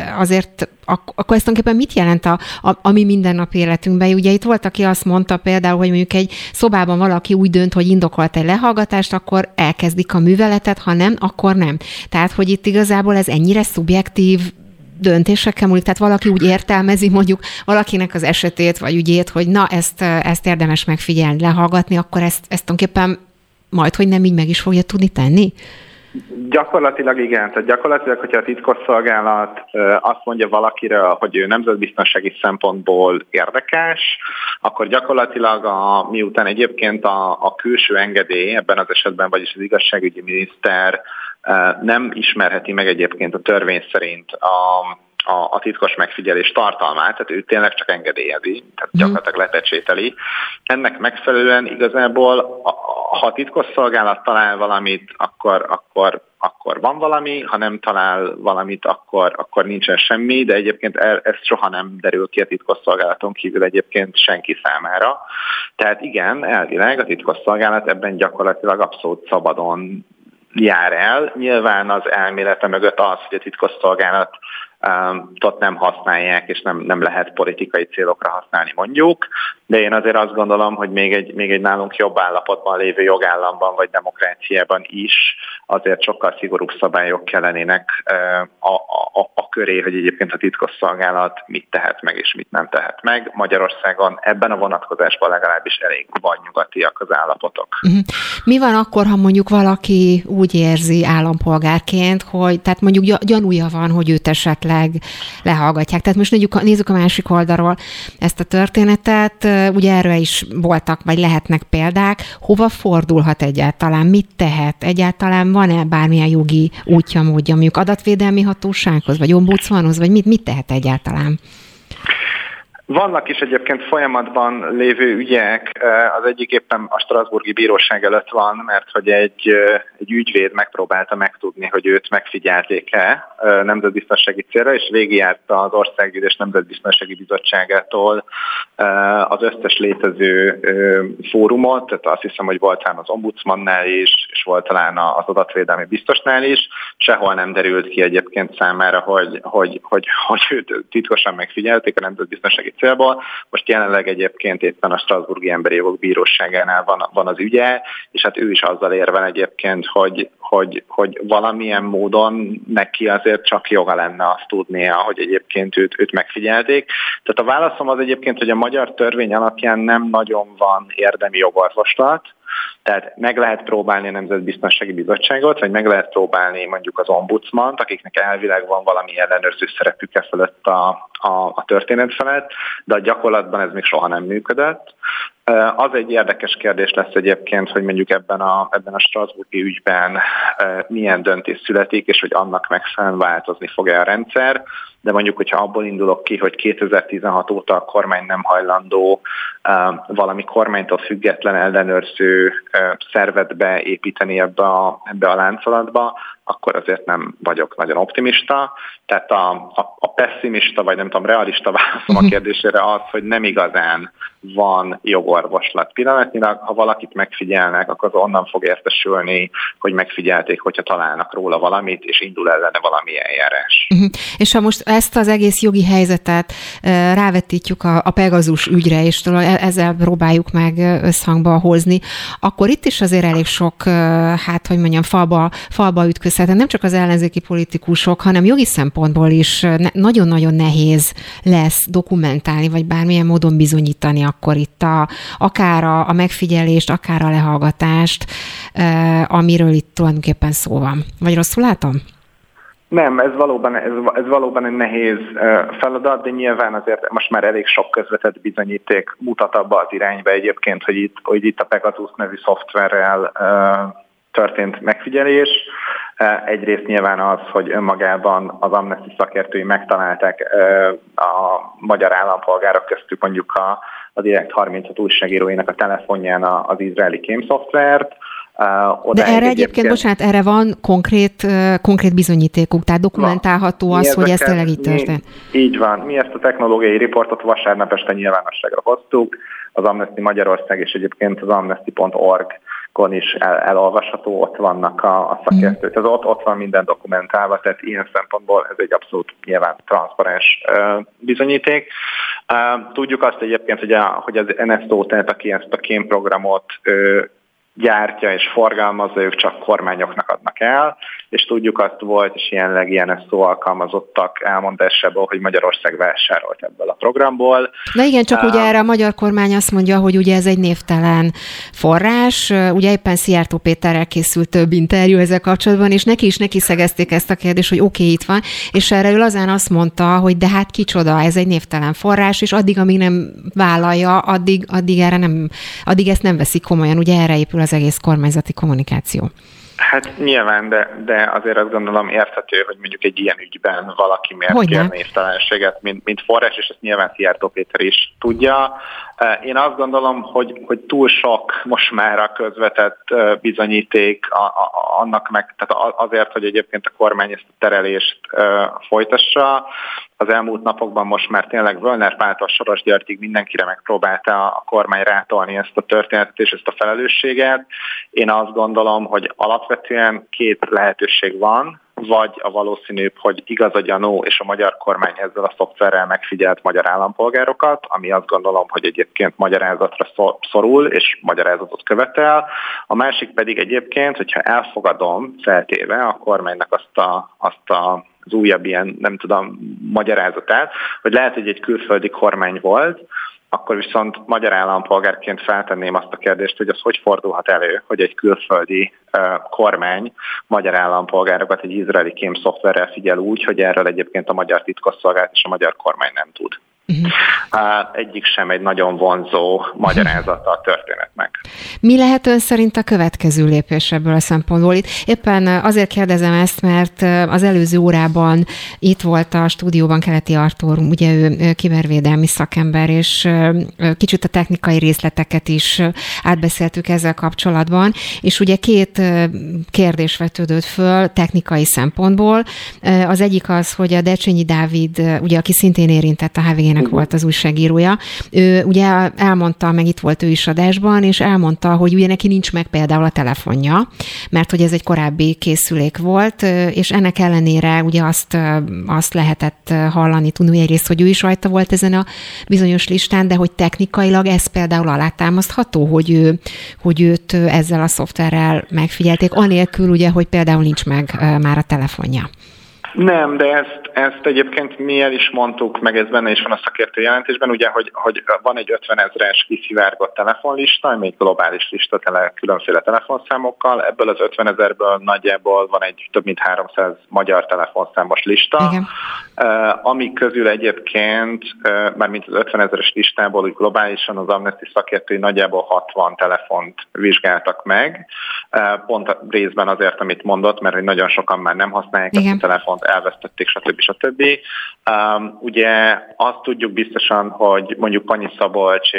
Speaker 2: akkor ezt tulajdonképpen mit jelent a mi mindennapi életünkben? Ugye itt volt, aki azt mondta például, hogy mondjuk egy szobában valaki úgy dönt, hogy indokolt egy lehallgatást, akkor elkezdik a műveletet, ha nem, akkor nem. Tehát, hogy itt igazából ez ennyire szubjektív döntésekkel múlik, tehát valaki úgy értelmezi mondjuk valakinek az esetét vagy ügyét, hogy na, ezt érdemes megfigyelni, lehallgatni, akkor ezt tulajdonképpen majdhogy nem így meg is fogja tudni tenni?
Speaker 7: Gyakorlatilag igen. Tehát gyakorlatilag, hogyha a titkosszolgálat azt mondja valakiről, hogy ő nemzetbiztonsági szempontból érdekes, akkor gyakorlatilag miután egyébként a külső engedély ebben az esetben, vagyis az igazságügyi miniszter nem ismerheti meg egyébként a törvény szerint a titkos megfigyelés tartalmát, tehát ő tényleg csak engedélyezi, tehát gyakorlatilag lepecsételi. Ennek megfelelően igazából, ha a titkosszolgálat talál valamit, akkor van valami, ha nem talál valamit, akkor nincsen semmi, de egyébként ez soha nem derül ki a titkosszolgálaton kívül egyébként senki számára. Tehát igen, elvileg a titkosszolgálat ebben gyakorlatilag abszolút szabadon jár el. Nyilván az elmélete mögött az, hogy a titkosszolgálat nem használják, és nem lehet politikai célokra használni mondjuk, de én azért azt gondolom, hogy még egy nálunk jobb állapotban lévő jogállamban vagy demokráciában is azért sokkal szigorúbb szabályok kellenének a köré, hogy egyébként a titkosszolgálat mit tehet meg és mit nem tehet meg. Magyarországon ebben a vonatkozásban legalábbis elég vagy nyugatiak az állapotok.
Speaker 2: Mi van akkor, ha mondjuk valaki úgy érzi állampolgárként, hogy tehát mondjuk gyanúja van, hogy őt esetleg lehallgatják. Tehát most nézzük a másik oldalról ezt a történetet. Ugye erről is voltak, vagy lehetnek példák. Hova fordulhat egyáltalán? Mit tehet? Egyáltalán van-e bármilyen jogi útja, módja, mondjuk adatvédelmi hatósághoz, vagy ombudsmanhoz, vagy mit tehet egyáltalán?
Speaker 7: Vannak is egyébként folyamatban lévő ügyek, az egyik éppen a Strasbourgi Bíróság előtt van, mert hogy egy ügyvéd megpróbálta megtudni, hogy őt megfigyelték-e nemzetbiztonsági célra, és végigjárta az Országgyűlés Nemzetbiztonsági Bizottságától az összes létező fórumot, tehát azt hiszem, hogy volt talán az ombudsmannál is, és volt talán az adatvédelmi biztosnál is, sehol nem derült ki egyébként számára, hogy őt titkosan megfigyelték a nemzetbiztonsági célból. Most jelenleg egyébként éppen a Strasbourgi Emberi Jogok Bíróságánál van az ügye, és hát ő is azzal érvel egyébként, hogy valamilyen módon neki azért csak joga lenne azt tudnia, hogy egyébként őt megfigyelték. Tehát a válaszom az egyébként, hogy a magyar törvény alapján nem nagyon van érdemi jogorvoslat, tehát meg lehet próbálni a Nemzetbiztonsági Bizottságot, vagy meg lehet próbálni mondjuk az ombudsmant, akiknek elvileg van valami ellenőrző szerepük fölött a történet felett, de a gyakorlatban ez még soha nem működött. Az egy érdekes kérdés lesz egyébként, hogy mondjuk ebben a Strasbourgi ügyben milyen döntés születik, és hogy annak megfelelően változni fog-e a rendszer, de mondjuk, hogyha abból indulok ki, hogy 2016 óta a kormány nem hajlandó valami kormánytól független ellenőrző szervet beépíteni ebbe a láncolatba, akkor azért nem vagyok nagyon optimista. Tehát a pessimista, vagy nem tudom, realista válaszom a kérdésére az, hogy nem igazán van jogorvoslat pillanatnyilag. Ha valakit megfigyelnek, akkor onnan fog értesülni, hogy megfigyelték, hogyha találnak róla valamit, és indul ellene valami eljárás.
Speaker 2: És ha most ezt az egész jogi helyzetet rávetítjük a Pegasus ügyre, és ezzel próbáljuk meg összhangba hozni, akkor itt is azért elég sok, falba ütközhet. Nem csak az ellenzéki politikusok, hanem jogi szempontból is nagyon-nagyon nehéz lesz dokumentálni, vagy bármilyen módon bizonyítani akkor itt akár a megfigyelést, akár a lehallgatást, amiről itt tulajdonképpen szó van. Vagy rosszul látom?
Speaker 7: Nem, ez valóban egy nehéz feladat, de nyilván azért most már elég sok közvetett bizonyíték mutat abba az irányba egyébként, hogy itt a Pegasus nevű szoftverrel történt megfigyelés. Egyrészt nyilván az, hogy önmagában az Amnesty szakértői megtalálták a magyar állampolgárok köztük mondjuk a Direkt 36 újságíróinak a telefonján az izraeli kémszoftvert.
Speaker 2: De erre egyébként, bocsánat, erre van konkrét bizonyítékuk, tehát dokumentálható az, hogy ez tényleg így történt.
Speaker 7: Így van. Mi ezt a technológiai riportot vasárnap este nyilvánosságra hoztuk, az Amnesty Magyarország és egyébként az amnesty.org-on is elolvasható, ott vannak a szakértők. Ez ott van minden dokumentálva, tehát ilyen szempontból ez egy abszolút nyilván transzparens bizonyíték. Tudjuk azt egyébként, hogy az NSO, tehát aki ezt a kémprogramot gyártja és forgalmazza, ők csak kormányoknak adnak el, és tudjuk azt volt, és jelenleg ilyen NSO alkalmazottak elmondásából, hogy Magyarország vásárolt ebből a programból.
Speaker 2: Na igen, csak ugye erre a magyar kormány azt mondja, hogy ugye ez egy névtelen forrás, ugye éppen Szijjártó Péterrel készült több interjú ezzel kapcsolatban, és neki szegezték ezt a kérdést, hogy oké, itt van, és erre ő lazán azt mondta, hogy de hát kicsoda, ez egy névtelen forrás, és addig, amíg nem vállalja, addig ezt nem veszik komolyan, ugye erre épül az egész kormányzati kommunikáció.
Speaker 7: Hát nyilván, de azért azt gondolom érthető, hogy mondjuk egy ilyen ügyben valaki miért kér névtelenséget, mint forrás, és ezt nyilván Szijjártó Péter is tudja. Én azt gondolom, hogy túl sok most már a közvetett bizonyíték annak meg, tehát azért, hogy egyébként a kormány ezt a terelést folytassa. Az elmúlt napokban most már tényleg Völner Páltól Soros Györgyig mindenkire megpróbálta a kormány rátolni ezt a történetet és ezt a felelősséget. Én azt gondolom, hogy alapvetően két lehetőség van, vagy a valószínűbb, hogy igaz a gyanú, és a magyar kormány ezzel a szoftverrel megfigyelt magyar állampolgárokat, ami azt gondolom, hogy egyébként magyarázatra szorul, és magyarázatot követel. A másik pedig egyébként, hogyha elfogadom feltéve a kormánynak az újabb ilyen, nem tudom, magyarázatát, hogy lehet, hogy egy külföldi kormány volt, akkor viszont magyar állampolgárként feltenném azt a kérdést, hogy az hogy fordulhat elő, hogy egy külföldi kormány magyar állampolgárokat egy izraeli kémszoftverrel figyel úgy, hogy erről egyébként a magyar titkosszolgálat és a magyar kormány nem tud. Egyik sem egy nagyon vonzó magyarázata a történetnek.
Speaker 2: Mi lehet ön szerint a következő lépés ebből a szempontból? Itt éppen azért kérdezem ezt, mert az előző órában itt volt a stúdióban Keleti Artúr, ugye ő kibervédelmi szakember, és kicsit a technikai részleteket is átbeszéltük ezzel kapcsolatban, és ugye két kérdés vetődött föl technikai szempontból. Az egyik az, hogy a Dercsényi Dávid, ugye, aki szintén érintett a HVG-nek volt az újságírója. Ő ugye elmondta, meg itt volt ő is adásban, és elmondta, hogy ugye neki nincs meg például a telefonja, mert hogy ez egy korábbi készülék volt, és ennek ellenére ugye azt lehetett hallani, tudni egyrészt, hogy ő is rajta volt ezen a bizonyos listán, de hogy technikailag ez például alátámasztható, hogy őt ezzel a szoftverrel megfigyelték, anélkül ugye, hogy például nincs meg már a telefonja.
Speaker 7: Nem, de ezt egyébként mi el is mondtuk, meg ez benne is van a szakértő jelentésben, ugye, hogy van egy 50 000-es kiszivárgott telefonlista, ami egy globális lista különféle telefonszámokkal, ebből az 50 000-ből nagyjából van egy több mint 300 magyar telefonszámos lista, amik közül egyébként, mármint az 50 000-es listából úgy globálisan az Amnesty szakértői nagyjából 60 telefont vizsgáltak meg, pont részben azért, amit mondott, mert hogy nagyon sokan már nem használják ezt a telefont, elvesztették, stb. Ugye azt tudjuk biztosan, hogy mondjuk Panyi Szabolcs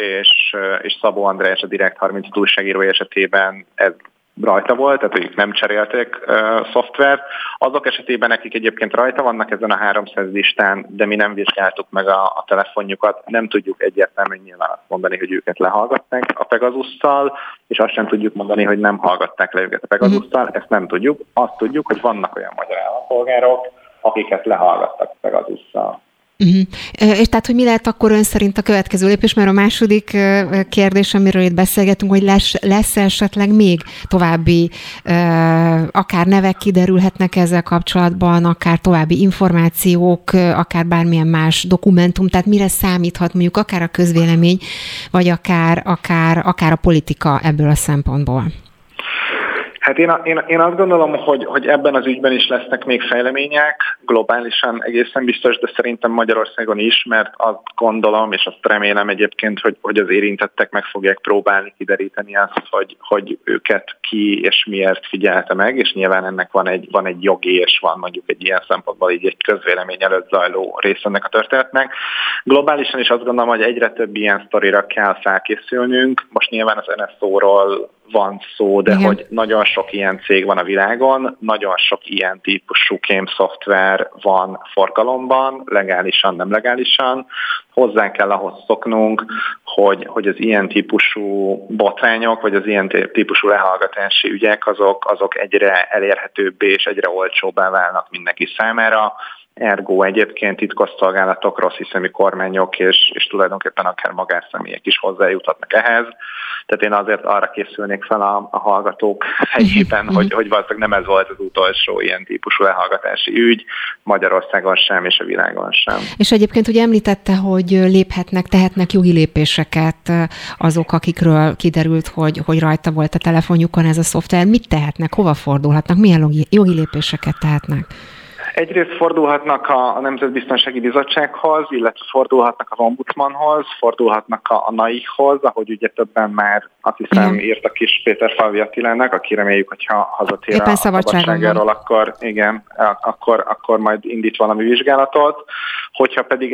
Speaker 7: és Szabó András a Direkt 36 újságírói esetében ez rajta volt, tehát ők nem cserélték szoftvert. Azok esetében, akik egyébként rajta vannak ezen a 300 listán, de mi nem vizsgáltuk meg a telefonjukat, nem tudjuk egyértelműen nyilván azt mondani, hogy őket lehallgatták a Pegasusszal, és azt sem tudjuk mondani, hogy nem hallgatták le őket a Pegasusszal, ezt nem tudjuk. Azt tudjuk, hogy vannak olyan magyar állampolgárok, akiket lehallgattak a Pegasusszal.
Speaker 2: És tehát, hogy mi lehet akkor ön szerint a következő lépés, mert a második kérdés, amiről itt beszélgetünk, hogy lesz esetleg még további, akár nevek kiderülhetnek ezzel kapcsolatban, akár további információk, akár bármilyen más dokumentum, tehát mire számíthat mondjuk akár a közvélemény, vagy akár a politika ebből a szempontból?
Speaker 7: Hát én azt gondolom, hogy ebben az ügyben is lesznek még fejlemények, globálisan egészen biztos, de szerintem Magyarországon is, mert azt gondolom, és azt remélem egyébként, hogy az érintettek meg fogják próbálni kideríteni azt, hogy őket ki és miért figyelte meg, és nyilván ennek van egy jogi, és van mondjuk egy ilyen szempontból így egy közvélemény előtt zajló rész ennek a történetnek. Globálisan is azt gondolom, hogy egyre több ilyen sztorira kell felkészülnünk. Most nyilván az NSO-ról van szó, de igen, hogy nagyon sok ilyen cég van a világon, nagyon sok ilyen típusú kémszoftver van forgalomban, legálisan, nem legálisan. Hozzá kell ahhoz szoknunk, hogy az ilyen típusú botrányok, vagy az ilyen típusú lehallgatási ügyek, azok egyre elérhetőbbé és egyre olcsóbbá válnak mindenki számára. Ergo egyébként titkosszolgálatok, rosszhiszemű kormányok és tulajdonképpen akár magánszemélyek is hozzájuthatnak ehhez. Tehát én azért arra készülnék fel a hallgatók fejében, hogy valószínűleg nem ez volt az utolsó ilyen típusú lehallgatási ügy, Magyarországon sem és a világon sem.
Speaker 2: És egyébként ugye említette, hogy tehetnek jogi lépéseket azok, akikről kiderült, hogy rajta volt a telefonjukon ez a szoftver. Mit tehetnek, hova fordulhatnak, milyen jogi lépéseket tehetnek?
Speaker 7: Egyrészt fordulhatnak a Nemzetbiztonsági Bizottsághoz, illetve fordulhatnak az Ombudsmanhoz, fordulhatnak a NAIH-hoz, ahogy ugye többen már azt hiszem írtak is Péter Falvi Attilának, aki reméljük, hogyha hazatér éppen a szabadságáról, akkor majd indít valami vizsgálatot. Hogyha pedig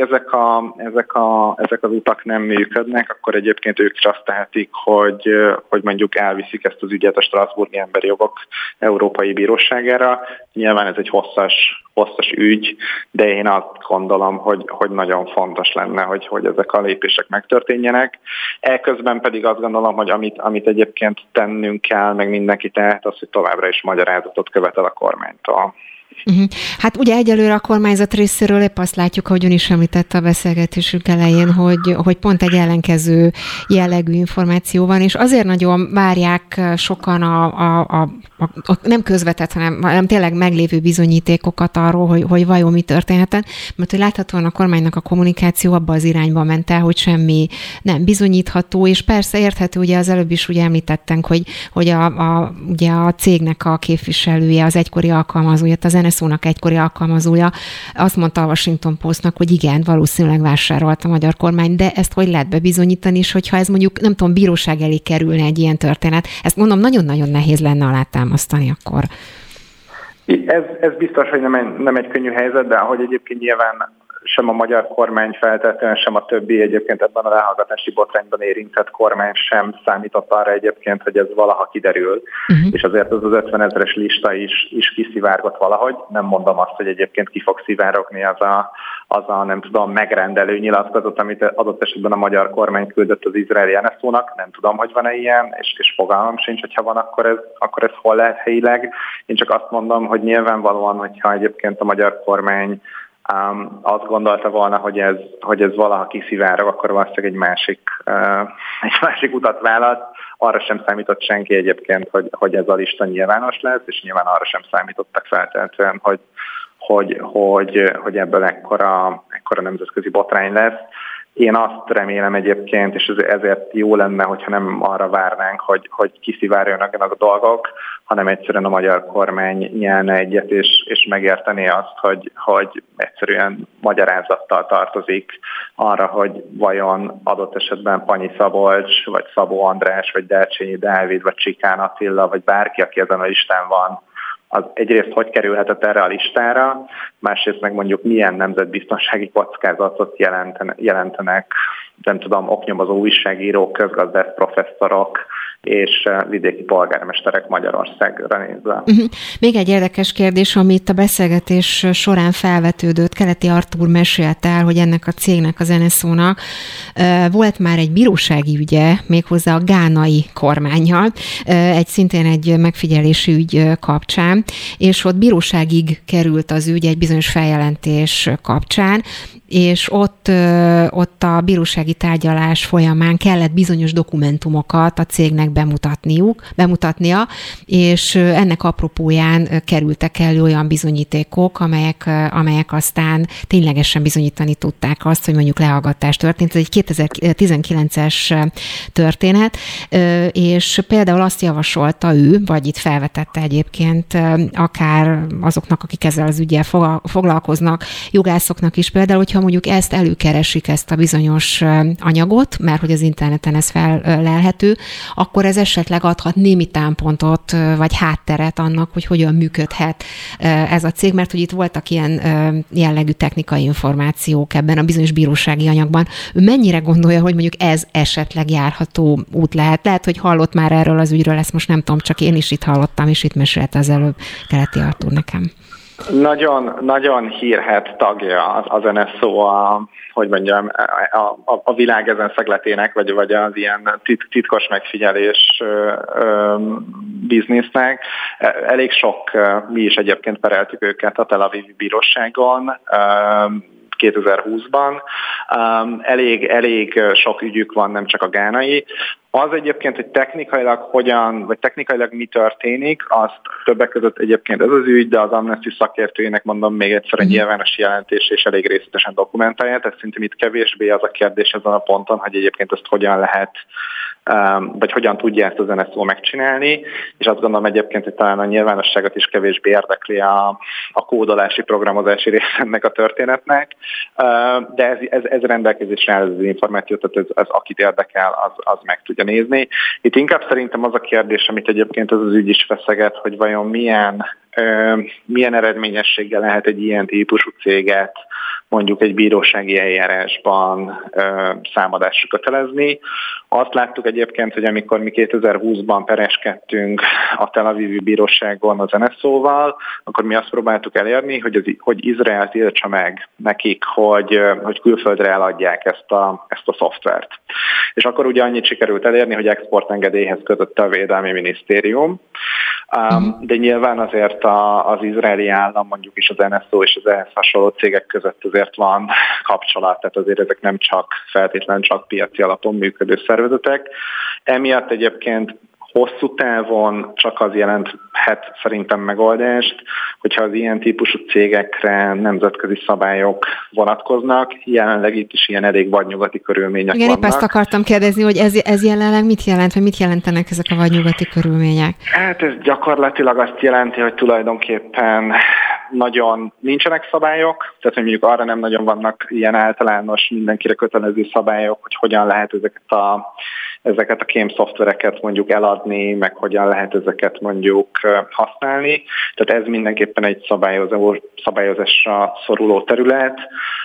Speaker 7: ezek az utak nem működnek, akkor egyébként ők is azt tehetik, hogy mondjuk elviszik ezt az ügyet a Strasbourgi Emberi Jogok Európai Bíróságára. Nyilván ez egy hosszas ügy, de én azt gondolom, hogy nagyon fontos lenne, hogy ezek a lépések megtörténjenek. Eközben pedig azt gondolom, hogy amit egyébként tennünk kell, meg mindenki tehet, az, hogy továbbra is magyarázatot követel a kormánytól.
Speaker 2: Hát ugye egyelőre a kormányzat részéről épp azt látjuk, ahogy ön is említette a beszélgetésünk elején, hogy pont egy ellenkező jellegű információ van, és azért nagyon várják sokan a nem közvetett, hanem tényleg meglévő bizonyítékokat arról, hogy vajon mi történhetett, mert hogy láthatóan a kormánynak a kommunikáció abba az irányba ment el, hogy semmi nem bizonyítható, és persze érthető, ugye az előbb is ugye említettünk, hogy ugye a cégnek a képviselője, az egykori alkalmazója, az NSO-nak egykori alkalmazója azt mondta a Washington Postnak, hogy igen, valószínűleg vásárolt a magyar kormány, de ezt hogy lehet bebizonyítani, és hogyha ez mondjuk, nem tudom, bíróság elé kerülne egy ilyen történet, ezt mondom, nagyon-nagyon nehéz lenne alátámasztani akkor.
Speaker 7: Ez biztos, hogy nem egy könnyű helyzet, de ahogy egyébként nyilván sem a magyar kormány feltétlenül, sem a többi egyébként ebben a lehallgatási botrányban érintett kormány sem számított arra egyébként, hogy ez valaha kiderül. És azért az 50 000-es lista is kiszivárgott valahogy. Nem mondom azt, hogy egyébként ki fog szivárogni az a nem tudom, megrendelő nyilatkozat, amit adott esetben a magyar kormány küldött az izraeli NSO-nak. Nem tudom, hogy van-e ilyen, és fogalmam sincs, hogyha van, akkor ez hol lehet helyileg. Én csak azt mondom, hogy nyilvánvalóan, hogyha egyébként a magyar kormány azt gondolta volna, hogy ez valaha kiszivárog, akkor valószínűleg egy másik utat választ. Arra sem számított senki egyébként, hogy ez a lista nyilvános lesz, és nyilván arra sem számítottak feltétlenül, hogy ebből ekkora nemzetközi botrány lesz. Én azt remélem egyébként, és ezért jó lenne, hogyha nem arra várnánk, hogy kiszivárjanak a dolgok, hanem egyszerűen a magyar kormány nyelne egyet, és megértené azt, hogy egyszerűen magyarázattal tartozik arra, hogy vajon adott esetben Panyi Szabolcs, vagy Szabó András, vagy Dercsényi Dávid, vagy Csikán Attila, vagy bárki, aki ezen a listán van, az egyrészt hogy kerülhetett erre a listára, másrészt meg mondjuk milyen nemzetbiztonsági kockázatot jelentenek, nem tudom, oknyomozó újságírók, közgazdász professzorok és vidéki polgármesterek Magyarországra nézve.
Speaker 2: Még egy érdekes kérdés, amit a beszélgetés során felvetődött, Keleti Artúr mesélte el, hogy ennek a cégnek, az NSO-nak volt már egy bírósági ügye, méghozzá a gánai kormánnyal, szintén egy megfigyelési ügy kapcsán, és ott bíróságig került az ügy egy bizonyos feljelentés kapcsán, és ott a bíróság bírósági tárgyalás folyamán kellett bizonyos dokumentumokat a cégnek bemutatnia, és ennek apropóján kerültek elő olyan bizonyítékok, amelyek aztán ténylegesen bizonyítani tudták azt, hogy mondjuk lehallgatás történt. Ez egy 2019-es történet, és például azt javasolta ő, vagy itt felvetette egyébként akár azoknak, akik ezzel az üggyel foglalkoznak, jogászoknak is például, hogyha mondjuk ezt előkeresik, ezt a bizonyos anyagot, mert hogy az interneten ez fellelhető, akkor ez esetleg adhat némi támpontot, vagy hátteret annak, hogy hogyan működhet ez a cég, mert hogy itt voltak ilyen jellegű technikai információk ebben a bizonyos bírósági anyagban. Ő mennyire gondolja, hogy mondjuk ez esetleg járható út lehet? Lehet, hogy hallott már erről az ügyről, ezt most nem tudom, csak én is itt hallottam, és itt mesélte az előbb Keleti Artúr nekem.
Speaker 7: Nagyon hírhedt tagja az NSO a világ ezen szegletének, vagy az ilyen titkos megfigyelés biznisznek. Elég sok, mi is egyébként pereltük őket a Tel Avivi bíróságon 2020-ban. Elég sok ügyük van, nem csak a gánai. Az egyébként, hogy technikailag mi történik, azt többek között egyébként ez az ügy, de az Amnesty szakértőjének mondom még egyszer egy nyilvános jelentés és elég részletesen dokumentálja, tehát szerintem itt kevésbé az a kérdés ezen a ponton, hogy egyébként ezt hogyan lehet, vagy hogyan tudja ezt az NSO megcsinálni, és azt gondolom egyébként, hogy talán a nyilvánosságot is kevésbé érdekli a kódolási, programozási része ennek a történetnek, de ez rendelkezésre áll, ez az információ, tehát ez akit érdekel, az meg tudja nézni. Itt inkább szerintem az a kérdés, amit egyébként az ügy is feszeget, hogy vajon milyen eredményességgel lehet egy ilyen típusú céget mondjuk egy bírósági eljárásban számadásra kötelezni. Azt láttuk egyébként, hogy amikor mi 2020-ban pereskedtünk a Tel Avivi bíróságon az NSO-val, akkor mi azt próbáltuk elérni, hogy Izrael tiltsa meg nekik, hogy külföldre eladják ezt a szoftvert. És akkor ugye annyit sikerült elérni, hogy exportengedélyhez kötötte a Védelmi Minisztérium, de nyilván azért az izraeli állam, mondjuk is az NSO és az ehhez hasonló cégek között azért van kapcsolat, tehát azért ezek nem feltétlenül csak piaci alapon működő szervezetek. Emiatt egyébként hosszú távon csak az jelenthet szerintem megoldást, hogyha az ilyen típusú cégekre nemzetközi szabályok vonatkoznak. Jelenleg itt is ilyen elég vadnyugati körülmények vannak.
Speaker 2: Igen, épp ezt akartam kérdezni, hogy ez jelenleg mit jelent, vagy mit jelentenek ezek a vadnyugati körülmények?
Speaker 7: Hát ez gyakorlatilag azt jelenti, hogy tulajdonképpen nagyon nincsenek szabályok, tehát hogy mondjuk arra nem nagyon vannak ilyen általános, mindenkire kötelező szabályok, hogy hogyan lehet ezeket a kém szoftvereket mondjuk eladni, meg hogyan lehet ezeket mondjuk használni. Tehát ez mindenképpen egy szabályozásra szoruló terület,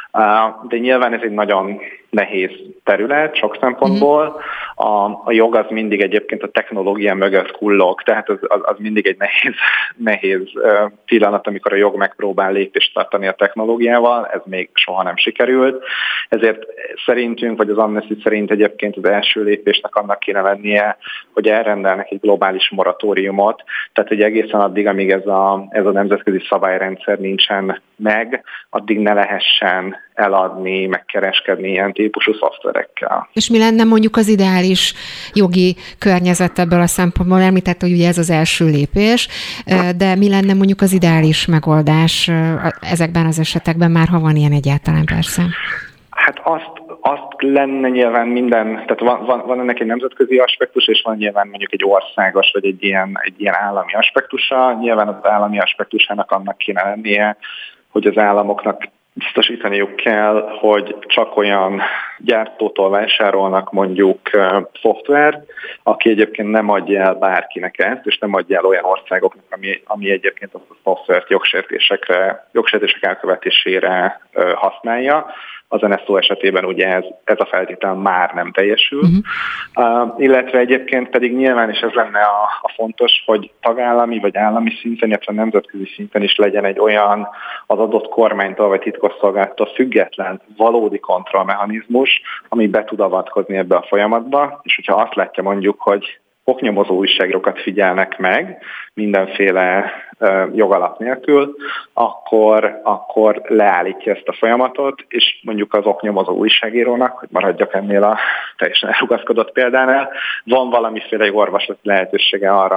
Speaker 7: de nyilván ez egy nagyon nehéz terület sok szempontból. A jog az mindig egyébként a technológia mögött kullog, tehát az mindig egy nehéz pillanat, amikor a jog megpróbál lépést tartani a technológiával, ez még soha nem sikerült. Ezért szerintünk, vagy az Amnesty szerint egyébként az első lépésnek annak kéne lennie, hogy elrendelnek egy globális moratóriumot, tehát hogy egészen addig, amíg ez a nemzetközi szabályrendszer nincsen meg, addig ne lehessen eladni, megkereskedni ilyen típusú szoftverekkel.
Speaker 2: És mi lenne mondjuk az ideális jogi környezet ebből a szempontból? Említett, hogy ugye ez az első lépés, de mi lenne mondjuk az ideális megoldás ezekben az esetekben, már ha van ilyen egyáltalán persze?
Speaker 7: Hát azt lenne nyilván minden, tehát van ennek egy nemzetközi aspektus, és van nyilván mondjuk egy országos, vagy egy ilyen állami aspektusa. Nyilván az állami aspektusának annak kéne lennie, hogy az államoknak biztosítaniuk kell, hogy csak olyan gyártótól vásárolnak mondjuk szoftvert, aki egyébként nem adja el bárkinek ezt, és nem adja el olyan országoknak, ami egyébként azt a szoftvert jogsértések elkövetésére használja. Az NSO esetében ugye ez a feltétel már nem teljesül. Illetve egyébként pedig nyilván is ez lenne a fontos, hogy tagállami vagy állami szinten, illetve nemzetközi szinten is legyen egy olyan az adott kormánytól vagy titkosszolgálattól független valódi kontrollmechanizmus, ami be tud avatkozni ebbe a folyamatba, és hogyha azt látja mondjuk, hogy oknyomozó újságírókat figyelnek meg mindenféle jogalap nélkül, akkor leállítja ezt a folyamatot, és mondjuk az oknyomozó újságírónak, hogy maradjak ennél a teljesen elrugaszkodott példánál, van valamiféle jogorvoslati lehetősége arra,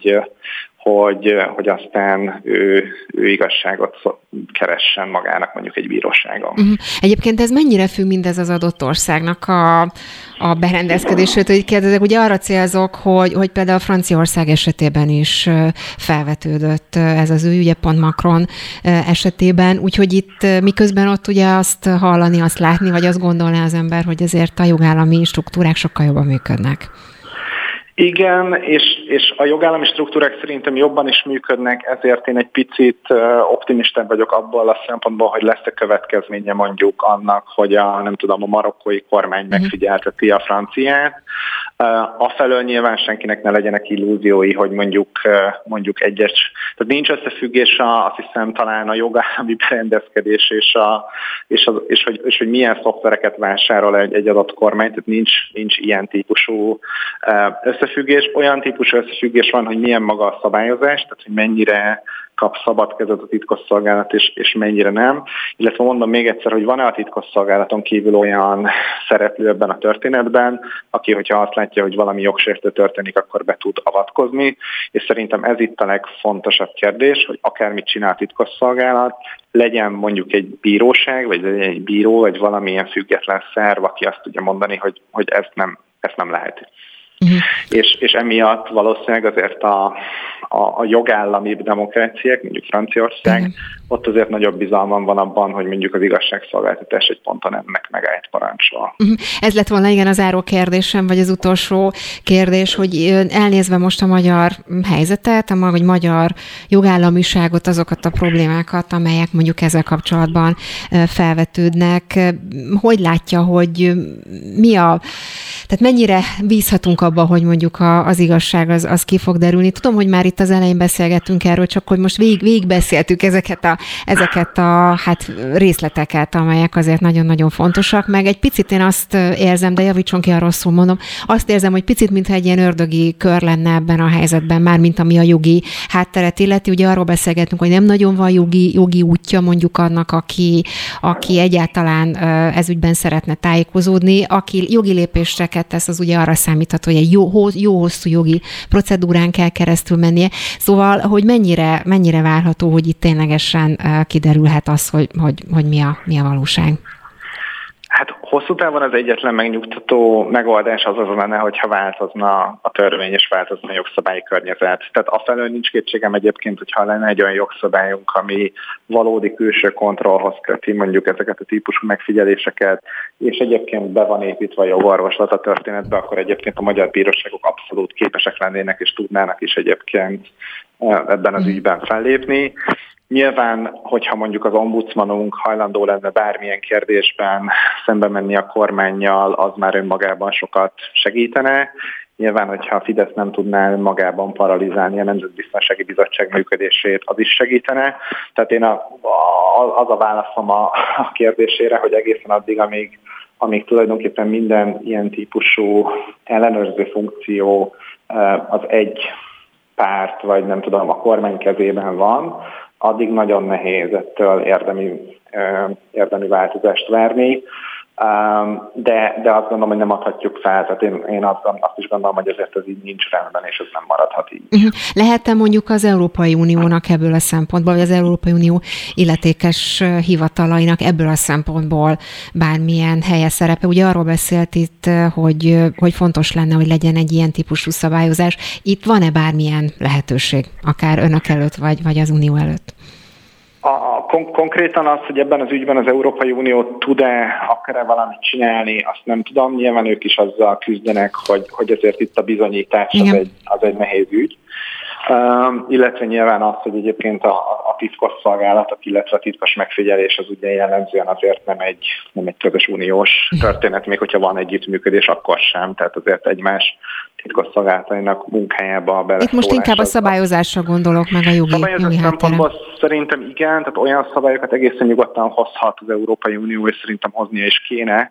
Speaker 7: hogy aztán ő igazságot keressen magának mondjuk egy bíróságon.
Speaker 2: Egyébként ez mennyire függ mindez az adott országnak a berendezkedését, hogy kérdezek, ugye arra célzok, hogy például Franciaország esetében is felvetődött ez az ügy, ugye pont Macron esetében, úgyhogy itt miközben ott ugye azt hallani, azt látni, vagy azt gondolná az ember, hogy azért a jogállami struktúrák sokkal jobban működnek.
Speaker 7: Igen, és a jogállami struktúrák szerintem jobban is működnek, ezért én egy picit optimistább vagyok abból a szempontból, hogy lesz-e következménye mondjuk annak, hogy a marokkói kormány megfigyelteti a franciát. Afelől nyilván senkinek ne legyenek illúziói, hogy mondjuk egyes, tehát nincs összefüggés azt hiszem talán a jogállami berendezkedés és hogy milyen szoftvereket vásárol egy adott kormány, tehát nincs ilyen típusú összefüggés. Olyan típusú összefüggés van, hogy milyen maga a szabályozás, tehát hogy mennyire kap szabad kezet a titkosszolgálat, és mennyire nem. Illetve mondom még egyszer, hogy van-e a titkosszolgálaton kívül olyan szereplő ebben a történetben, aki, hogyha azt látja, hogy valami jogsértő történik, akkor be tud avatkozni. És szerintem ez itt a legfontosabb kérdés, hogy akármit csinál a titkosszolgálat, legyen mondjuk egy bíróság, vagy legyen egy bíró, vagy valamilyen független szerv, aki azt tudja mondani, hogy ezt nem lehet. És emiatt valószínűleg azért a jogállamibb demokráciák, mondjuk Franciaország, ott azért nagyobb bizalmam van abban, hogy mondjuk az igazságszolgáltatás egy ponton ennek megállt parancsol.
Speaker 2: Ez lett volna igen az záró kérdésem, vagy az utolsó kérdés, hogy elnézve most a magyar helyzetet, vagy magyar jogállamiságot, azokat a problémákat, amelyek mondjuk ezzel kapcsolatban felvetődnek, hogy látja, hogy tehát mennyire bízhatunk abba, hogy mondjuk az igazság az ki fog derülni. Tudom, hogy már itt az elején beszélgettünk erről, csak hogy most végigbeszéltük ezeket a részleteket, amelyek azért nagyon-nagyon fontosak, meg egy picit én azt érzem, de javítson ki, ha rosszul mondom, azt érzem, hogy picit mintha egy ilyen ördögi kör lenne ebben a helyzetben, már mint ami a jogi hátteret illeti. Ugye arról beszélgettünk, hogy nem nagyon van jogi útja mondjuk annak, aki egyáltalán ezügyben szeretne tájékozódni, aki jogi lépéseket tesz, az ugye arra számíthat, hogy egy jó hosszú jogi procedúrán kell keresztül mennie. Szóval, hogy mennyire várható, hogy itt ténylegesen kiderülhet az, hogy mi a valóság?
Speaker 7: Hát hosszú távon az egyetlen megnyugtató megoldás az lenne, hogyha változna a törvény és változna a jogszabályi környezet. Tehát afelől nincs kétségem egyébként, hogyha lenne egy olyan jogszabályunk, ami valódi külső kontrollhoz köti mondjuk ezeket a típusú megfigyeléseket, és egyébként be van építve a jogorvoslat a történetbe, akkor egyébként a magyar bíróságok abszolút képesek lennének és tudnának is egyébként ebben az ügyben fellépni. Nyilván, hogyha mondjuk az ombudsmanunk hajlandó lenne bármilyen kérdésben szembe menni a kormánnyal, az már önmagában sokat segítene. Nyilván, hogyha a Fidesz nem tudná önmagában paralizálni a Nemzetbiztonsági Bizottság működését, az is segítene. Tehát én az a válaszom a kérdésére, hogy egészen addig, amíg tulajdonképpen minden ilyen típusú ellenőrző funkció az egy párt, vagy nem tudom, a kormány kezében van, addig nagyon nehéz ettől érdemi változást várni, de azt gondolom, hogy nem adhatjuk fel, tehát én azt is gondolom, hogy ezért ez így nincs rendben, és ez nem maradhat így.
Speaker 2: Lehet-e mondjuk az Európai Uniónak ebből a szempontból, vagy az Európai Unió illetékes hivatalainak ebből a szempontból bármilyen helye szerepe? Ugye arról beszélt itt, hogy fontos lenne, hogy legyen egy ilyen típusú szabályozás. Itt van-e bármilyen lehetőség, akár önök előtt, vagy az Unió előtt?
Speaker 7: Konkrétan az, hogy ebben az ügyben az Európai Unió tud-e, akar-e valamit csinálni, azt nem tudom. Nyilván ők is azzal küzdenek, hogy ezért itt a bizonyítás az egy nehéz ügy. Illetve nyilván az, hogy egyébként a titkosszolgálatok, illetve a titkos megfigyelés az ugye jellemzően azért nem egy közös uniós történet, még hogyha van együttműködés, akkor sem. Tehát azért egymás titkosszolgálatainak munkájába beleszólás.
Speaker 2: Itt most inkább a szabályozásra gondolok, meg a jogi
Speaker 7: szempontból szerintem igen, tehát olyan szabályokat egészen nyugodtan hozhat az Európai Unió, és szerintem hoznia is kéne.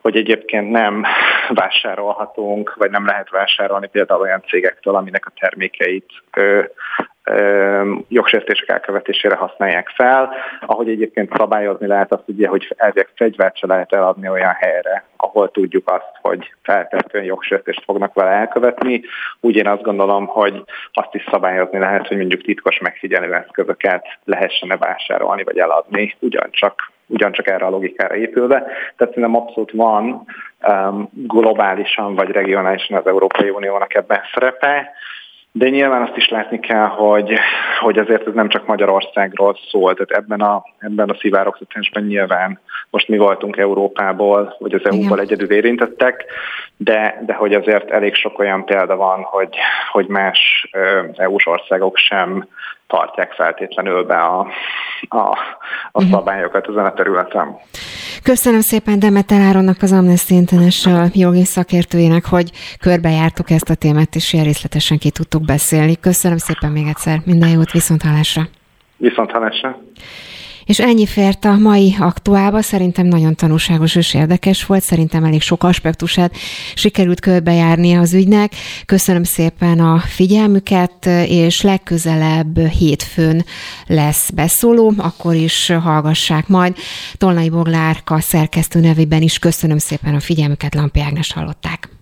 Speaker 7: hogy egyébként nem vásárolhatunk, vagy nem lehet vásárolni például olyan cégektől, aminek a termékeit jogsértések elkövetésére használják fel, ahogy egyébként szabályozni lehet azt ugye, hogy elvileg fegyvert se lehet eladni olyan helyre, ahol tudjuk azt, hogy feltétlenül jogsértést fognak vele elkövetni. Úgy én azt gondolom, hogy azt is szabályozni lehet, hogy mondjuk titkos megfigyelő eszközöket lehessen-e vásárolni vagy eladni, ugyancsak erre a logikára épülve. Tehát szerintem abszolút van globálisan vagy regionálisan az Európai Uniónak ebben szerepe, de nyilván azt is látni kell, hogy azért ez nem csak Magyarországról szól, tehát ebben a szivárogtatásban nyilván most mi voltunk Európából, vagy az EU-ból egyedül érintettek, de hogy azért elég sok olyan példa van, hogy más EU-s országok sem tartják feltétlenül be a szabályokat ezen a területen.
Speaker 2: Köszönöm szépen Demeter Áronnak, az Amnesty International jogi szakértőjének, hogy körbejártuk ezt a témát, és ilyen részletesen ki tudtuk beszélni. Köszönöm szépen még egyszer, minden jót, viszonthallásra!
Speaker 7: Viszonthallásra!
Speaker 2: És ennyi fért a mai aktuálba, szerintem nagyon tanulságos és érdekes volt, szerintem elég sok aspektusát sikerült körbejárni az ügynek. Köszönöm szépen a figyelmüket, és legközelebb hétfőn lesz beszóló, akkor is hallgassák majd. Tolnai Boglárka szerkesztő nevében is köszönöm szépen a figyelmüket, Lampi Ágnest hallották.